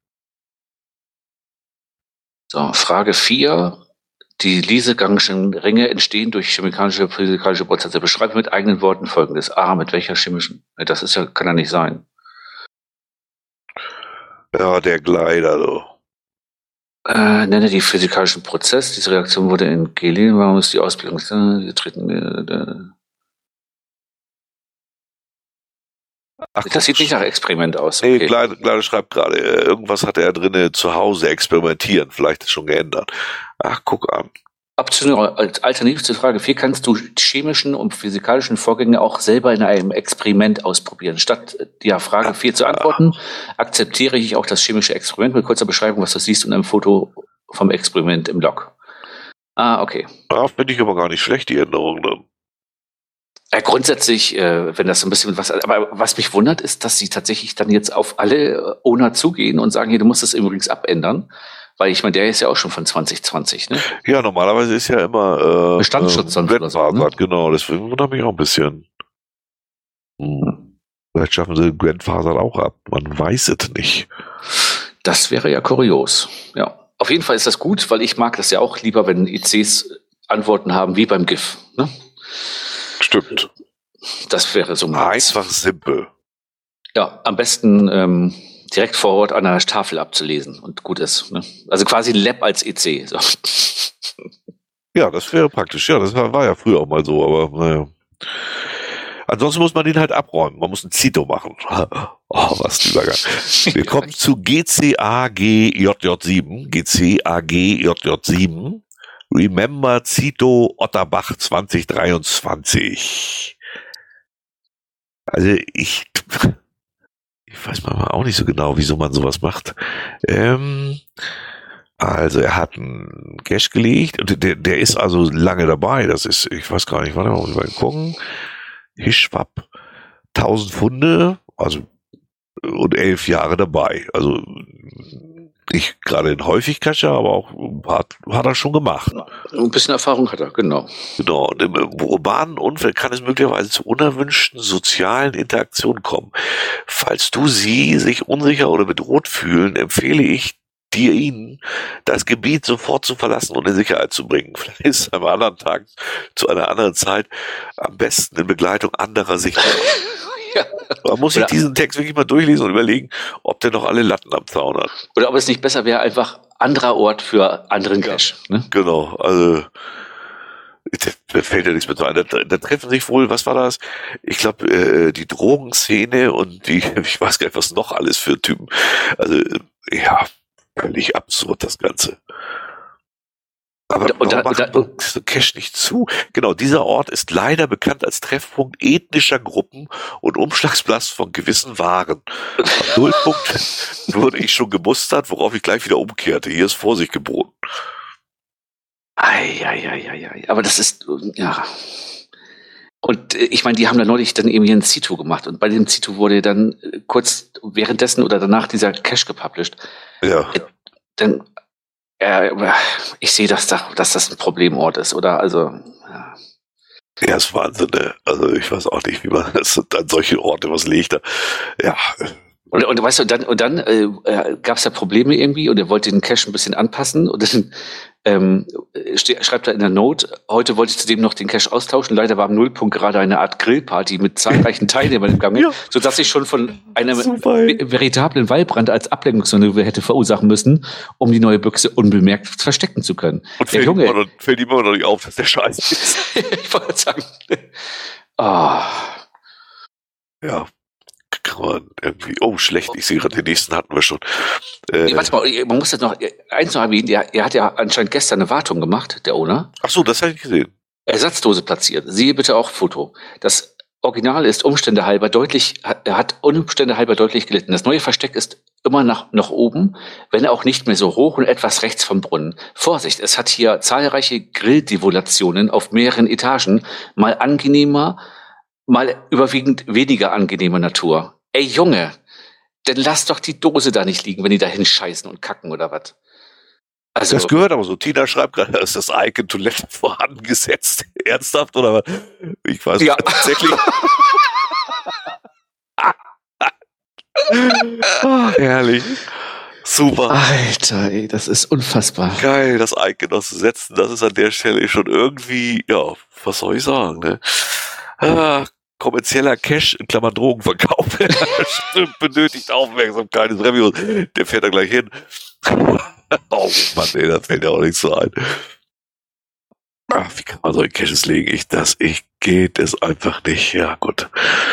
So, Frage vier. Die Liesegangsschen Ringe entstehen durch chemikalische, physikalische Prozesse. Beschreibe mit eigenen Worten Folgendes. A, mit welcher chemischen? Ne, Das ist ja, kann ja nicht sein. Ja, der Glider, so. Äh, nenne die physikalischen Prozess. Diese Reaktion wurde in Gelin. Warum ist die Ausbildung? äh, Wir treten, äh, äh, Ach, das sieht nicht nach Experiment aus. Nee, Okay. Kleider, Kleider schreibt gerade, äh, irgendwas hatte er drinne zu Hause experimentieren. Vielleicht ist schon geändert. Ach, guck an. optional, als Alternative zur Frage vier kannst du chemischen und physikalischen Vorgänge auch selber in einem Experiment ausprobieren. Statt der Frage vier zu antworten, akzeptiere ich auch das chemische Experiment mit kurzer Beschreibung, was du siehst und einem Foto vom Experiment im Log. Ah, okay. Ja, finde ich aber gar nicht schlecht, die Änderung dann. Ja, grundsätzlich, äh, wenn das so ein bisschen was, aber was mich wundert, ist, dass sie tatsächlich dann jetzt auf alle Owner zugehen und sagen, hier, du musst das übrigens abändern. Weil ich meine, der ist ja auch schon von zwanzig zwanzig, ne? Ja, normalerweise ist ja immer äh, Bestandsschutz sonst oder so, ne? Genau, deswegen wundert mich auch ein bisschen. Hm. Vielleicht schaffen sie Grandfather auch ab. Man weiß es nicht. Das wäre ja kurios. Ja. Auf jeden Fall ist das gut, weil ich mag das ja auch lieber, wenn I Cs Antworten haben wie beim GIF. Ne? Stimmt. Das wäre so meins. Einfach simpel. Ja, am besten ähm, direkt vor Ort an der Tafel abzulesen und gut ist. Ne? Also quasi Lab als E C. So. Ja, das wäre praktisch. Ja, das war, war ja früher auch mal so, aber naja. Ansonsten muss man den halt abräumen. Man muss ein Zito machen. Oh, was ein Übergang. Wir kommen zu G C A G J J sieben. G C A G J J sieben. Remember Zito Otterbach zwanzig dreiundzwanzig. Also ich, ich weiß mal auch nicht so genau, wieso man sowas macht. Ähm, also er hat einen Cache gelegt und der, der ist also lange dabei. Das ist, ich weiß gar nicht, warte mal, mal gucken. Hischwapp, tausend Pfunde, also und elf Jahre dabei. Also nicht gerade in Häufigkeit, aber auch ein paar hat er schon gemacht. Ein bisschen Erfahrung hat er, genau. Genau. Und im urbanen Umfeld kann es möglicherweise zu unerwünschten sozialen Interaktionen kommen. Falls du sie sich unsicher oder bedroht fühlen, empfehle ich dir ihnen, das Gebiet sofort zu verlassen und in Sicherheit zu bringen. Vielleicht ist es am anderen Tag, zu einer anderen Zeit, am besten in Begleitung anderer sicher. Ja. Man muss sich diesen Text wirklich mal durchlesen und überlegen, ob der noch alle Latten am Zaun hat. Oder ob es nicht besser wäre, einfach anderer Ort für anderen Cache. Ja, ne? Genau, also da fällt ja nichts mehr zu ein. Da, da treffen sich wohl, was war das? Ich glaube, äh, die Drogenszene und die, ich weiß gar nicht, was noch alles für Typen. Also, ja, völlig absurd, das Ganze. Aber und, und, macht und, und, Cache nicht zu. Genau, dieser Ort ist leider bekannt als Treffpunkt ethnischer Gruppen und Umschlagsplatz von gewissen Waren. Am Nullpunkt wurde ich schon gemustert, worauf ich gleich wieder umkehrte. Hier ist Vorsicht geboten. Eieieiei. Aber das ist, ja. Und äh, ich meine, die haben da neulich dann irgendwie ein Zito gemacht und bei dem Zito wurde dann äh, kurz währenddessen oder danach dieser Cache gepublished. Ja. Äh, dann Äh, ich sehe, dass, da, dass das ein Problemort ist, oder? Also, ja. Ja, ist Wahnsinn, ne? Also, ich weiß auch nicht, wie man das an solche Orte was legt. Ja. Und, und weißt du, und dann, und dann äh, gab es da Probleme irgendwie und er wollte den Cache ein bisschen anpassen und dann ähm, ste- schreibt er in der Note, heute wollte ich zudem noch den Cache austauschen. Leider war am Nullpunkt gerade eine Art Grillparty mit zahlreichen Teilnehmern im Gange, ja. Sodass ich schon von einem ver- veritablen Waldbrand als Ablenkungsmanöver hätte verursachen müssen, um die neue Büchse unbemerkt verstecken zu können. Und fällt, Junge, ihm noch, fällt ihm immer noch nicht auf, dass der Scheiß ist. Ich wollte sagen. Oh. Ja. Kann man irgendwie, oh, schlecht, ich sehe gerade, den nächsten hatten wir schon. Äh, nee, warte mal, man muss das noch, eins noch erwähnen, er, er hat ja anscheinend gestern eine Wartung gemacht, der Owner. Ach so, das habe ich gesehen. Ersatzdose platziert, siehe bitte auch Foto. Das Original ist Umstände halber deutlich, er hat Umstände halber deutlich gelitten. Das neue Versteck ist immer nach, nach oben, wenn auch nicht mehr so hoch und etwas rechts vom Brunnen. Vorsicht, es hat hier zahlreiche Grilldevolationen auf mehreren Etagen, mal angenehmer, mal überwiegend weniger angenehme Natur. Ey Junge, dann lass doch die Dose da nicht liegen, wenn die da hinscheißen und kacken oder was. Also, das gehört aber so. Tina schreibt gerade, ist das Icon Toilette vorangesetzt. Ernsthaft oder was? Ich weiß ja. nicht, tatsächlich. Oh, herrlich. Super. Alter, ey, das ist unfassbar. Geil, das Icon auszusetzen. Das ist an der Stelle schon irgendwie, ja, was soll ich sagen, ne? Ah, kommerzieller Cash, in Klammern Drogenverkauf, benötigt Aufmerksamkeit des Reviews. Der fährt da gleich hin. Oh Mann, ey, da fällt ja auch nichts so ein. Ach, wie kann man solche Caches legen? Ich, das, ich, geht es einfach nicht. Ja, gut.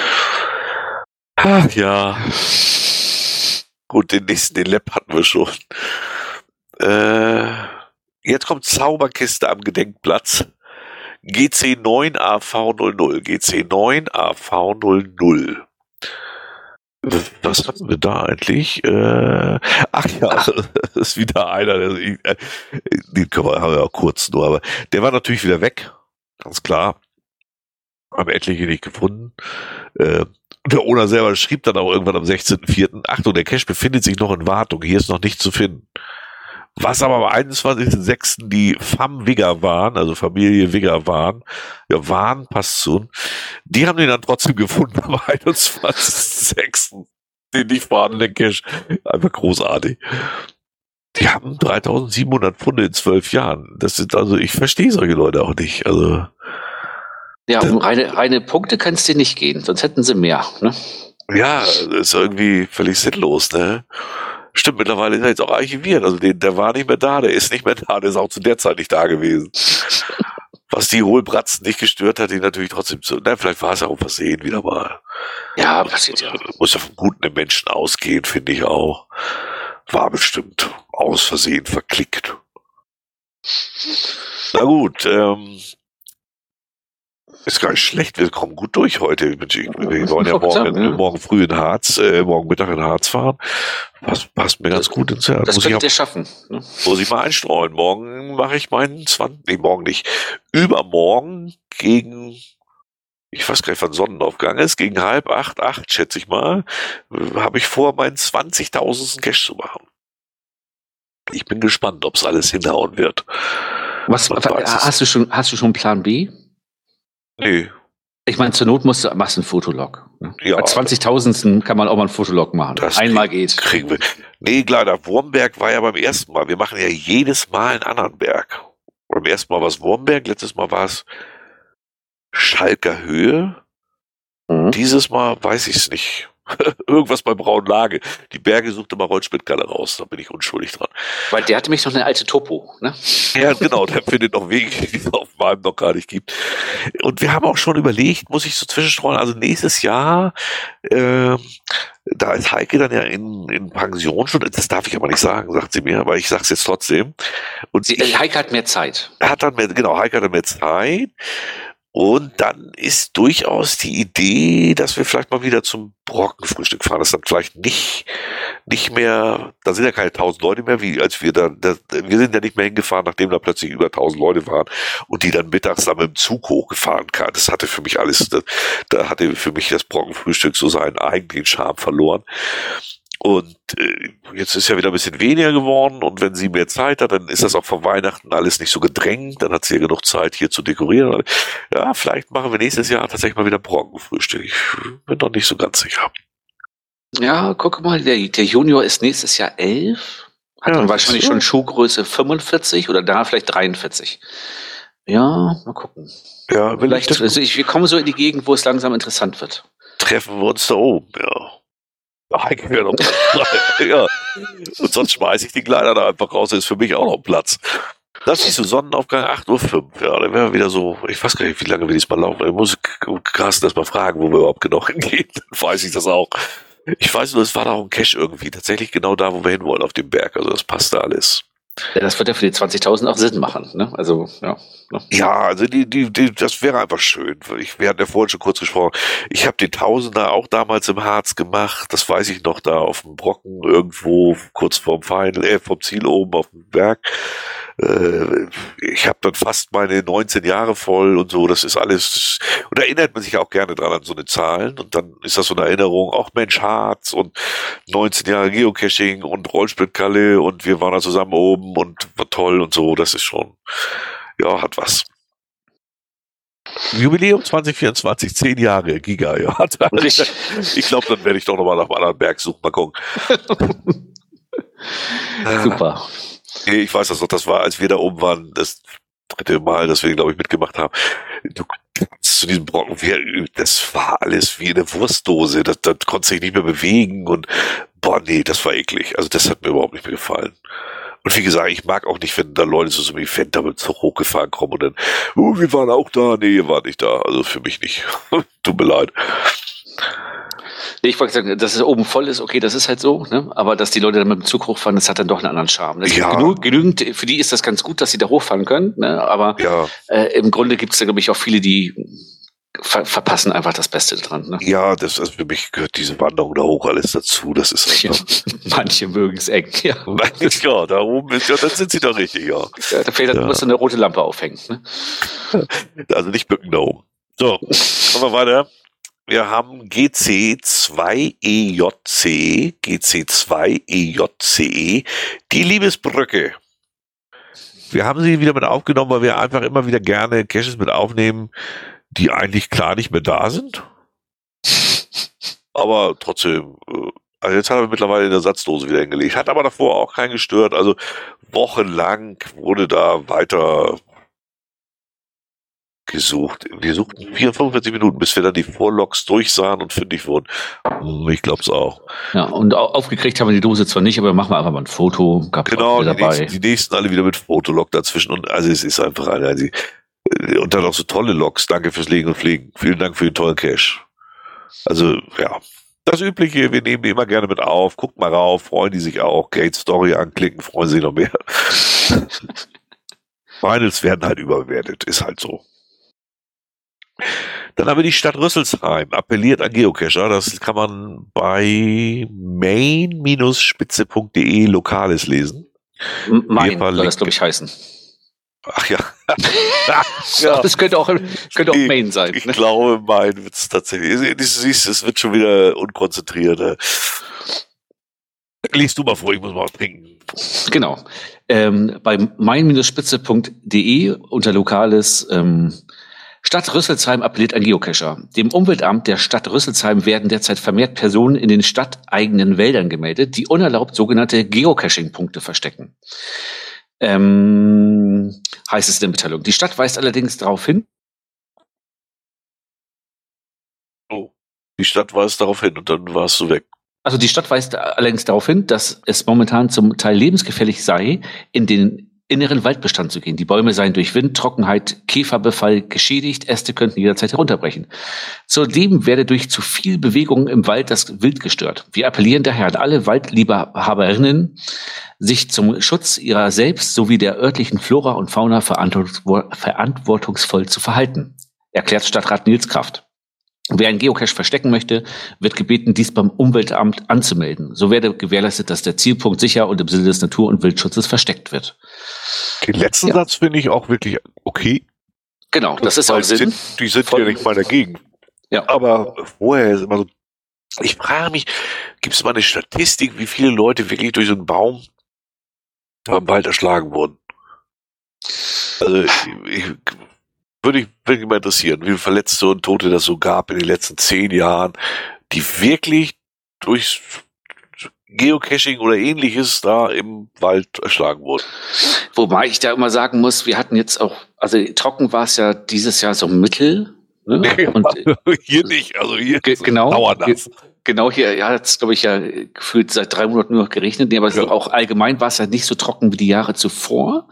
Ach, ja. Gut, den nächsten, den Lab hatten wir schon. Äh, Jetzt kommt Zauberkiste am Gedenkplatz. G C neun A V null null. G C neun A V null null. Was hatten wir da eigentlich? Äh, ach ja, ach. Das ist wieder einer, der, äh, den können wir, haben wir auch kurz nur, aber der war natürlich wieder weg. Ganz klar. Haben etliche nicht gefunden. Äh, der Owner selber schrieb dann auch irgendwann am sechzehnten vierten Achtung, der Cache befindet sich noch in Wartung. Hier ist noch nichts zu finden. Was aber am einundzwanzigsten sechsten die Fam Wigger waren, also Familie Wigger waren, ja, waren, passt zu, die haben den dann trotzdem gefunden am einundzwanzigsten sechsten Den nicht vorhandenen Cache. Einfach großartig. Die haben dreitausendsiebenhundert Pfunde in zwölf Jahren. Das sind also, ich verstehe solche Leute auch nicht. Also. Ja, um reine, reine Punkte kann es dir nicht gehen, sonst hätten sie mehr, ne? Ja, das ist irgendwie völlig sinnlos, ne? Stimmt, mittlerweile ist er jetzt auch archiviert. Also den, der war nicht mehr da, der ist nicht mehr da, der ist auch zu der Zeit nicht da gewesen. Was die Hohlbratzen nicht gestört hat, die natürlich trotzdem zu. Na, vielleicht war es ja auch versehen wieder mal. Ja, passiert ja. Muss ja vom Guten im Menschen ausgehen, finde ich auch. War bestimmt aus Versehen verklickt. Na gut, ähm. Ist gar nicht schlecht, wir kommen gut durch heute. Wir wollen ja morgen, morgen früh in Harz, äh, morgen Mittag in Harz fahren. Passt, passt mir ganz gut ins Herz. Das könnt ihr schaffen. Ne? Muss ich mal einstreuen. Morgen mache ich meinen zwanzig, nee, morgen nicht. Übermorgen gegen, ich weiß gar nicht, wann Sonnenaufgang ist, gegen halb acht, acht, schätze ich mal, habe ich vor, meinen zwanzigtausendsten Cache zu machen. Ich bin gespannt, ob es alles hinhauen wird. Was, hast du schon, hast du schon Plan B? Nee. Ich meine, zur Not musst du, machst du einen Fotolog. Ne? Ja. Bei zwanzigtausendsten kann man auch mal einen Fotolog machen. Das Einmal krieg, geht. Kriegen wir. Nee, klar, der Wurmberg war ja beim ersten Mal. Wir machen ja jedes Mal einen anderen Berg. Beim ersten Mal war es Wurmberg, letztes Mal war es Schalker Höhe. Mhm. Dieses Mal weiß ich es nicht. Irgendwas bei Braunlage. Die Berge suchte mal Rollspittgalle raus, da bin ich unschuldig dran. Weil der hatte mich noch eine alte Topo, ne? Ja, genau, der findet noch Wege, die es auf meinem noch gar nicht gibt. Und wir haben auch schon überlegt, muss ich so zwischenstreuen, also nächstes Jahr, äh, da ist Heike dann ja in, in Pension schon, das darf ich aber nicht sagen, sagt sie mir, aber ich sag's jetzt trotzdem. Und sie, ich, Heike hat mehr Zeit. Hat dann mehr, genau, Heike hat dann mehr Zeit. Und dann ist durchaus die Idee, dass wir vielleicht mal wieder zum Brockenfrühstück fahren. Das ist dann vielleicht nicht, nicht mehr, da sind ja keine tausend Leute mehr, wie als wir da, da, wir sind ja nicht mehr hingefahren, nachdem da plötzlich über tausend Leute waren und die dann mittags dann mit dem Zug hochgefahren kamen. Das hatte für mich alles, da, da hatte für mich das Brockenfrühstück so seinen eigentlichen Charme verloren. Und äh, jetzt ist ja wieder ein bisschen weniger geworden und wenn sie mehr Zeit hat, dann ist das auch vor Weihnachten alles nicht so gedrängt, dann hat sie ja genug Zeit hier zu dekorieren. Ja, vielleicht machen wir nächstes Jahr tatsächlich mal wieder Brockenfrühstück. Ich bin noch nicht so ganz sicher. Ja, guck mal, der, der Junior ist nächstes Jahr elf, hat ja, dann wahrscheinlich so schon Schuhgröße fünfundvierzig oder da vielleicht dreiundvierzig. Ja, mal gucken. Ja, vielleicht, ich also ich, wir kommen so in die Gegend, wo es langsam interessant wird. Treffen wir uns da oben, ja. Heike wäre noch Platz. Ja. Und sonst schmeiße ich die Kleider da einfach raus, da ist für mich auch noch Platz. Das ist so Sonnenaufgang acht Uhr fünf. Ja, dann wären wir wieder so, ich weiß gar nicht, wie lange wir diesmal laufen. Ich muss Carsten erst mal fragen, wo wir überhaupt genau hingehen. Dann weiß ich das auch. Ich weiß nur, es war da auch ein Cache irgendwie. Tatsächlich genau da, wo wir hinwollen, auf dem Berg. Also das passt da alles. Ja, das wird ja für die zwanzigtausend auch Sinn machen, ne? Also, ja. Ja, also die, die, die, das wäre einfach schön. Ich, wir hatten ja vorhin schon kurz gesprochen. Ich habe den Tausender auch damals im Harz gemacht. Das weiß ich noch, da auf dem Brocken irgendwo kurz vorm Final, äh, vom Ziel oben auf dem Berg. Äh, ich habe dann fast meine neunzehn Jahre voll und so. Das ist alles. Und da erinnert man sich auch gerne dran an so eine Zahlen. Und dann ist das so eine Erinnerung. Auch Mensch, Harz und neunzehn Jahre Geocaching und Rollspittkalle und wir waren da zusammen oben und war toll und so. Das ist schon. Ja, hat was. Jubiläum zwanzig vierundzwanzig, zehn Jahre, Giga, ja. Ich glaube, dann werde ich doch nochmal nach einem anderen Berg suchen, mal gucken. Super. Nee, ich weiß das noch, das war, als wir da oben waren, das dritte Mal, das wir, glaube ich, mitgemacht haben. Du kannst zu diesem Brocken, das war alles wie eine Wurstdose, das, das konntest du dich nicht mehr bewegen und boah, nee, das war eklig. Also das hat mir überhaupt nicht mehr gefallen. Und wie gesagt, ich mag auch nicht, wenn da Leute zu so einem Event damit so hochgefahren kommen und dann, oh, wir waren auch da. Nee, ihr wart nicht da. Also für mich nicht. Tut mir leid. Nee, ich wollte sagen, dass es oben voll ist, okay, das ist halt so, ne? Aber dass die Leute dann mit dem Zug hochfahren, das hat dann doch einen anderen Charme. Das Ja. genug, genügend, für die ist das ganz gut, dass sie da hochfahren können, ne? Aber Ja, äh, im Grunde gibt es da, glaube ich, auch viele, die ver verpassen einfach das Beste dran. Ne? ja, das also für mich gehört diese Wanderung da hoch alles dazu. Das ist Ja, einfach. manche mögen es eng, ja. Ja, da oben ist, ja, dann sind sie doch richtig, ja. Ja, da fehlt, Ja. musst du eine rote Lampe aufhängen. Ne? Also nicht bücken da oben. So, kommen wir weiter. Wir haben G C zwei E J C, G C zwei E J C E, die Liebesbrücke. Wir haben sie wieder mit aufgenommen, weil wir einfach immer wieder gerne Caches mit aufnehmen, die eigentlich klar nicht mehr da sind. Aber trotzdem, äh, also jetzt hat er mittlerweile in der Satzdose wieder hingelegt. Hat aber davor auch keinen gestört. Also wochenlang wurde da weiter gesucht. Wir suchten vierundfünfzig Minuten, bis wir dann die Vorlogs durchsahen und fündig wurden. Hm, Ich glaub's auch. Ja, und au- aufgekriegt haben wir die Dose zwar nicht, aber machen wir einfach mal ein Foto. Gab's auch Genau, wieder die dabei. nächsten, die nächsten alle wieder mit Fotolog dazwischen. Und also es ist einfach eine, also, äh, und dann auch so tolle Logs. Danke fürs Legen und Pflegen. Vielen Dank für den tollen Cache. Also, ja. Das Übliche, wir nehmen die immer gerne mit auf. Guckt mal rauf, freuen die sich auch. Gate Story anklicken, freuen sich noch mehr. Finals werden halt überbewertet, ist halt so. Dann haben wir die Stadt Rüsselsheim, appelliert an Geocacher. Das kann man bei main Bindestrich spitze punkt de Lokales lesen. M- Mein Wir soll das, verlinken- glaube ich, heißen. Ach ja. Ja. Das könnte auch, könnte auch Ich- Main sein. Ich Ne? glaube, mein wird es tatsächlich. Du siehst, es wird schon wieder unkonzentriert. äh. Liest du mal vor, ich muss mal was trinken. Genau. Ähm, bei mein Bindestrich spitze punkt de unter Lokales ähm, Stadt Rüsselsheim appelliert an Geocacher. Dem Umweltamt der Stadt Rüsselsheim werden derzeit vermehrt Personen in den stadteigenen Wäldern gemeldet, die unerlaubt sogenannte Geocaching-Punkte verstecken. Ähm, heißt es in der Mitteilung. Die Stadt weist allerdings darauf hin, Oh, die Stadt weist darauf hin und dann warst du weg. also die Stadt weist allerdings darauf hin, dass es momentan zum Teil lebensgefährlich sei, in den inneren Waldbestand zu gehen. Die Bäume seien durch Wind, Trockenheit, Käferbefall geschädigt, Äste könnten jederzeit herunterbrechen. Zudem werde durch zu viel Bewegung im Wald das Wild gestört. Wir appellieren daher an alle Waldliebhaberinnen, sich zum Schutz ihrer selbst sowie der örtlichen Flora und Fauna verantwort- verantwortungsvoll zu verhalten, erklärt Stadtrat Nils Kraft. Wer einen Geocache verstecken möchte, wird gebeten, dies beim Umweltamt anzumelden. So werde gewährleistet, dass der Zielpunkt sicher und im Sinne des Natur- und Wildschutzes versteckt wird. Den letzten Ja. Satz finde ich auch wirklich okay. Genau, das ist Weil auch Sinn. Sind, die sind Voll- ja nicht mal dagegen. Ja. Aber vorher ist immer so. Ich frage mich, gibt es mal eine Statistik, wie viele Leute wirklich durch so einen Baum im Wald erschlagen wurden? Also ich, ich würde ich würde mich mal interessieren, wie viele Verletzte und Tote das so gab in den letzten zehn Jahren, die wirklich durch Geocaching oder ähnliches da im Wald erschlagen wurden. Wobei ich da immer sagen muss, wir hatten jetzt auch, also trocken war es ja dieses Jahr so mittel. Ne? Und Hier nicht, also hier ge ist es genau, dauernass. ge genau hier, ja, hat es, glaube ich, ja gefühlt seit drei Monaten nur noch geregnet. Nee, aber Ja. so auch allgemein war es ja nicht so trocken wie die Jahre zuvor.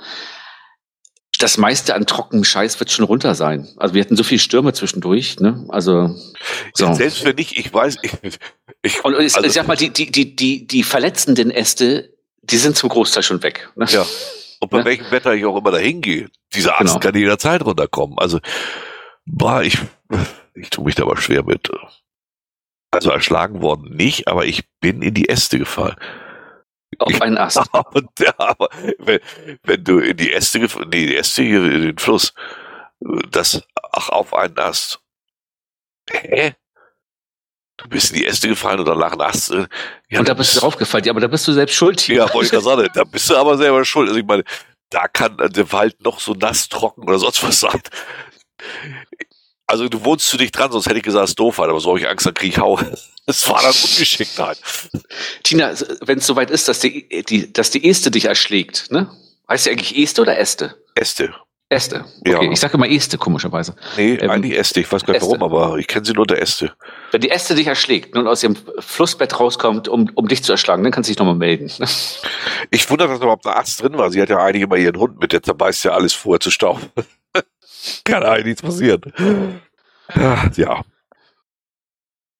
Das meiste an trockenem Scheiß wird schon runter sein. Also wir hatten so viele Stürme zwischendurch, ne? Also so. Selbst wenn nicht, ich weiß, ich, ich Und ich, also- ich sag mal, die, die, die, die, die verletzenden Äste, die sind zum Großteil schon weg. Ne? ja. Und bei Ja. welchem Wetter ich auch immer dahin gehe, dieser Ast Genau. kann jederzeit runterkommen. Also, boah, ich, ich tue mich da aber schwer mit. Also erschlagen worden nicht, aber ich bin in die Äste gefallen. Auf einen Ast. Und, ja, aber wenn, wenn du in die Äste gefallen, nee, die Äste hier in den Fluss, das, ach, auf einen Ast. Hä? Du bist in die Äste gefallen oder nach einem Ast. äh, Ja, Und da dann bist du draufgefallen. Ja, aber da bist du selbst schuld. Ja, wollte ich gerade sagen, da bist du aber selber schuld. Also ich meine, da kann der Wald noch so nass, trocken oder sonst was sein. Also du wohnst du nicht dran, sonst hätte ich gesagt, es ist doof, aber so habe ich Angst, dann kriege ich Hau. Das war dann Ungeschicktheit. Tina, wenn es soweit ist, dass die, die, dass die Este dich erschlägt, ne? Heißt die eigentlich Este oder Äste? Äste. Äste. Okay, Ja. ich sage immer Este, komischerweise. Nee, Ähm, eigentlich Äste. Ich weiß gar nicht Äste. warum, aber ich kenne sie nur unter Äste. Wenn die Äste dich erschlägt und aus ihrem Flussbett rauskommt, um, um dich zu erschlagen, dann kannst du dich nochmal melden. Ne? Ich wundere, dass überhaupt ein Arzt drin war. Sie hat ja einige mal ihren Hund mit, der zerbeißt ja alles vorher zu Staub. Kann eigentlich nichts passieren. Ja.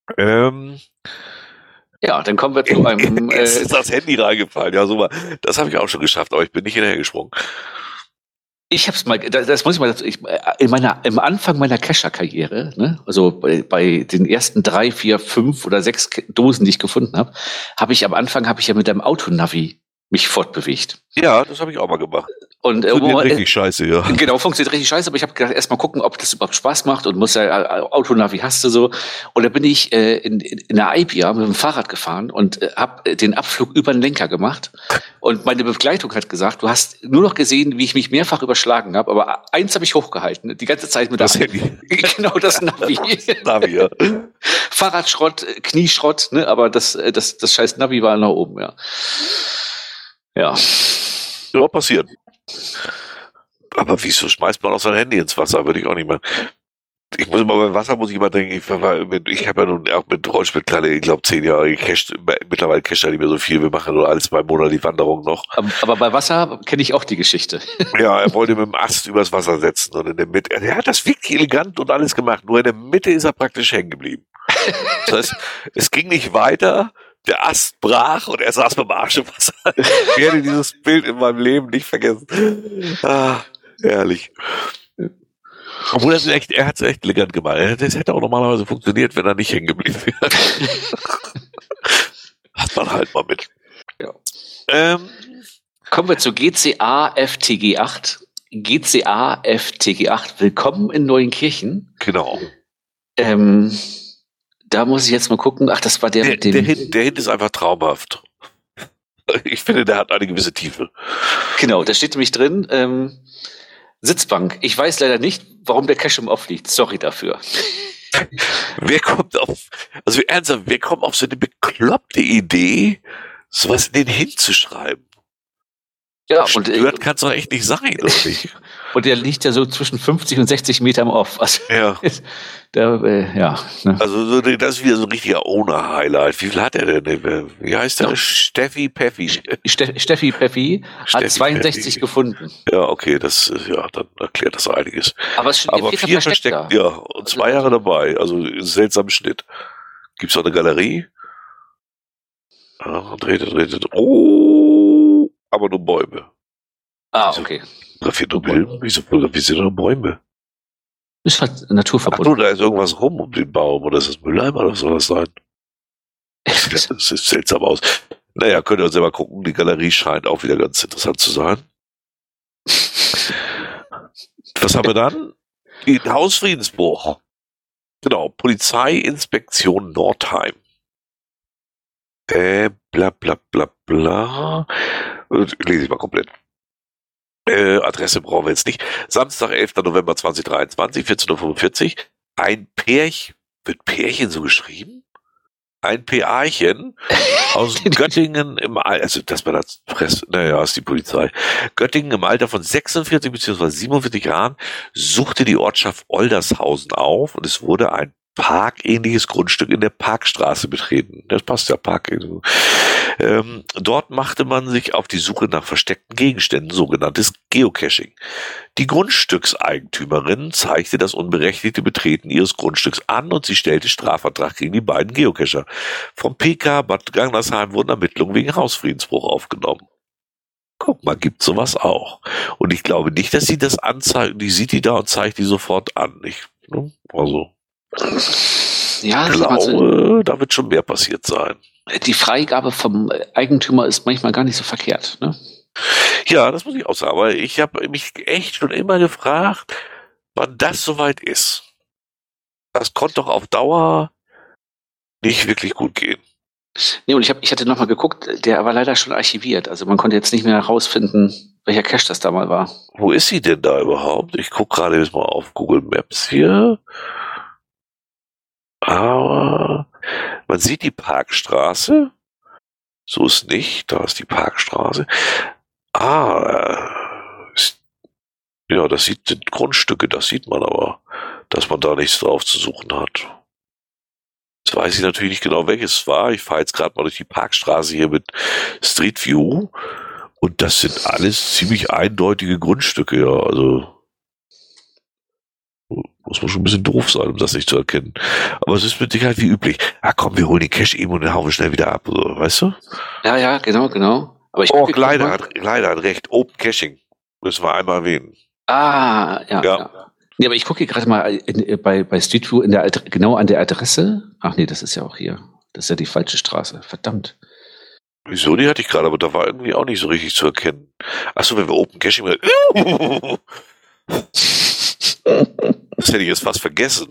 Ähm, Ja, dann kommen wir zu einem. Äh, Jetzt ist das Handy reingefallen. Ja, super. Das habe ich auch schon geschafft, aber ich bin nicht hinterhergesprungen. Ich hab's mal, das, das muss ich mal, ich, in meiner, im Anfang meiner Kescher-Karriere, ne, also bei, bei den ersten drei, vier, fünf oder sechs Dosen, die ich gefunden habe, habe ich am Anfang habe ich ja mit einem Autonavi mich fortbewegt. Ja, das habe ich auch mal gemacht. Und äh, Funktioniert äh, richtig scheiße, ja. Genau, funktioniert richtig scheiße, aber ich habe gedacht, erst mal gucken, ob das überhaupt Spaß macht und muss ja, äh, Autonavi hast du so. Und da bin ich äh, in, in, in der Eibia mit dem Fahrrad gefahren und äh, habe den Abflug über den Lenker gemacht. Und meine Begleitung hat gesagt, du hast nur noch gesehen, wie ich mich mehrfach überschlagen habe, aber eins habe ich hochgehalten, die ganze Zeit mit Das der Handy. Genau, das Navi. Navi, ja. Fahrradschrott, Knieschrott, ne, aber das, äh, das, das scheiß Navi war nach oben, ja. Ja. Ja, passiert. Aber wieso schmeißt man auch sein Handy ins Wasser? Würde ich auch nicht machen. Ich muss immer beim Wasser, muss ich immer denken, ich, ich habe ja nun auch mit Rollspielkleine, ich glaube, zehn Jahre gecasht. Mittlerweile casht ja nicht mehr so viel. Wir machen nur alle zwei Monate die Wanderung noch. Aber, aber bei Wasser kenne ich auch die Geschichte. Ja, er wollte mit dem Ast übers Wasser setzen und in der Mitte, er hat das wirklich elegant und alles gemacht, nur in der Mitte ist er praktisch hängen geblieben. Das heißt, es ging nicht weiter, der Ast brach und er saß beim Arsch im Wasser. Ich werde dieses Bild in meinem Leben nicht vergessen. Ah, herrlich. Obwohl das echt, er hat es echt elegant gemacht. Das hätte auch normalerweise funktioniert, wenn er nicht hängen geblieben wäre. Hat man halt mal mit. Ja. Ähm, Kommen wir zu G C A F T G acht. G C A F T G acht, willkommen in Neuenkirchen. genau. Ähm, da muss ich jetzt mal gucken. Ach, das war der, Der, mit dem... der, Hint, der Hint ist einfach traumhaft. Ich finde, der hat eine gewisse Tiefe. Genau, da steht nämlich drin, ähm, Sitzbank. Ich weiß leider nicht, warum der Cache im Off liegt. Sorry dafür. Wer kommt auf, also ernsthaft, wer kommt auf so eine bekloppte Idee, sowas in den hinzuschreiben? Ja, und, äh, das kann es doch echt nicht sein, oder nicht? und der liegt ja so zwischen fünfzig und sechzig Meter im Off. Also, Ja. der, äh, ja. Ne? Also so, das ist wieder so ein richtiger Owner-Highlight. Wie viel hat er denn? Wie heißt der? Ja. Steffi Peffi. Ste Steffi Peffi hat Steffi zweiundsechzig Peffi. gefunden. Ja, okay, das ja, dann erklärt das einiges. Aber es steht Aber vier vier versteckt versteckt, da. ja, und zwei Jahre dabei. Also seltsamer Schnitt. Gibt's auch eine Galerie? Ah, dreht, dreht, dreht. Oh, aber nur Bäume. Ah, okay. Fotografiert nur Bäume? Wieso fotografiert ihr nur Bäume? Ist halt Ach naturverbunden. du, da ist irgendwas rum um den Baum. Oder ist das Mülleimer oder sowas sein? Das sieht seltsam aus. Naja, könnt ihr uns selber gucken. Die Galerie scheint auch wieder ganz interessant zu sein. Was haben wir dann? Den Hausfriedensbruch. Genau, Polizeiinspektion Nordheim. Äh, bla bla bla bla. Lese ich mal komplett. Äh, Adresse brauchen wir jetzt nicht. Samstag, elfter November zweitausenddreiundzwanzig, vierzehn Uhr fünfundvierzig. Ein Pärchen, wird Pärchen so geschrieben? Ein Pärchen aus Göttingen im Alter, also das war das Presse, naja, ist die Polizei. Göttingen im Alter von sechsundvierzig bzw. siebenundvierzig Jahren suchte die Ortschaft Oldershausen auf und es wurde ein parkähnliches Grundstück in der Parkstraße betreten. Das passt ja, Park. Ähm, dort machte man sich auf die Suche nach versteckten Gegenständen, sogenanntes Geocaching. Die Grundstückseigentümerin zeigte das unberechtigte Betreten ihres Grundstücks an und sie stellte Strafvertrag gegen die beiden Geocacher. Vom P K Bad Gangersheim wurden Ermittlungen wegen Hausfriedensbruch aufgenommen. Guck mal, gibt sowas auch. Und ich glaube nicht, dass sie das anzeigt, die sieht die da und zeigt die sofort an. Ich, ne? Also, Ja, ich glaube, da wird schon mehr passiert sein. die Freigabe vom Eigentümer ist manchmal gar nicht so verkehrt. Ne? Ja, das muss ich auch sagen. Aber ich habe mich echt schon immer gefragt, wann das soweit ist. Das konnte doch auf Dauer nicht wirklich gut gehen. Nee, und ich, hab, ich hatte nochmal geguckt, der war leider schon archiviert. Also man konnte jetzt nicht mehr herausfinden, welcher Cache das da mal war. Wo ist sie denn da überhaupt? Ich gucke gerade jetzt mal auf Google Maps hier. Aber man sieht die Parkstraße. So ist nicht. Da ist die Parkstraße. Ah, ist, ja, das sieht sind Grundstücke, das sieht man aber, dass man da nichts drauf zu suchen hat. Jetzt weiß ich natürlich nicht genau, welches es war. Ich fahre jetzt gerade mal durch die Parkstraße hier mit Street View und das sind alles ziemlich eindeutige Grundstücke, ja, also Muss man schon ein bisschen doof sein, um das nicht zu erkennen. Aber es ist mit Sicherheit wie üblich. Ah komm, wir holen den Cash eben und den hauen wir schnell wieder ab. So, weißt du? Ja, ja, genau, genau. Aber ich oh, Gleider hat, Gleider hat recht. Open Caching. Müssen wir einmal erwähnen. Ah, ja. ja. ja. Nee, aber ich gucke hier gerade mal in, bei, bei Street View in der, genau an der Adresse. Ach nee, das ist ja auch hier. Das ist ja die falsche Straße. Verdammt. Wieso, die hatte ich gerade, aber da war irgendwie auch nicht so richtig zu erkennen. Achso, wenn wir Open Caching... Das hätte ich jetzt fast vergessen.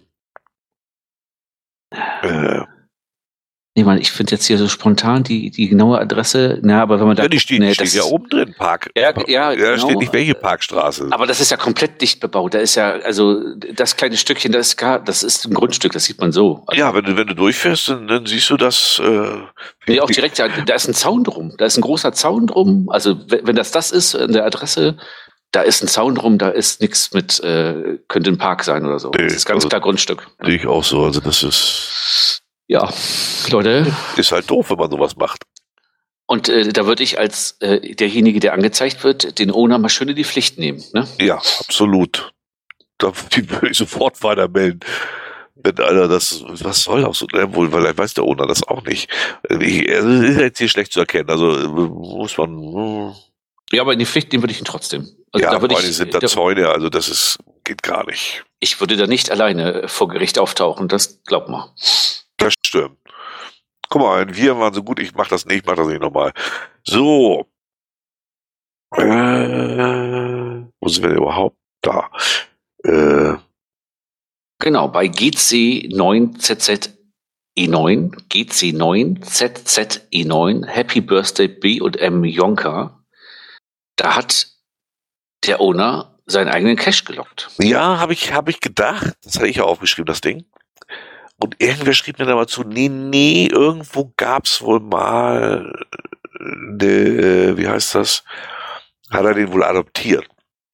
Äh. Nee, Mann, ich finde jetzt hier so spontan die, die genaue Adresse, na, aber wenn man da... Ja, die steht, nee, die steht ja oben drin, Park. Ja, ja, ja genau. Da steht nicht, welche Parkstraße. Aber das ist ja komplett dicht bebaut. Da ist ja, also, das kleine Stückchen, das ist gar, das ist ein Grundstück, das sieht man so. Also, ja, wenn du, wenn du durchfährst, dann, dann siehst du das... Äh, nee, auch direkt, ja, da ist ein Zaun drum. Da ist ein großer Zaun drum. Also, wenn das das ist, in der Adresse... Da ist ein Zaun drum, da ist nichts mit, äh, könnte ein Park sein oder so. Nee, das ist ganz also, klar Grundstück. Sehe ich auch so, also das ist... Ja, Leute. Ist halt doof, wenn man sowas macht. Und äh, da würde ich als äh, derjenige, der angezeigt wird, den Owner mal schön in die Pflicht nehmen, ne? Ja, absolut. Da würde ich sofort weitermelden. Wenn einer das, was soll auch so, ne? Wohl, weil weiß der Owner das auch nicht. Ich, also, ist jetzt hier schlecht zu erkennen, also muss man... Mh. Ja, aber in die Pflicht nehmen würde ich ihn trotzdem. Also ja, da würde ich, ich, sind da, da Zäune, also das ist, geht gar nicht. Ich würde da nicht alleine vor Gericht auftauchen, das glaubt mal. Das stimmt. Guck mal, wir waren so gut, ich mach das nicht, ich mach das nicht nochmal. So. Äh, wo sind wir denn überhaupt? Da. Äh. Genau, bei G C neun Z Z E neun, G C neun Z Z E neun, Happy Birthday B und M Jonka. Da hat der Owner seinen eigenen Cache gelockt. Ja, habe ich, hab ich gedacht. Das hatte ich ja aufgeschrieben, das Ding. Und irgendwer schrieb mir dann mal zu, nee, nee, irgendwo gab's wohl mal, ne, wie heißt das? Hat er den wohl adoptiert.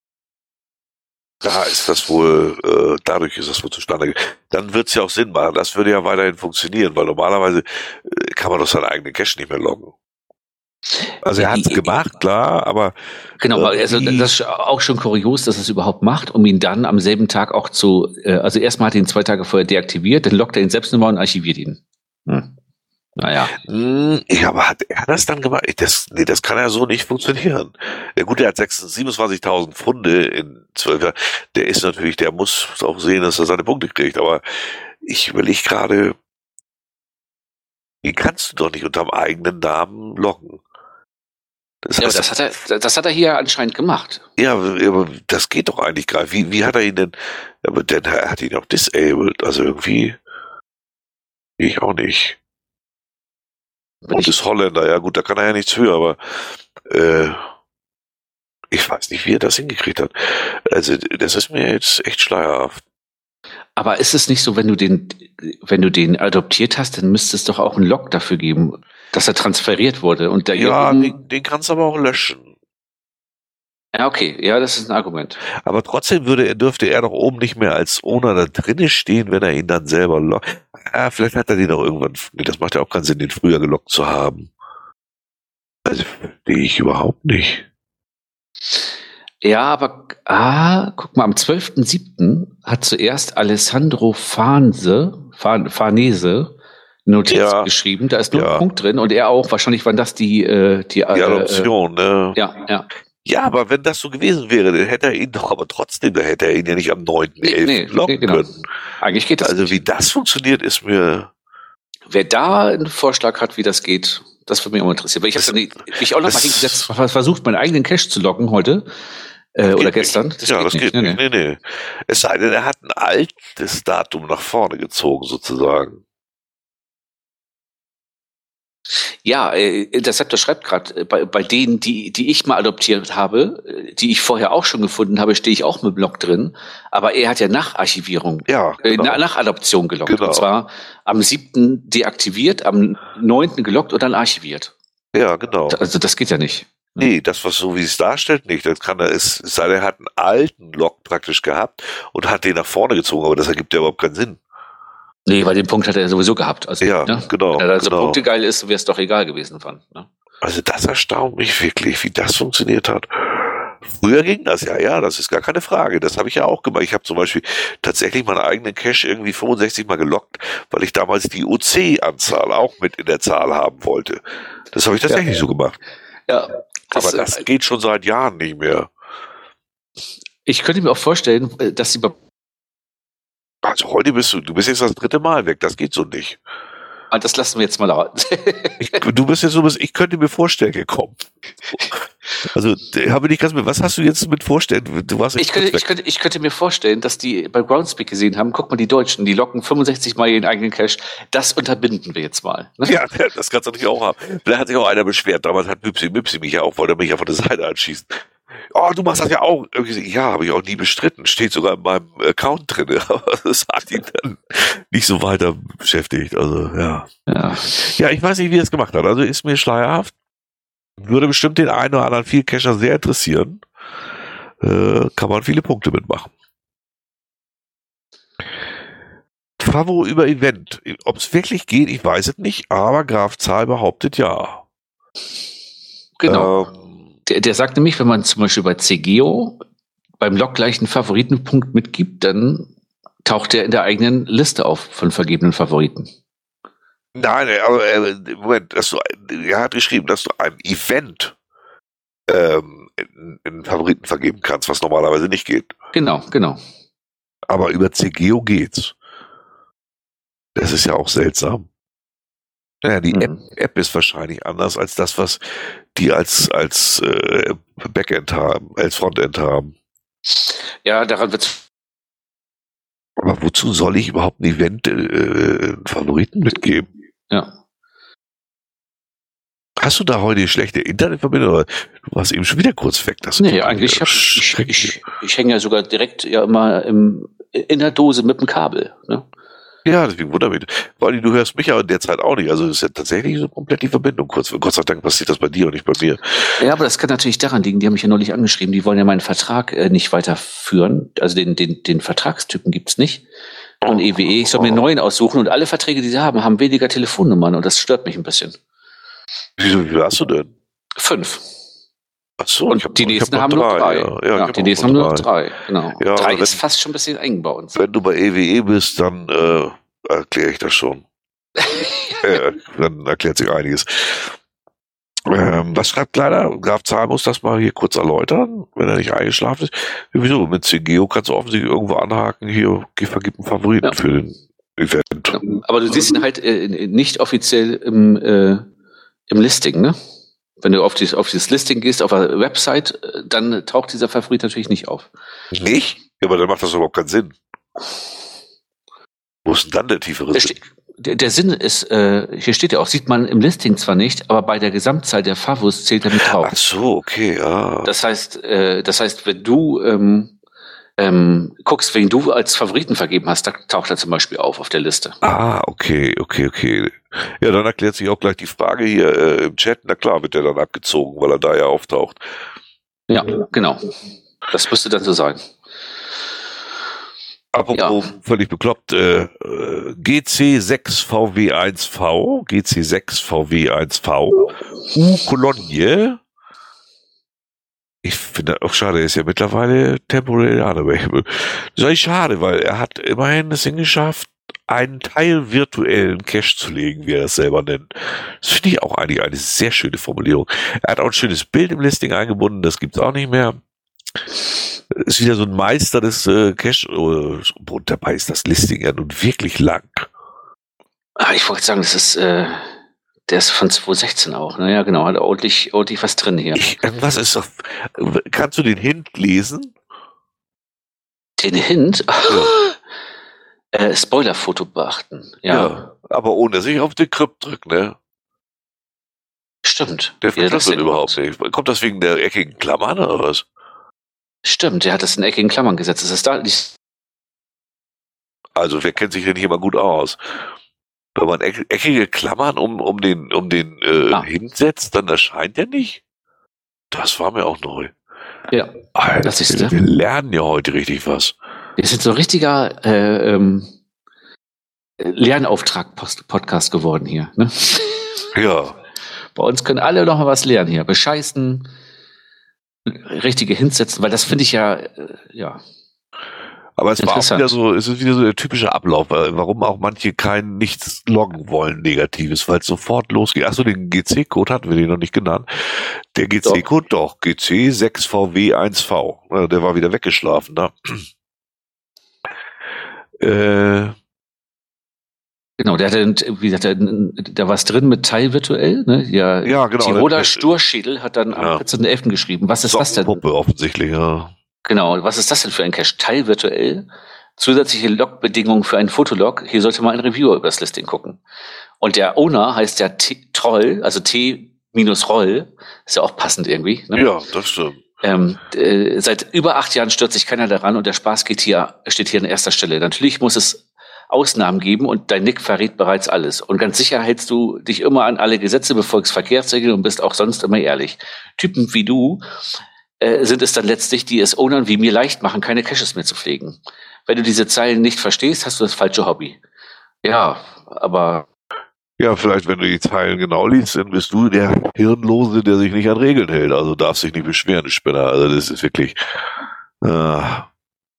Da ist das wohl, äh, dadurch ist das wohl zustande gekommen. Dann wird's ja auch Sinn machen. Das würde ja weiterhin funktionieren, weil normalerweise äh, kann man doch seinen eigenen Cache nicht mehr loggen. Also er hat es gemacht, klar, aber... Genau, also das ist auch schon kurios, dass er es überhaupt macht, um ihn dann am selben Tag auch zu... Also erstmal hat er ihn zwei Tage vorher deaktiviert, dann lockt er ihn selbst nochmal und archiviert ihn. Hm. Naja. Ja, aber hat er das dann gemacht? Das, nee, das kann ja so nicht funktionieren. Ja gut, der hat siebenundzwanzigtausend Pfunde in zwölf Jahren. Der ist natürlich, der muss auch sehen, dass er seine Punkte kriegt, aber ich überlege gerade, wie kannst du doch nicht unterm eigenen Namen loggen? Das heißt, ja, aber das hat er, das hat er hier anscheinend gemacht. Ja, aber das geht doch eigentlich gerade. Wie, wie hat er ihn denn, aber denn er hat ihn auch disabled, also irgendwie, ich auch nicht. Bin Und ich ist Holländer, ja gut, da kann er ja nichts für, aber, äh, ich weiß nicht, wie er das hingekriegt hat. Also, das ist mir jetzt echt schleierhaft. Aber ist es nicht so, wenn du den, wenn du den adoptiert hast, dann müsste es doch auch einen Log dafür geben, dass er transferiert wurde. Und da ja, den, den kannst du aber auch löschen. Ja, okay, ja, das ist ein Argument. Aber trotzdem würde er, dürfte er doch oben nicht mehr als Owner da drinnen stehen, wenn er ihn dann selber lockt. Ja, vielleicht hat er den auch irgendwann, nee, das macht ja auch keinen Sinn, den früher gelockt zu haben. Also, verstehe ich überhaupt nicht. Ja, aber, ah, guck mal, am zwölften siebten hat zuerst Alessandro Farnese, Farnese Notiz ja, geschrieben, da ist nur ja. ein Punkt drin und er auch, wahrscheinlich waren das die, äh, die, die Adoption, äh, ne? Ja, ja. Ja, aber wenn das so gewesen wäre, dann hätte er ihn doch, aber trotzdem, da hätte er ihn ja nicht am neunten elften Nee, nee, locken nee, genau. können. Eigentlich geht das Also nicht. Wie das funktioniert, ist mir... Wer da einen Vorschlag hat, wie das geht, das würde mich auch interessieren. Weil ich habe mich auch noch mal hingesetzt, versucht, meinen eigenen Cache zu locken heute. Äh, oder gestern. Das ja, das nicht. geht nicht. Nee, nee. Es sei denn, er hat ein altes Datum nach vorne gezogen, sozusagen. Ja, äh, Interceptor schreibt gerade, bei, bei denen, die, die ich mal adoptiert habe, die ich vorher auch schon gefunden habe, stehe ich auch mit Blog drin. Aber er hat ja nach Archivierung, ja, genau. äh, nach Adoption gelockt. Genau. Und zwar am siebten deaktiviert, am neunten gelockt und dann archiviert. Ja, genau. Also das geht ja nicht. Nee, das, was so wie es darstellt, nicht. Das kann er, es sei denn, er hat einen alten Log praktisch gehabt und hat den nach vorne gezogen, aber das ergibt ja überhaupt keinen Sinn. Nee, weil den Punkt hat er sowieso gehabt. Also, ja, ne? genau. Wenn er da so genau. Punkte geil ist, wäre es doch egal gewesen. Fand, ne? Also das erstaunt mich wirklich, wie das funktioniert hat. Früher ging das, ja, ja, das ist gar keine Frage. Das habe ich ja auch gemacht. Ich habe zum Beispiel tatsächlich meinen eigenen Cache irgendwie fünfundsechzig Mal gelockt, weil ich damals die O C-Anzahl auch mit in der Zahl haben wollte. Das habe ich tatsächlich ja. so gemacht. Ja. Das, Aber das äh, geht schon seit Jahren nicht mehr. Ich könnte mir auch vorstellen, dass sie... Also heute bist du, du bist jetzt das dritte Mal weg, das geht so nicht. Das lassen wir jetzt mal raus. ich, du bist jetzt so, ich könnte mir vorstellen gekommen. Also, habe ich ganz mit, was hast du jetzt mit vorstellen? Du warst ich, könnte, ich, könnte, ich könnte mir vorstellen, dass die bei Groundspeak gesehen haben, guck mal, die Deutschen, die locken fünfundsechzig Mal ihren eigenen Cache. Das unterbinden wir jetzt mal. Ne? Ja, das kannst du natürlich auch haben. Vielleicht hat sich auch einer beschwert. Damals hat Mipsi Mipsi mich ja auch, wollte mich ja von der Seite anschießen. Oh, du machst das ja auch. Ja, habe ich auch nie bestritten. Steht sogar in meinem Account drin. Aber das hat ihn dann nicht so weiter beschäftigt. Also, ja. Ja, ja ich weiß nicht, wie er es gemacht hat. Also ist mir schleierhaft. Würde bestimmt den einen oder anderen Vielcacher sehr interessieren. Äh, kann man viele Punkte mitmachen. Favo über Event. Ob es wirklich geht, ich weiß es nicht. Aber Graf Zahl behauptet ja. Genau. Ähm, Der, der sagt nämlich, wenn man zum Beispiel bei C G O beim Log gleich einen Favoritenpunkt mitgibt, dann taucht er in der eigenen Liste auf von vergebenen Favoriten. Nein, aber äh, Moment, dass du, er hat geschrieben, dass du einem Event ähm, einen Favoriten vergeben kannst, was normalerweise nicht geht. Genau, genau. Aber über C G O geht's. Das ist ja auch seltsam. Naja, die mhm. App, App ist wahrscheinlich anders als das, was die als, als äh, Backend haben, als Frontend haben. Ja, daran wird's. Aber wozu soll ich überhaupt ein Event äh, einen Favoriten mitgeben? Ja. Hast du da heute schlechte Internetverbindung? Oder du warst eben schon wieder kurz weg. Das nee, eigentlich hab, ich, ich, ich hänge ja sogar direkt ja immer im, in der Dose mit dem Kabel. Ne? Ja, deswegen wundert mich. Vor allem, du hörst mich aber in der Zeit auch nicht. Also es ist ja tatsächlich so komplett die Verbindung. Kurz, Gott sei Dank passiert das bei dir und nicht bei mir. Ja, aber das kann natürlich daran liegen, die haben mich ja neulich angeschrieben, die wollen ja meinen Vertrag äh, nicht weiterführen. Also den, den, den Vertragstypen gibt's nicht. Und E W E, ich soll mir einen neuen aussuchen und alle Verträge, die sie haben, haben weniger Telefonnummern und das stört mich ein bisschen. Wieso, wie viel hast du denn? Fünf. Ach so, und ich hab, die nächsten haben nur drei. Ja, ja, ja, die nächsten haben nur drei. Genau. Ja, drei ist wenn, fast schon ein bisschen eng bei uns. Wenn du bei E W E bist, dann äh, erkläre ich das schon. äh, dann erklärt sich einiges. Ähm, was schreibt leider? Graf Zahl muss das mal hier kurz erläutern, wenn er nicht eingeschlafen ist. Wieso? Mit C G O kannst du offensichtlich irgendwo anhaken, hier vergib einen Favoriten ja. für den Event. Ja, aber du siehst ihn halt äh, nicht offiziell im, äh, im Listing, ne? Wenn du auf, die, auf dieses Listing gehst, auf der Website, dann taucht dieser Favorit natürlich nicht auf. Nicht? Ja, aber dann macht das überhaupt keinen Sinn. Wo ist denn dann der tiefere der Sinn? Der, der Sinn ist, äh, hier steht ja auch, sieht man im Listing zwar nicht, aber bei der Gesamtzahl der Favos zählt er mit drauf. Ach so, okay, ja. Das heißt, äh, das heißt, wenn du ähm, ähm, guckst, wen du als Favoriten vergeben hast, da taucht er zum Beispiel auf auf der Liste. Ah, okay, okay, okay. Ja, dann erklärt sich auch gleich die Frage hier äh, im Chat. Na klar, wird der dann abgezogen, weil er da ja auftaucht. Ja, genau. Das müsste dann so sein. Apropos ja. völlig bekloppt, äh, G C sechs V W eins V, G C sechs V W eins V, U Cologne. Ich finde auch schade, er ist ja mittlerweile temporary unavailable. Das ist eigentlich schade, weil er hat immerhin es hingeschafft, einen Teil virtuellen Cache zu legen, wie er das selber nennt. Das finde ich auch eigentlich eine sehr schöne Formulierung. Er hat auch ein schönes Bild im Listing eingebunden, das gibt's auch nicht mehr. Ist wieder so ein Meister des äh, Cache. Oh, und dabei ist das Listing ja nun wirklich lang. Ah, ich wollte sagen, das ist, äh, der ist von zwanzig sechzehn auch. Naja, genau, hat ordentlich, ordentlich was drin hier. Ich, was ist doch, kannst du den Hint lesen? Den Hint? Ja. äh, Spoilerfoto beachten. Ja. ja, aber ohne sich auf den Krypt drücken, ne? Stimmt. Der verschlüsselt ja, überhaupt nicht. Kommt das wegen der eckigen Klammern oder was? Stimmt, der hat das in eckigen Klammern gesetzt. Das ist da nicht. Also, wer kennt sich denn hier mal gut aus? Wenn man eckige Klammern um, um den, um den äh, ah. hinsetzt, dann erscheint der nicht. Das war mir auch neu. Ja, Alter, das ist wir, wir lernen ja heute richtig was. Wir sind so ein richtiger äh, ähm, Lernauftrag-Podcast geworden hier. Ne? Ja. Bei uns können alle noch mal was lernen hier. Bescheißen, richtige Hints setzen, weil das finde ich ja, äh, ja. Aber es war auch wieder so, es ist wieder so der typische Ablauf, warum auch manche kein nichts loggen wollen, Negatives, weil es sofort losgeht. Achso, den G C-Code hatten wir den noch nicht genannt. Der G C-Code, doch, doch G C sechs V W eins V. Der war wieder weggeschlafen da. äh, Genau, der hatte, wie gesagt, da, da war es drin mit Teilvirtuell, ne? Ja, ja genau. Tiroler Sturschädel hat dann ja. am vierzehnten elften geschrieben. Was ist das denn? Puppe offensichtlich, ja. Genau, was ist das denn für ein Cache? Teilvirtuell, zusätzliche Logbedingungen für einen Fotolog. Hier sollte mal ein Reviewer übers Listing gucken. Und der Owner heißt ja Troll, also T-Roll, ist ja auch passend irgendwie. Ne? Ja, das stimmt. Ähm, äh, seit über acht Jahren stört sich keiner daran und der Spaß geht hier, steht hier an erster Stelle. Natürlich muss es Ausnahmen geben und dein Nick verrät bereits alles. Und ganz sicher hältst du dich immer an alle Gesetze, befolgst Verkehrsregeln und bist auch sonst immer ehrlich. Typen wie du äh, sind es dann letztlich, die es Ownern wie mir leicht machen, keine Caches mehr zu pflegen. Wenn du diese Zeilen nicht verstehst, hast du das falsche Hobby. Ja, aber... Ja, vielleicht, wenn du die Zeilen genau liest, dann bist du der Hirnlose, der sich nicht an Regeln hält. Also darfst dich nicht beschweren, du Spinner. Also das ist wirklich... Äh, naja.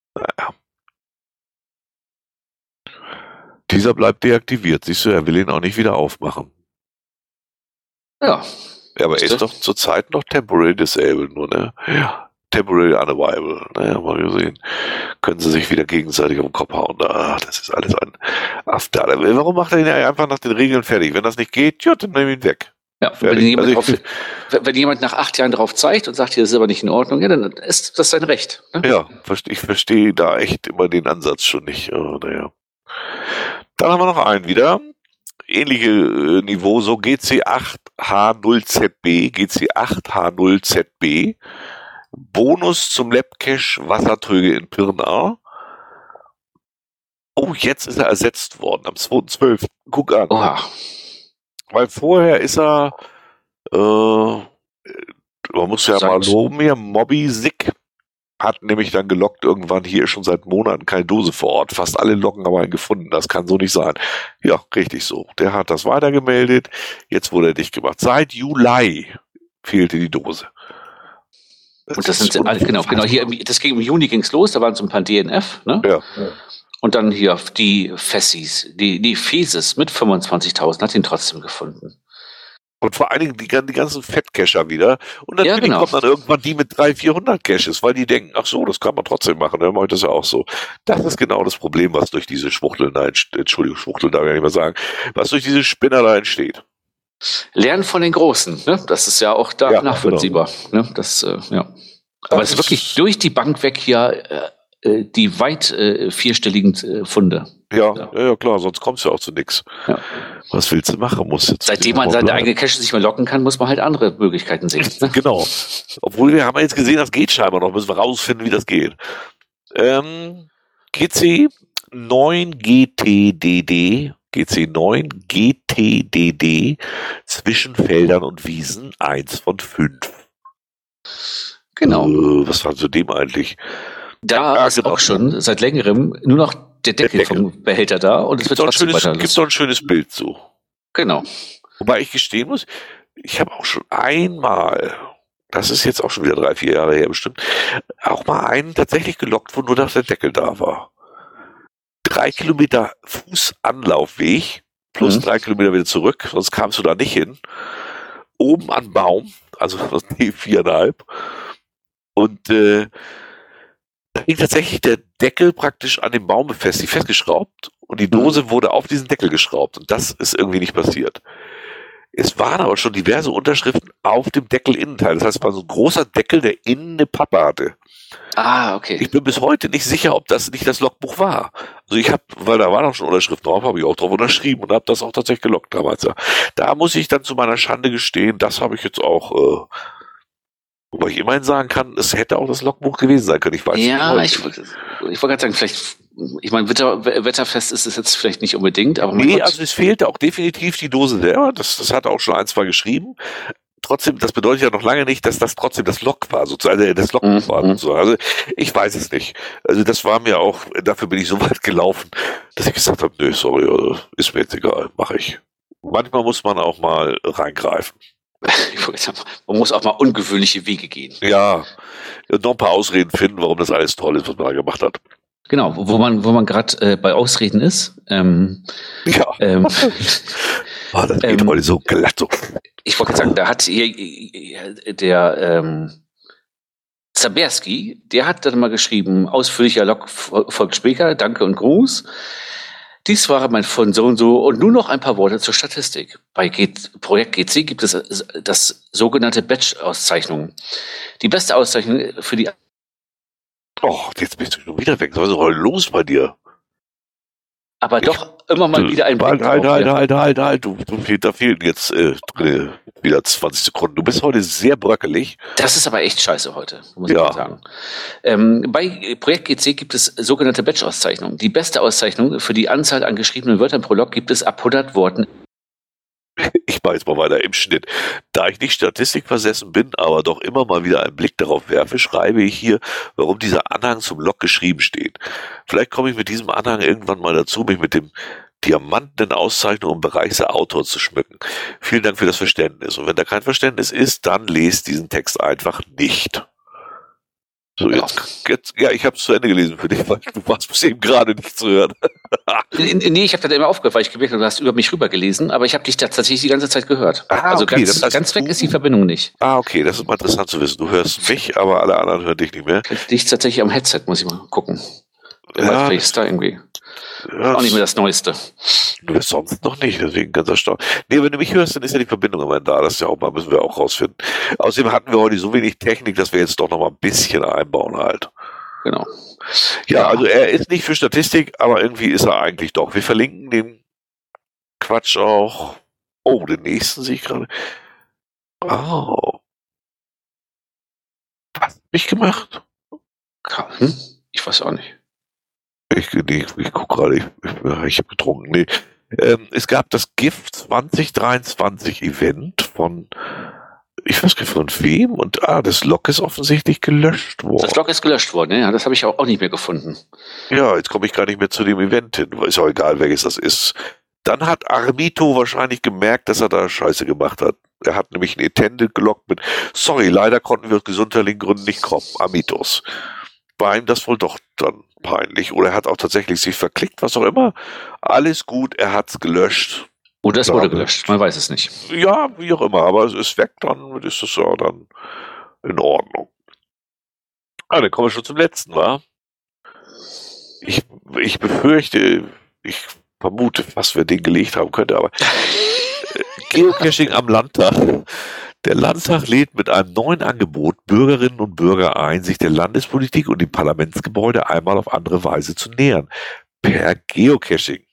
Dieser bleibt deaktiviert. Siehst du, er will ihn auch nicht wieder aufmachen. Ja. Ja, aber er ist doch zurzeit noch temporary disabled, nur, ne? Ja. Temporary unavailable. Naja, mal gesehen. Können sie sich wieder gegenseitig auf den Kopf hauen. Ah, das ist alles ein After. Warum macht er ihn einfach nach den Regeln fertig? Wenn das nicht geht, ja, dann nimm ihn weg. Ja, wenn jemand, also drauf, wenn jemand nach acht Jahren drauf zeigt und sagt, hier ist aber nicht in Ordnung, ja, dann ist das sein Recht. Ne? Ja, ich verstehe da echt immer den Ansatz schon nicht. Oh, naja. Dann haben wir noch einen wieder. Ähnliche äh, Niveau, so G C acht H null Z B, G C acht H null Z B. Bonus zum Labcache Wassertröge in Pirna. Oh, jetzt ist er ersetzt worden am zweiten zwölften Guck an. Oha. Weil vorher ist er, äh, man muss ja Sagt. mal loben hier, Mobby Sick hat nämlich dann gelockt, irgendwann hier schon seit Monaten keine Dose vor Ort. Fast alle Loggen haben einen gefunden. Das kann so nicht sein. Ja, richtig so. Der hat das weitergemeldet. Jetzt wurde er dicht gemacht. Seit Juli fehlte die Dose. Das und das sind alle, genau, genau, hier, das ging im Juni ging's los, da waren so ein paar D N F, ne? Ja. Und dann hier die Fessis, die, die Feses mit fünfundzwanzigtausend hat ihn trotzdem gefunden. Und vor allen Dingen die, die ganzen Fettcacher wieder. Und dann, ja, genau. kommen dann irgendwann die mit dreihundert, vierhundert Caches, weil die denken, ach so, das kann man trotzdem machen. Dann mache ich das ja auch so. Das ist genau das Problem, was durch diese Schwuchteln da entsteht. Entschuldigung, Schwuchteln darf ich nicht mehr sagen. Was durch diese Spinner da entsteht. Lernen von den Großen, ne? Das ist ja auch da ja, nachvollziehbar. Genau. Ne? Das, äh, ja. Aber es ist wirklich durch die Bank weg hier äh, die weit äh, vierstelligen äh, Funde. Ja, ja, ja, klar, sonst kommst du ja auch zu nichts. Ja. Was willst du machen? Muss jetzt Seitdem man seine eigene Cache nicht mehr locken kann, muss man halt andere Möglichkeiten sehen. Ne? Genau. Obwohl wir haben jetzt gesehen, das geht scheinbar noch. Müssen wir rausfinden, wie das geht. Ähm, G C neun G T D D G C neun G T D D zwischen Feldern und Wiesen eins von fünf. Genau. Äh, was war zu dem eigentlich? Da ja, ist genau. auch schon seit längerem nur noch der Deckel, der Deckel. vom Behälter da und es wird trotzdem weiter. Gibt doch ein schönes Bild zu. Genau. Wobei ich gestehen muss, ich habe auch schon einmal, das ist jetzt auch schon wieder drei, vier Jahre her bestimmt, auch mal einen tatsächlich gelockt, wo nur noch der Deckel da war. Drei Kilometer Fußanlaufweg plus mhm. drei Kilometer wieder zurück, sonst kamst du da nicht hin. Oben an Baum, also nee, viereinhalb. Und äh, da hing tatsächlich der Deckel praktisch an dem Baum befestigt, festgeschraubt und die Dose wurde auf diesen Deckel geschraubt und das ist irgendwie nicht passiert. Es waren aber schon diverse Unterschriften auf dem Deckelinnenteil. Das heißt, es war so ein großer Deckel, der innen eine Pappe hatte. Ah, okay. Ich bin bis heute nicht sicher, ob das nicht das Logbuch war. Also ich habe, weil da waren auch schon Unterschriften drauf, habe ich auch drauf unterschrieben und habe das auch tatsächlich gelockt damals. Ja. Da muss ich dann zu meiner Schande gestehen, das habe ich jetzt auch... Äh, Wobei ich immerhin sagen kann, es hätte auch das Logbuch gewesen sein können. Ich weiß ja, nicht. ich, ich wollte gerade sagen, vielleicht, ich meine, Wetter, wetterfest ist es jetzt vielleicht nicht unbedingt, aber... Nee, Gott. Also es fehlte auch definitiv die Dose selber. Das, das hat er auch schon ein, zwei geschrieben. Trotzdem, das bedeutet ja noch lange nicht, dass das trotzdem das Log war, sozusagen, also das Logbuch mhm. war, sozusagen. Also ich weiß es nicht. Also das war mir auch, dafür bin ich so weit gelaufen, dass ich gesagt habe, nö, sorry, ist mir jetzt egal, mache ich. Manchmal muss man auch mal reingreifen. Man muss auch mal ungewöhnliche Wege gehen. Ja, noch ein paar Ausreden finden, warum das alles toll ist, was man da gemacht hat. Genau, wo man, wo man gerade äh, bei Ausreden ist. Ähm, ja. Ähm, oh, das geht ähm, heute so glatt so. Ich wollte sagen, da hat hier der ähm, Zaberski, der hat dann mal geschrieben, ausführlicher Log folgt später, danke und Gruß. Dies war mein von so und so und nur noch ein paar Worte zur Statistik. Bei G Projekt G C gibt es das sogenannte Batch-Auszeichnung. Die beste Auszeichnung für die... Oh, jetzt bist du schon wieder weg. Was ist heute los bei dir? Aber ich, doch immer mal wieder ein Blick halt, drauf. Halt, ja. halt, halt, halt, du, du, da fehlen jetzt äh, wieder zwanzig Sekunden. Du bist heute sehr bröckelig. Das ist aber echt scheiße heute, muss ja. ich mal sagen. Ähm, bei Projekt G C gibt es sogenannte Batch-Auszeichnungen. Die beste Auszeichnung für die Anzahl an geschriebenen Wörtern pro Log gibt es ab hundert Worten. Ich mache jetzt mal weiter im Schnitt. Da ich nicht statistikversessen bin, aber doch immer mal wieder einen Blick darauf werfe, schreibe ich hier, warum dieser Anhang zum Log geschrieben steht. Vielleicht komme ich mit diesem Anhang irgendwann mal dazu, mich mit dem Diamanten in Auszeichnung im Bereich der Autor zu schmücken. Vielen Dank für das Verständnis. Und wenn da kein Verständnis ist, dann lest diesen Text einfach nicht. So, jetzt, jetzt, ja, ich habe es zu Ende gelesen für dich, weil du warst bis eben gerade nicht zu hören. Nee, ich habe das immer aufgehört, weil ich gemerkt habe, du hast über mich rüber gelesen, aber ich habe dich da tatsächlich die ganze Zeit gehört. Ah, also okay, ganz, das heißt, ganz weg ist die Verbindung nicht. Ah, okay, das ist mal interessant zu wissen. Du hörst mich, aber alle anderen hören dich nicht mehr. Dich tatsächlich am Headset, muss ich mal gucken. Ja, vielleicht ist da irgendwie. Ja, auch nicht mehr das Neueste. Du bist sonst noch nicht, deswegen ganz erstaunt. Nee, wenn du mich hörst, dann ist ja die Verbindung immer da. Das ist ja auch mal, müssen wir auch rausfinden. Außerdem hatten wir heute so wenig Technik, dass wir jetzt doch noch mal ein bisschen einbauen halt. Genau. Ja, ja, also er ist nicht für Statistik, aber irgendwie ist er eigentlich doch. Wir verlinken den Quatsch auch. Oh, den nächsten sehe ich gerade. Oh. Was hab ich gemacht? Hm? Ich weiß auch nicht. Ich, nee, ich gucke gerade, ich, ich, ich habe getrunken. Nee. Ähm, es gab das GIF zwanzig dreiundzwanzig Event von, ich weiß gar nicht von wem, und ah, das Log ist offensichtlich gelöscht worden. Das Log ist gelöscht worden, ja, das habe ich auch, auch nicht mehr gefunden. Ja, jetzt komme ich gar nicht mehr zu dem Event hin. Ist auch egal, welches das ist. Dann hat Armito wahrscheinlich gemerkt, dass er da Scheiße gemacht hat. Er hat nämlich ein Attendant gelockt mit, sorry, leider konnten wir aus gesundheitlichen Gründen nicht kommen. Armitos. War ihm das wohl doch dann peinlich. Oder er hat auch tatsächlich sich verklickt, was auch immer. Alles gut, er hat's gelöscht. Oder es wurde gelöscht, man weiß es nicht. Ja, wie auch immer, aber es ist weg, dann ist es ja dann in Ordnung. Ah, dann kommen wir schon zum letzten, wa? Ich, ich befürchte, ich vermute fast, wer den gelegt haben könnte, aber Geocaching am Landtag. Der Landtag lädt mit einem neuen Angebot Bürgerinnen und Bürger ein, sich der Landespolitik und dem Parlamentsgebäude einmal auf andere Weise zu nähern. Per Geocaching.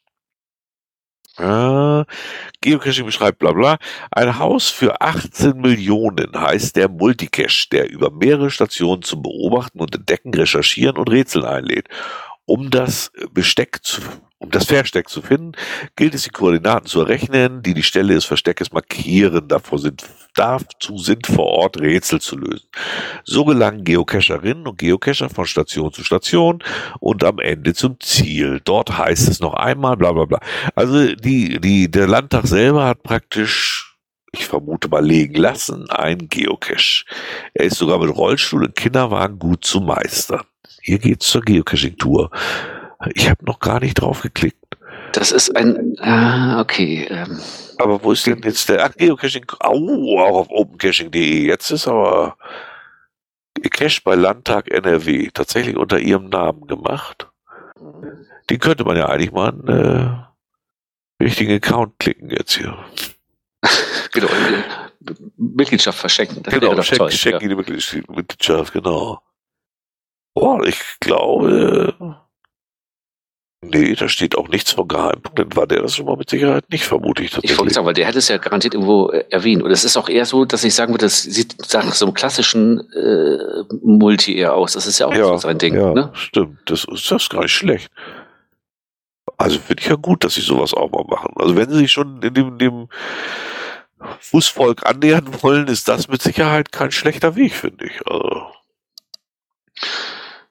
Äh, Geocaching beschreibt bla bla. Ein Haus für achtzehn Millionen heißt der Multicache, der über mehrere Stationen zum Beobachten und Entdecken, Recherchieren und Rätseln einlädt. Um das Besteck zu Um das Versteck zu finden, gilt es, die Koordinaten zu errechnen, die die Stelle des Versteckes markieren. Davor sind, dazu sind vor Ort Rätsel zu lösen. So gelangen Geocacherinnen und Geocacher von Station zu Station und am Ende zum Ziel. Dort heißt es noch einmal bla bla bla. Also die, die, der Landtag selber hat praktisch, ich vermute mal, legen lassen, einen Geocache. Er ist sogar mit Rollstuhl und Kinderwagen gut zu meistern. Hier geht's zur Geocaching-Tour. Ich habe noch gar nicht drauf geklickt. Das ist ein, ah, okay. Ähm. Aber wo ist denn jetzt der, ach, Geocaching, au, auch auf opencaching punkt de. Jetzt ist aber Cache bei Landtag N R W tatsächlich unter ihrem Namen gemacht. Den könnte man ja eigentlich mal einen äh, richtigen Account klicken jetzt hier. Genau, Mitgliedschaft verschenken. Das genau, wäre doch schenk, toll, schenken ja. die Mitgliedschaft, genau. Boah, ich glaube... Nee, da steht auch nichts von Geheimpunkten. War der das schon mal mit Sicherheit nicht, vermute ich tatsächlich. Ich wollte sagen, weil der hätte es ja garantiert irgendwo äh, erwähnt. Und es ist auch eher so, dass ich sagen würde, das sieht nach so einem klassischen äh, Multi eher aus. Das ist ja auch ja, so sein Ding. Ja, ne? Stimmt. Das ist das gar nicht schlecht. Also finde ich ja gut, dass sie sowas auch mal machen. Also wenn sie sich schon in dem, dem Fußvolk annähern wollen, ist das mit Sicherheit kein schlechter Weg, finde ich. Also.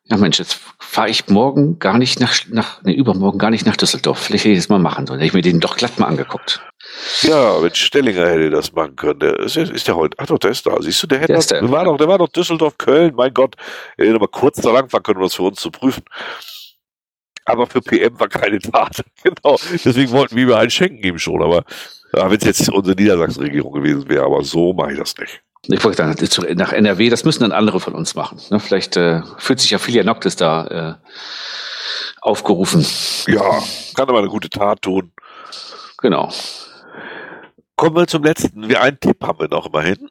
Ja, Mensch, jetzt fahre ich morgen gar nicht nach, nach ne, übermorgen gar nicht nach Düsseldorf. Vielleicht hätte ich das mal machen sollen. Hätte ich mir den doch glatt mal angeguckt. Ja, wenn Stellinger hätte das machen können. Der ist, ist der heute. Ach doch, der ist da. Siehst du, der hätte. Der ist der, der, war ja. doch, der war doch Düsseldorf, Köln. Mein Gott, er hätte aber kurz da lang fahren können, um das für uns zu prüfen. Aber für P M war keine Tat. Genau. Deswegen wollten wir ihm einen schenken ihm schon. Aber ja, wenn es jetzt unsere Niedersachsen-Regierung gewesen wäre, aber so mache ich das nicht. Ich wollte sagen, nach N R W, das müssen dann andere von uns machen. Ne? Vielleicht äh, fühlt sich ja Filia Noctis da äh, aufgerufen. Ja, kann aber eine gute Tat tun. Genau. Kommen wir zum letzten. Wir einen Tipp haben wir noch immerhin.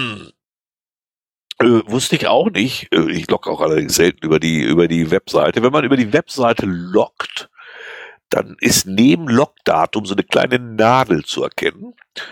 Äh, wusste ich auch nicht. Äh, ich logge auch allerdings selten über die, über die Webseite. Wenn man über die Webseite loggt, dann ist neben Logdatum so eine kleine Nadel zu erkennen.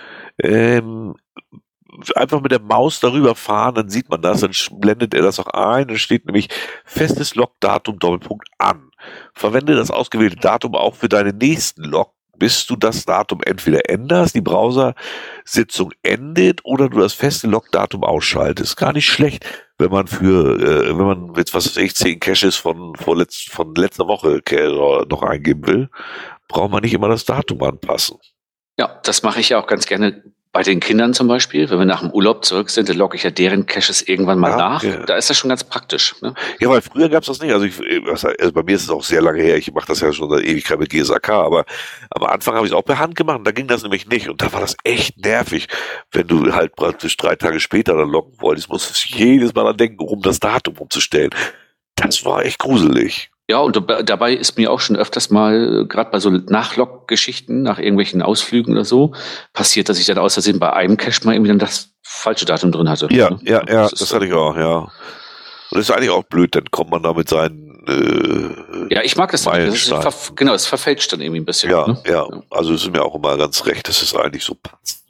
Ähm, einfach mit der Maus darüber fahren, dann sieht man das, dann blendet er das auch ein, dann steht nämlich festes Logdatum Doppelpunkt an. Verwende das ausgewählte Datum auch für deine nächsten Log, bis du das Datum entweder änderst, die Browser-Sitzung endet oder du das feste Logdatum ausschaltest. Gar nicht schlecht, wenn man für, äh, wenn man jetzt, was weiß ich, zehn Caches von, von, letzt, von letzter Woche noch eingeben will, braucht man nicht immer das Datum anpassen. Ja, das mache ich ja auch ganz gerne bei den Kindern zum Beispiel. Wenn wir nach dem Urlaub zurück sind, dann logge ich ja deren Caches irgendwann mal ja, nach. Ja. Da ist das schon ganz praktisch. Ne? Ja, weil früher gab es das nicht. Also, ich, also bei mir ist es auch sehr lange her. Ich mache das ja schon seit Ewigkeit mit G S A K. Aber am Anfang habe ich es auch per Hand gemacht. Und da ging das nämlich nicht. Und da war das echt nervig. Wenn du halt praktisch drei Tage später dann loggen wolltest, musstest du jedes Mal an denken, um das Datum umzustellen. Das war echt gruselig. Ja, und dabei ist mir auch schon öfters mal, gerade bei so Nachlog-Geschichten, nach irgendwelchen Ausflügen oder so, passiert, dass ich dann aus Versehen bei einem Cache mal irgendwie dann das falsche Datum drin hatte. Ja, ne? ja, ja, das, das hatte ich auch, ja. Und das ist eigentlich auch blöd, dann kommt man da mit seinen äh, Ja, ich mag das nicht. Das ist ver- genau, es verfälscht dann irgendwie ein bisschen. Ja, ne? ja, also es ist mir auch immer ganz recht, dass es eigentlich so passt.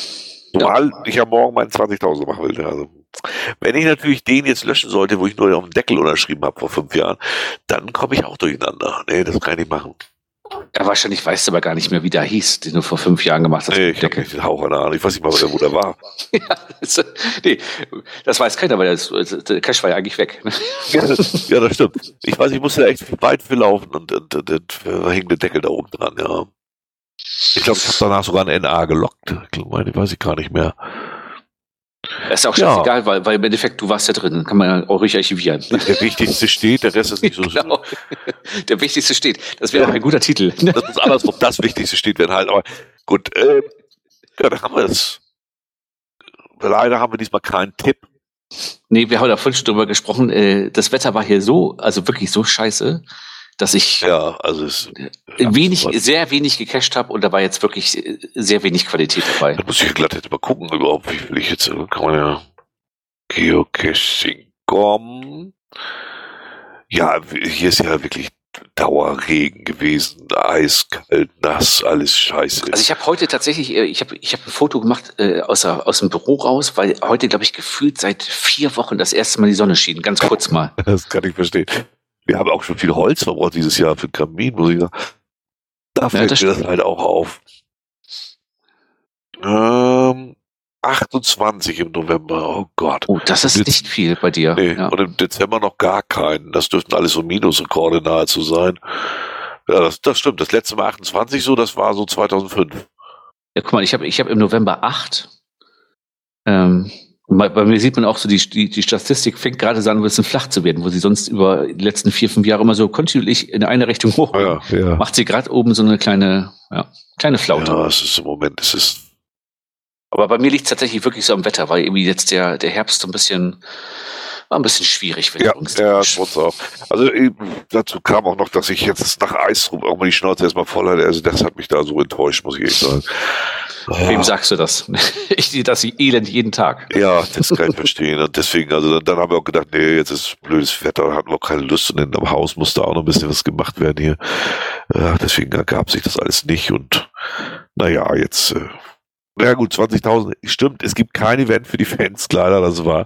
Zumal ja. ich ja morgen meinen zwanzigtausend machen will. Also, wenn ich natürlich den jetzt löschen sollte, wo ich nur auf den Deckel unterschrieben habe vor fünf Jahren, dann komme ich auch durcheinander. Nee, das kann ich nicht machen. Ja, wahrscheinlich weißt du aber gar nicht mehr, wie der hieß, den du vor fünf Jahren gemacht hast. Nee, ich habe nicht den Hauch an der Ahnung. Ich weiß nicht mal, wo der war. ja, das, nee, das weiß keiner, weil das, der Cache war ja eigentlich weg. ja, das, ja, das stimmt. Ich weiß, ich musste da echt weit für laufen und, und, und, und da hing der Deckel da oben dran, ja. Ich glaube, ich habe danach sogar ein N A gelockt. Ich meine, weiß ich gar nicht mehr. Das ist auch scheißegal, ja. weil, weil im Endeffekt, du warst ja drin, kann man ja auch ruhig archivieren. Der Wichtigste steht, der Rest ist nicht so genau. Der Wichtigste steht. Das wäre ja. auch ein guter Titel. Das muss andersrum, das Wichtigste steht, wenn halt, aber gut, äh, ja, da haben wir es. Leider haben wir diesmal keinen Tipp. Nee, wir haben da vorhin schon drüber gesprochen, äh, das Wetter war hier so, also wirklich so scheiße, dass ich ja, also es, wenig, ja, sehr wenig gecached habe und da war jetzt wirklich sehr wenig Qualität dabei. Da muss ich glatt jetzt mal gucken überhaupt, wie viel ich jetzt, kann man ja Geocaching kommen. Ja, hier ist ja wirklich Dauerregen gewesen, eiskalt, nass, alles scheiße. Also ich habe heute tatsächlich, ich habe ich hab ein Foto gemacht äh, aus, aus dem Büro raus, weil heute, glaube ich, gefühlt seit vier Wochen das erste Mal die Sonne schien, ganz kurz mal. Das kann ich verstehen. Wir haben auch schon viel Holz verbraucht dieses Jahr für den Kamin, muss ich sagen. Da fällt ja, mir das halt auch auf. Ähm, achtundzwanzig im November, oh Gott. Oh, das ist nicht viel bei dir. Nee, ja. Und im Dezember noch gar keinen. Das dürften alles so Minusrekorde nahezu sein. Ja, das, das stimmt. Das letzte Mal achtundzwanzig so, das war so zweitausendfünf. Ja, guck mal, ich habe ich hab im November acht. Ähm, Bei, bei mir sieht man auch so, die, die, die Statistik fängt gerade so an, ein bisschen flach zu werden, wo sie sonst über die letzten vier, fünf Jahre immer so kontinuierlich in eine Richtung hoch. Ja, ja. Macht sie gerade oben so eine kleine, ja, kleine Flaute. Ja, es ist im Moment, es ist. Aber bei mir liegt es tatsächlich wirklich so am Wetter, weil irgendwie jetzt der, der Herbst so ein bisschen, war ein bisschen schwierig. Ja, ja, das auch. Also dazu kam auch noch, dass ich jetzt nach Eisrup auch mal die Schnauze erstmal voll hatte. Also das hat mich da so enttäuscht, muss ich ehrlich sagen. Wem sagst du das? Ich sehe das Elend jeden Tag. Ja, das kann ich verstehen. Und deswegen, also dann, dann haben wir auch gedacht, nee, jetzt ist blödes Wetter, hatten wir auch keine Lust und am Haus musste auch noch ein bisschen was gemacht werden hier. Ja, deswegen ergab sich das alles nicht und naja, jetzt, äh, ja gut, zwanzigtausend, stimmt, es gibt kein Event für die Fans, leider, das war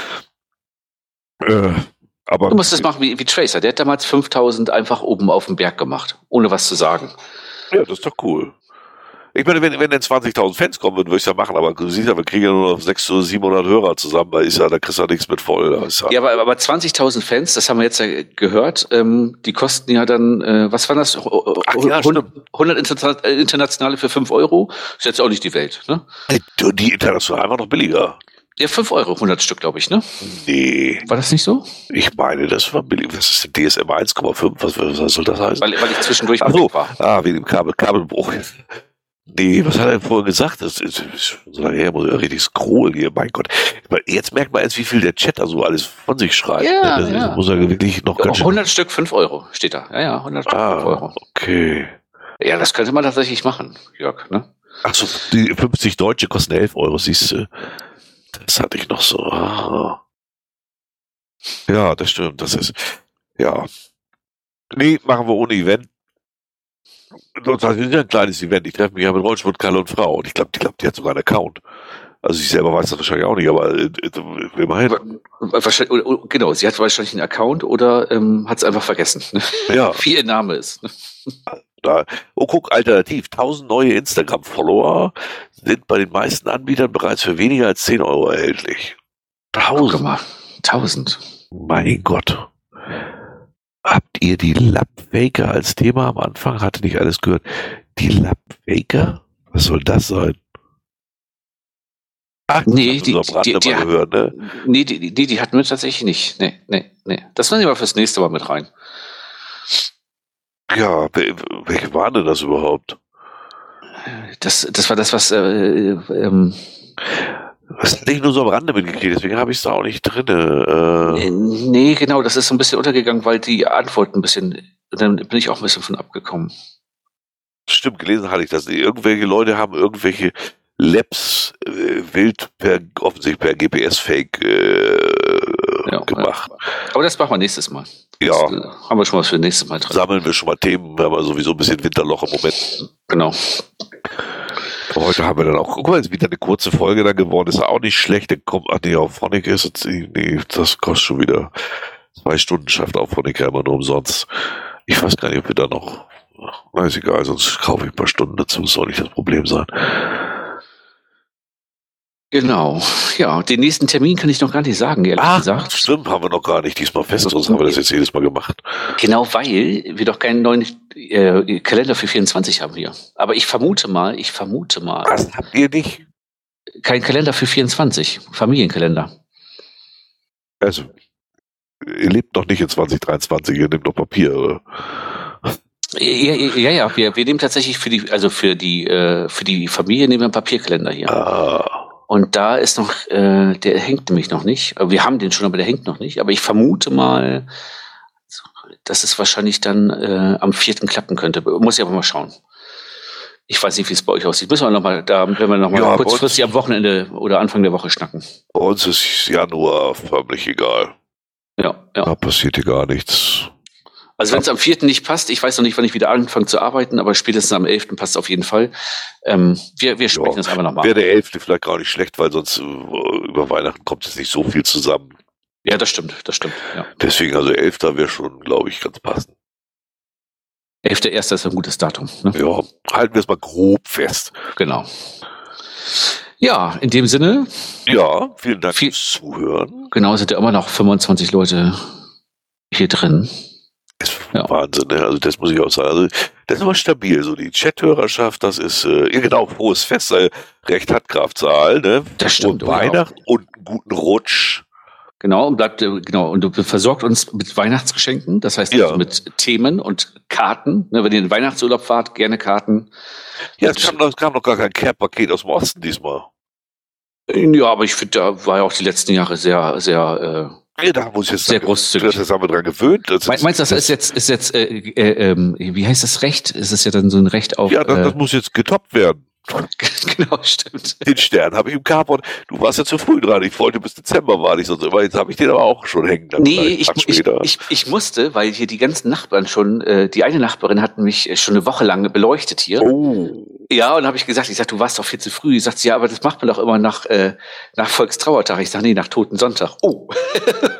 äh, aber du musst das machen wie, wie Tracer, der hat damals fünftausend einfach oben auf dem Berg gemacht, ohne was zu sagen. Ja, das ist doch cool. Ich meine, wenn, wenn dann zwanzigtausend Fans kommen würden, würde ich es ja machen, aber du siehst ja, wir kriegen ja nur noch sechshundert oder siebenhundert Hörer zusammen, da ist ja, da kriegst du ja nichts mit voll. Da ist ja, Ja, aber, aber zwanzigtausend Fans, das haben wir jetzt ja gehört, ähm, die kosten ja dann, äh, was war das? Ach ja, hundert Interna- internationale für fünf Euro? Ist jetzt auch nicht die Welt, ne? die, die international einfach noch billiger. Ja, fünf Euro, hundert Stück, glaube ich, ne? Nee. War das nicht so? Ich meine, das war billig. Was ist denn D S M eins Komma fünf? Was, was soll das heißen? Weil, weil ich zwischendurch Ach so, war. ah, wegen dem Kabel, Kabelbruch. Nee, was hat er denn vorher gesagt? Das ist, ist so lange her, muss ich ja richtig scrollen hier, mein Gott. Jetzt merkt man jetzt, wie viel der Chat da so alles von sich schreibt. Ja, das ja. muss er wirklich noch ganz schön. hundert Stück, fünf Euro steht da. Ja, ja, hundert Stück, Ah, fünf Euro. okay. Ja, das könnte man tatsächlich machen, Jörg, ne? Ach so, die fünfzig Deutsche kosten elf Euro, siehst du. Das hatte ich noch so. Ah. Ja, das stimmt, das ist, ja. Nee, machen wir ohne Event. Das ist ja ein kleines Event. Ich treffe mich ja mit Rollsport, Kalle und Frau. Und ich glaube, die, glaub, die hat sogar einen Account. Also ich selber weiß das wahrscheinlich auch nicht, aber äh, äh, immerhin. Wahrscheinlich, genau, sie hat wahrscheinlich einen Account oder ähm, hat es einfach vergessen, ne? Ja. Wie ihr Name ist. Ne? Da. Oh, guck, alternativ. tausend neue Instagram-Follower sind bei den meisten Anbietern bereits für weniger als zehn Euro erhältlich. Guck tausend. mal, tausend. Mein Gott. Habt ihr die Lappfaker als Thema am Anfang? Hatte nicht alles gehört. Die Lappfaker? Was soll das sein? Ach, Nee, das die, haben wir am die, Rande die, mal hat- gehört, ne? nee, die, die, die hatten wir tatsächlich nicht. Nee, nee, nee. Das nehmen wir fürs nächste Mal mit rein. Ja, wel- welche waren denn das überhaupt? Das, das war das, was, äh, ähm, Das hatte ich nur so am Rande mitgekriegt, deswegen habe ich es da auch nicht drinne. Äh, äh, nee, genau, das ist so ein bisschen untergegangen, weil die Antworten ein bisschen, dann bin ich auch ein bisschen von abgekommen. stimmt, gelesen hatte ich das. Irgendwelche Leute haben irgendwelche Labs äh, wild per, offensichtlich per G P S-Fake äh, Ja, gemacht. Aber das machen wir nächstes Mal. Ja. Das, äh, haben wir schon was für nächstes Mal drin. Sammeln wir schon mal Themen, wir haben ja sowieso ein bisschen Winterloch im Moment. Genau. Heute haben wir dann auch, guck mal, ist wieder eine kurze Folge dann geworden, ist ja auch nicht schlecht, dann kommt, ach nee, auf Phonic ist es, nee, das kostet schon wieder zwei Stunden, schafft auf Phonic ja immer nur umsonst. Ich weiß gar nicht, ob wir da noch, na ist egal, sonst kaufe ich ein paar Stunden dazu, soll nicht das Problem sein. Genau. Ja, den nächsten Termin kann ich noch gar nicht sagen, ehrlich Ach, gesagt. stimmt, haben wir noch gar nicht diesmal fest, sonst haben wir das jetzt jedes Mal gemacht. Genau, weil wir doch keinen neuen äh, Kalender für vierundzwanzig haben hier. Aber ich vermute mal, ich vermute mal, Was habt ihr nicht? kein Kalender für vierundzwanzig, Familienkalender. Also, ihr lebt noch nicht in zwanzig dreiundzwanzig, ihr nehmt noch Papier, oder? Ja, ja, ja, ja, wir, wir nehmen tatsächlich für die, also für die, äh, für die Familie nehmen wir einen Papierkalender hier. Ah, Und da ist noch, äh, der hängt nämlich noch nicht. Wir haben den schon, aber der hängt noch nicht. Aber ich vermute mal, dass es wahrscheinlich dann äh, am vierten klappen könnte. Muss ich aber mal schauen. Ich weiß nicht, wie es bei euch aussieht. Müssen wir noch mal, da werden wir noch mal Ja, kurzfristig am Wochenende oder Anfang der Woche schnacken. bei uns ist Januar förmlich egal. Ja, ja. Da passiert hier gar nichts. Also wenn es am vierten nicht passt, ich weiß noch nicht, wann ich wieder anfange zu arbeiten, aber spätestens am elften passt es auf jeden Fall. Ähm, wir, wir sprechen Ja, das einfach nochmal. Wäre der elfte vielleicht gar nicht schlecht, weil sonst äh, über Weihnachten kommt jetzt nicht so viel zusammen. Ja, das stimmt, das stimmt. Ja. Deswegen, also elfter wäre schon, glaube ich, ganz passend. elfter erster ist ein gutes Datum. Ne? Ja, halten wir es mal grob fest. Genau. Ja, in dem Sinne, Ja, vielen Dank Viel- fürs Zuhören. genau, sind ja immer noch fünfundzwanzig Leute hier drin. Ist Ja. Wahnsinn, ne? Also das muss ich auch sagen. Also das ist aber stabil. So die Chat-Hörerschaft, das ist, äh, ja genau, frohes Fest, äh, recht hat Kraftzahl, ne? Das stimmt, Und oh ja. Weihnachten und einen guten Rutsch. Genau, und bleibt, äh, genau, und du versorgt uns mit Weihnachtsgeschenken, das heißt Ja. also mit Themen und Karten. Ne, wenn ihr in den Weihnachtsurlaub fahrt, gerne Karten. Ja, es kam, noch- es kam noch gar kein Care-Paket aus dem Osten diesmal. Ja, aber ich finde, da war ja auch die letzten Jahre sehr, sehr, Ja, da muss ich jetzt Sehr sagen, großzügig. Das haben wir dran gewöhnt. Das äh, ist- meinst du, das ist jetzt, ist jetzt, äh, äh, ähm, wie heißt das Recht? Ist es ja dann so ein Recht auf, Ja, das, das äh, muss jetzt getoppt werden. genau, stimmt. Den Stern habe ich im Carport. Du warst ja zu früh dran. Ich wollte bis Dezember warten, ich sonst immer. Jetzt habe ich den aber auch schon hängen. Dann Nee, einen ich, Tag ich, später. ich, ich musste, weil hier die ganzen Nachbarn schon, äh, die eine Nachbarin hat mich äh, schon eine Woche lang beleuchtet hier. Oh. Ja, und habe ich gesagt, ich sag, du warst doch viel zu früh. Ich sagt sie, ja, aber das macht man doch immer nach, äh, nach Volkstrauertag. Ich sag, nee, nach Toten Sonntag. Oh.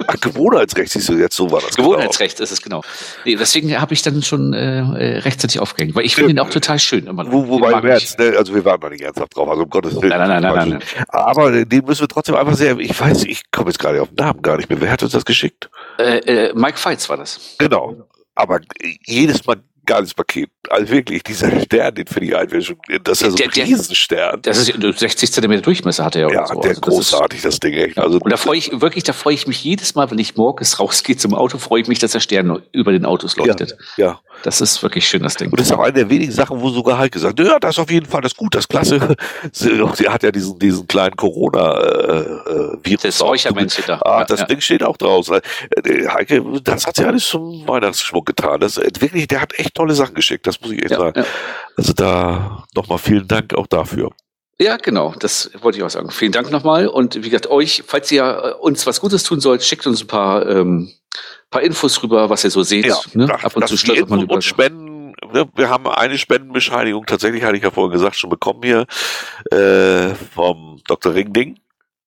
Ach, Gewohnheitsrecht, siehst du, jetzt so war das. Gewohnheitsrecht genau. Ist es, genau. Nee, deswegen habe ich dann schon äh, rechtzeitig aufgehängt, weil ich finde ihn auch total schön. Immer Wo, wobei wir jetzt, ne, also wir waren noch nicht ernsthaft drauf, also um Gottes Willen. Nein, nein, nein, nein, nein, nein. Aber den müssen wir trotzdem einfach sehr, ich weiß, ich komme jetzt gerade auf den Namen gar nicht mehr. Wer hat uns das geschickt? Äh, äh, Mike Feitz war das. Genau. Aber jedes Mal geiles Paket. Also wirklich, dieser Stern, den finde ich einfach schon, das ist ja so ein der, Riesenstern. Das ist sechzig Zentimeter Durchmesser hat er ja. Ja, so. der also großartig, das, ist, das Ding echt. Also, und da freue ich, wirklich, da freue ich mich jedes Mal, wenn ich morgens rausgehe zum Auto, freue ich mich, dass der Stern über den Autos leuchtet. Ja, ja. Das ist wirklich schön, das Ding. Und das ist auch eine der wenigen Sachen, wo sogar halt gesagt, ja, das ist auf jeden Fall das ist gut, das ist klasse. Sie hat ja diesen, diesen kleinen Corona-Virus. Äh, das Räuchermännchen da. Ah, ja, das ja. Ding steht auch draußen. Heike, das hat sie alles zum Weihnachtsschmuck getan. Das wirklich, der hat echt tolle Sachen geschickt, das muss ich echt ja, sagen. Ja. Also da nochmal vielen Dank auch dafür. Ja, genau, das wollte ich auch sagen. Vielen Dank nochmal. Und wie gesagt, euch, falls ihr uns was Gutes tun sollt, schickt uns ein paar, ähm, paar Infos rüber, was ihr so seht. Ja, ne? das, Ab und zu stört man über und Spenden. Wir haben eine Spendenbescheinigung, tatsächlich hatte ich ja vorhin gesagt, schon bekommen hier äh, vom Doktor Ringding.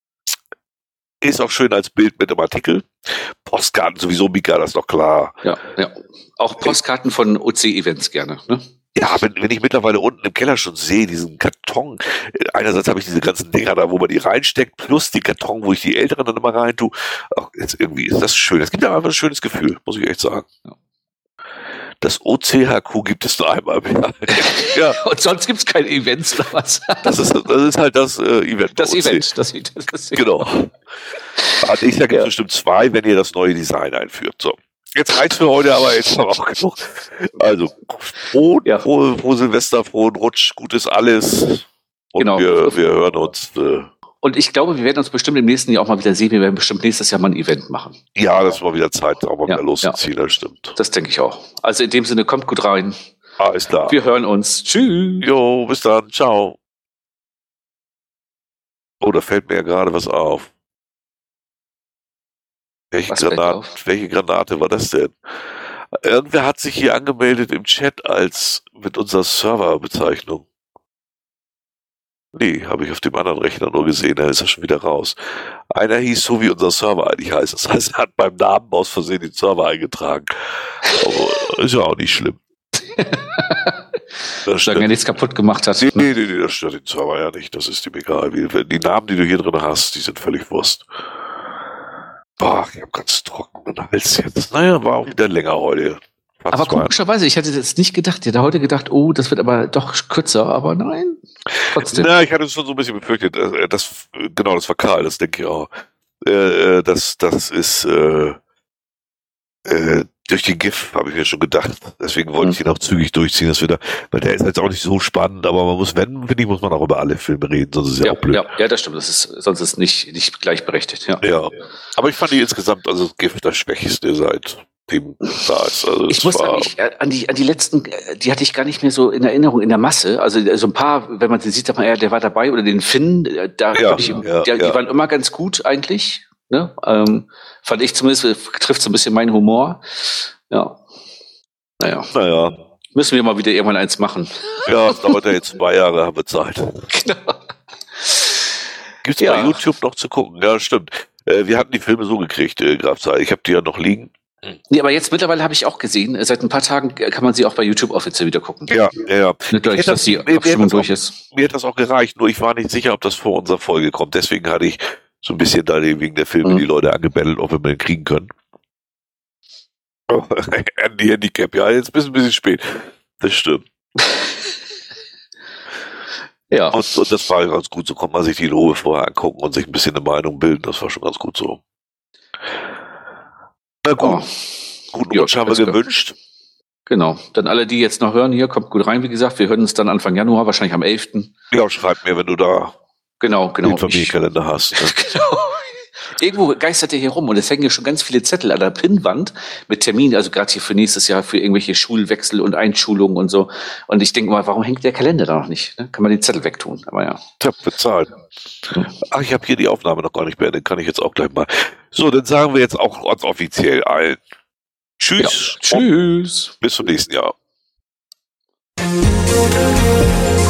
Ist auch schön als Bild mit dem Artikel. Postkarten sowieso, Mika, das ist doch klar. Ja, ja. Auch Postkarten von O C-Events gerne, ne? Ja, wenn, wenn ich mittlerweile unten im Keller schon sehe, diesen Karton, einerseits habe ich diese ganzen Dinger da, wo man die reinsteckt, plus die Karton, wo ich die Älteren dann immer rein tue. Ach, jetzt irgendwie ist das schön. Es gibt ja einfach ein schönes Gefühl, muss ich echt sagen. Ja. Das O C H Q gibt es nur einmal mehr. Ja. Und sonst gibt es kein Events oder was? Das ist, das ist halt das äh, Event. Das Event. Das, das, das genau. Also ich sage ja. bestimmt zwei, wenn ihr das neue Design einführt. So. Jetzt reicht's für heute, aber jetzt noch auch genug. Also, froh, ja. frohe, frohe Silvester, frohen Rutsch, gutes alles. Und genau. wir, wir hören uns. Äh, Und ich glaube, wir werden uns bestimmt im nächsten Jahr auch mal wieder sehen. Wir werden bestimmt nächstes Jahr mal ein Event machen. Ja, das war wieder Zeit, auch mal ja, wieder loszuziehen, ja. das stimmt. Das denke ich auch. Also in dem Sinne, kommt gut rein. Alles klar. Wir hören uns. Tschüss. Jo, bis dann. Ciao. Oh, da fällt mir ja gerade was auf. Welche Granate, welche Granate war das denn? Irgendwer hat sich hier angemeldet im Chat als mit unserer Serverbezeichnung. Nee, habe ich auf dem anderen Rechner nur gesehen, da ist er schon wieder raus. Einer hieß so, wie unser Server eigentlich heißt. Das heißt, er hat beim Namen aus Versehen den Server eingetragen. Aber ist ja auch nicht schlimm. Solange er nichts kaputt gemacht hat. Nee, nee, nee, das stört den Server ja nicht. Das ist ihm egal. Die Namen, die du hier drin hast, die sind völlig Wurst. Boah, ich habe ganz trockenen Hals jetzt. Naja, war auch wieder länger heute. Fast aber komischerweise, ich hätte das nicht gedacht. Ich hätte heute gedacht, oh, das wird aber doch kürzer, aber nein. Trotzdem. Na, ich hatte es schon so ein bisschen befürchtet. Das, das, genau, das war Karl, das denke ich auch. Äh, das, das ist äh, äh, durch den GIF, habe ich mir schon gedacht. Deswegen wollte mhm. ich ihn auch zügig durchziehen, dass wir da, weil der ist jetzt auch nicht so spannend, aber man muss, wenn, finde ich, muss man auch über alle Filme reden, sonst ist es ja, ja auch blöd. Ja, ja, das stimmt. Das ist, sonst ist es nicht, nicht gleichberechtigt. Ja. ja. Aber ich fand die insgesamt, also das GIF, das Schwächste seit dem da ist. Also ich muss sagen, ich, an die, an die letzten, die hatte ich gar nicht mehr so in Erinnerung in der Masse. Also so ein paar, wenn man sie sieht, sagt man, ja, der war dabei oder den Finn, da ja, ich, ja, der, ja. die waren immer ganz gut eigentlich. Ne? Ähm, fand ich zumindest, trifft so ein bisschen meinen Humor. Ja. Naja. Naja. Müssen wir mal wieder irgendwann eins machen. Ja, das dauert ja jetzt zwei Jahre, haben wir Zeit. Genau. Gibt's ja. bei YouTube noch zu gucken? Ja, stimmt. Äh, wir hatten die Filme so gekriegt, äh, Grafzeit. Ich habe die ja noch liegen. Nee, aber jetzt mittlerweile habe ich auch gesehen, seit ein paar Tagen kann man sie auch bei YouTube offiziell wieder gucken. Ja, ja, ja. Nicht gleich, dass die Abstimmung durch ist. Mir hat das auch gereicht, nur ich war nicht sicher, ob das vor unserer Folge kommt. Deswegen hatte ich so ein bisschen da wegen der Filme mhm. die Leute angebettelt, ob wir den kriegen können. Oh, Andy Handicap, ja, jetzt bist du ein bisschen spät. Das stimmt. Ja. Und, und das war ganz gut, so konnte man sich die Lobe vorher angucken und sich ein bisschen eine Meinung bilden. Das war schon ganz gut so. Na gut, oh. guten Rutsch haben wir gewünscht. Genau, dann alle, die jetzt noch hören, hier, kommt gut rein, wie gesagt, wir hören uns dann Anfang Januar, wahrscheinlich am elften Ja, schreib mir, wenn du da genau, genau. den Familienkalender hast. Ne? Genau. Irgendwo geistert er hier rum und es hängen ja schon ganz viele Zettel an der Pinnwand mit Terminen, also gerade hier für nächstes Jahr für irgendwelche Schulwechsel und Einschulungen und so. Und ich denke mal, warum hängt der Kalender da noch nicht? Ne? Kann man den Zettel wegtun, aber ja. Tja, bezahlt. Ach, ich habe hier die Aufnahme noch gar nicht beendet, kann ich jetzt auch gleich mal. So, dann sagen wir jetzt auch offiziell allen Tschüss. Ja. Tschüss. Bis zum nächsten Jahr.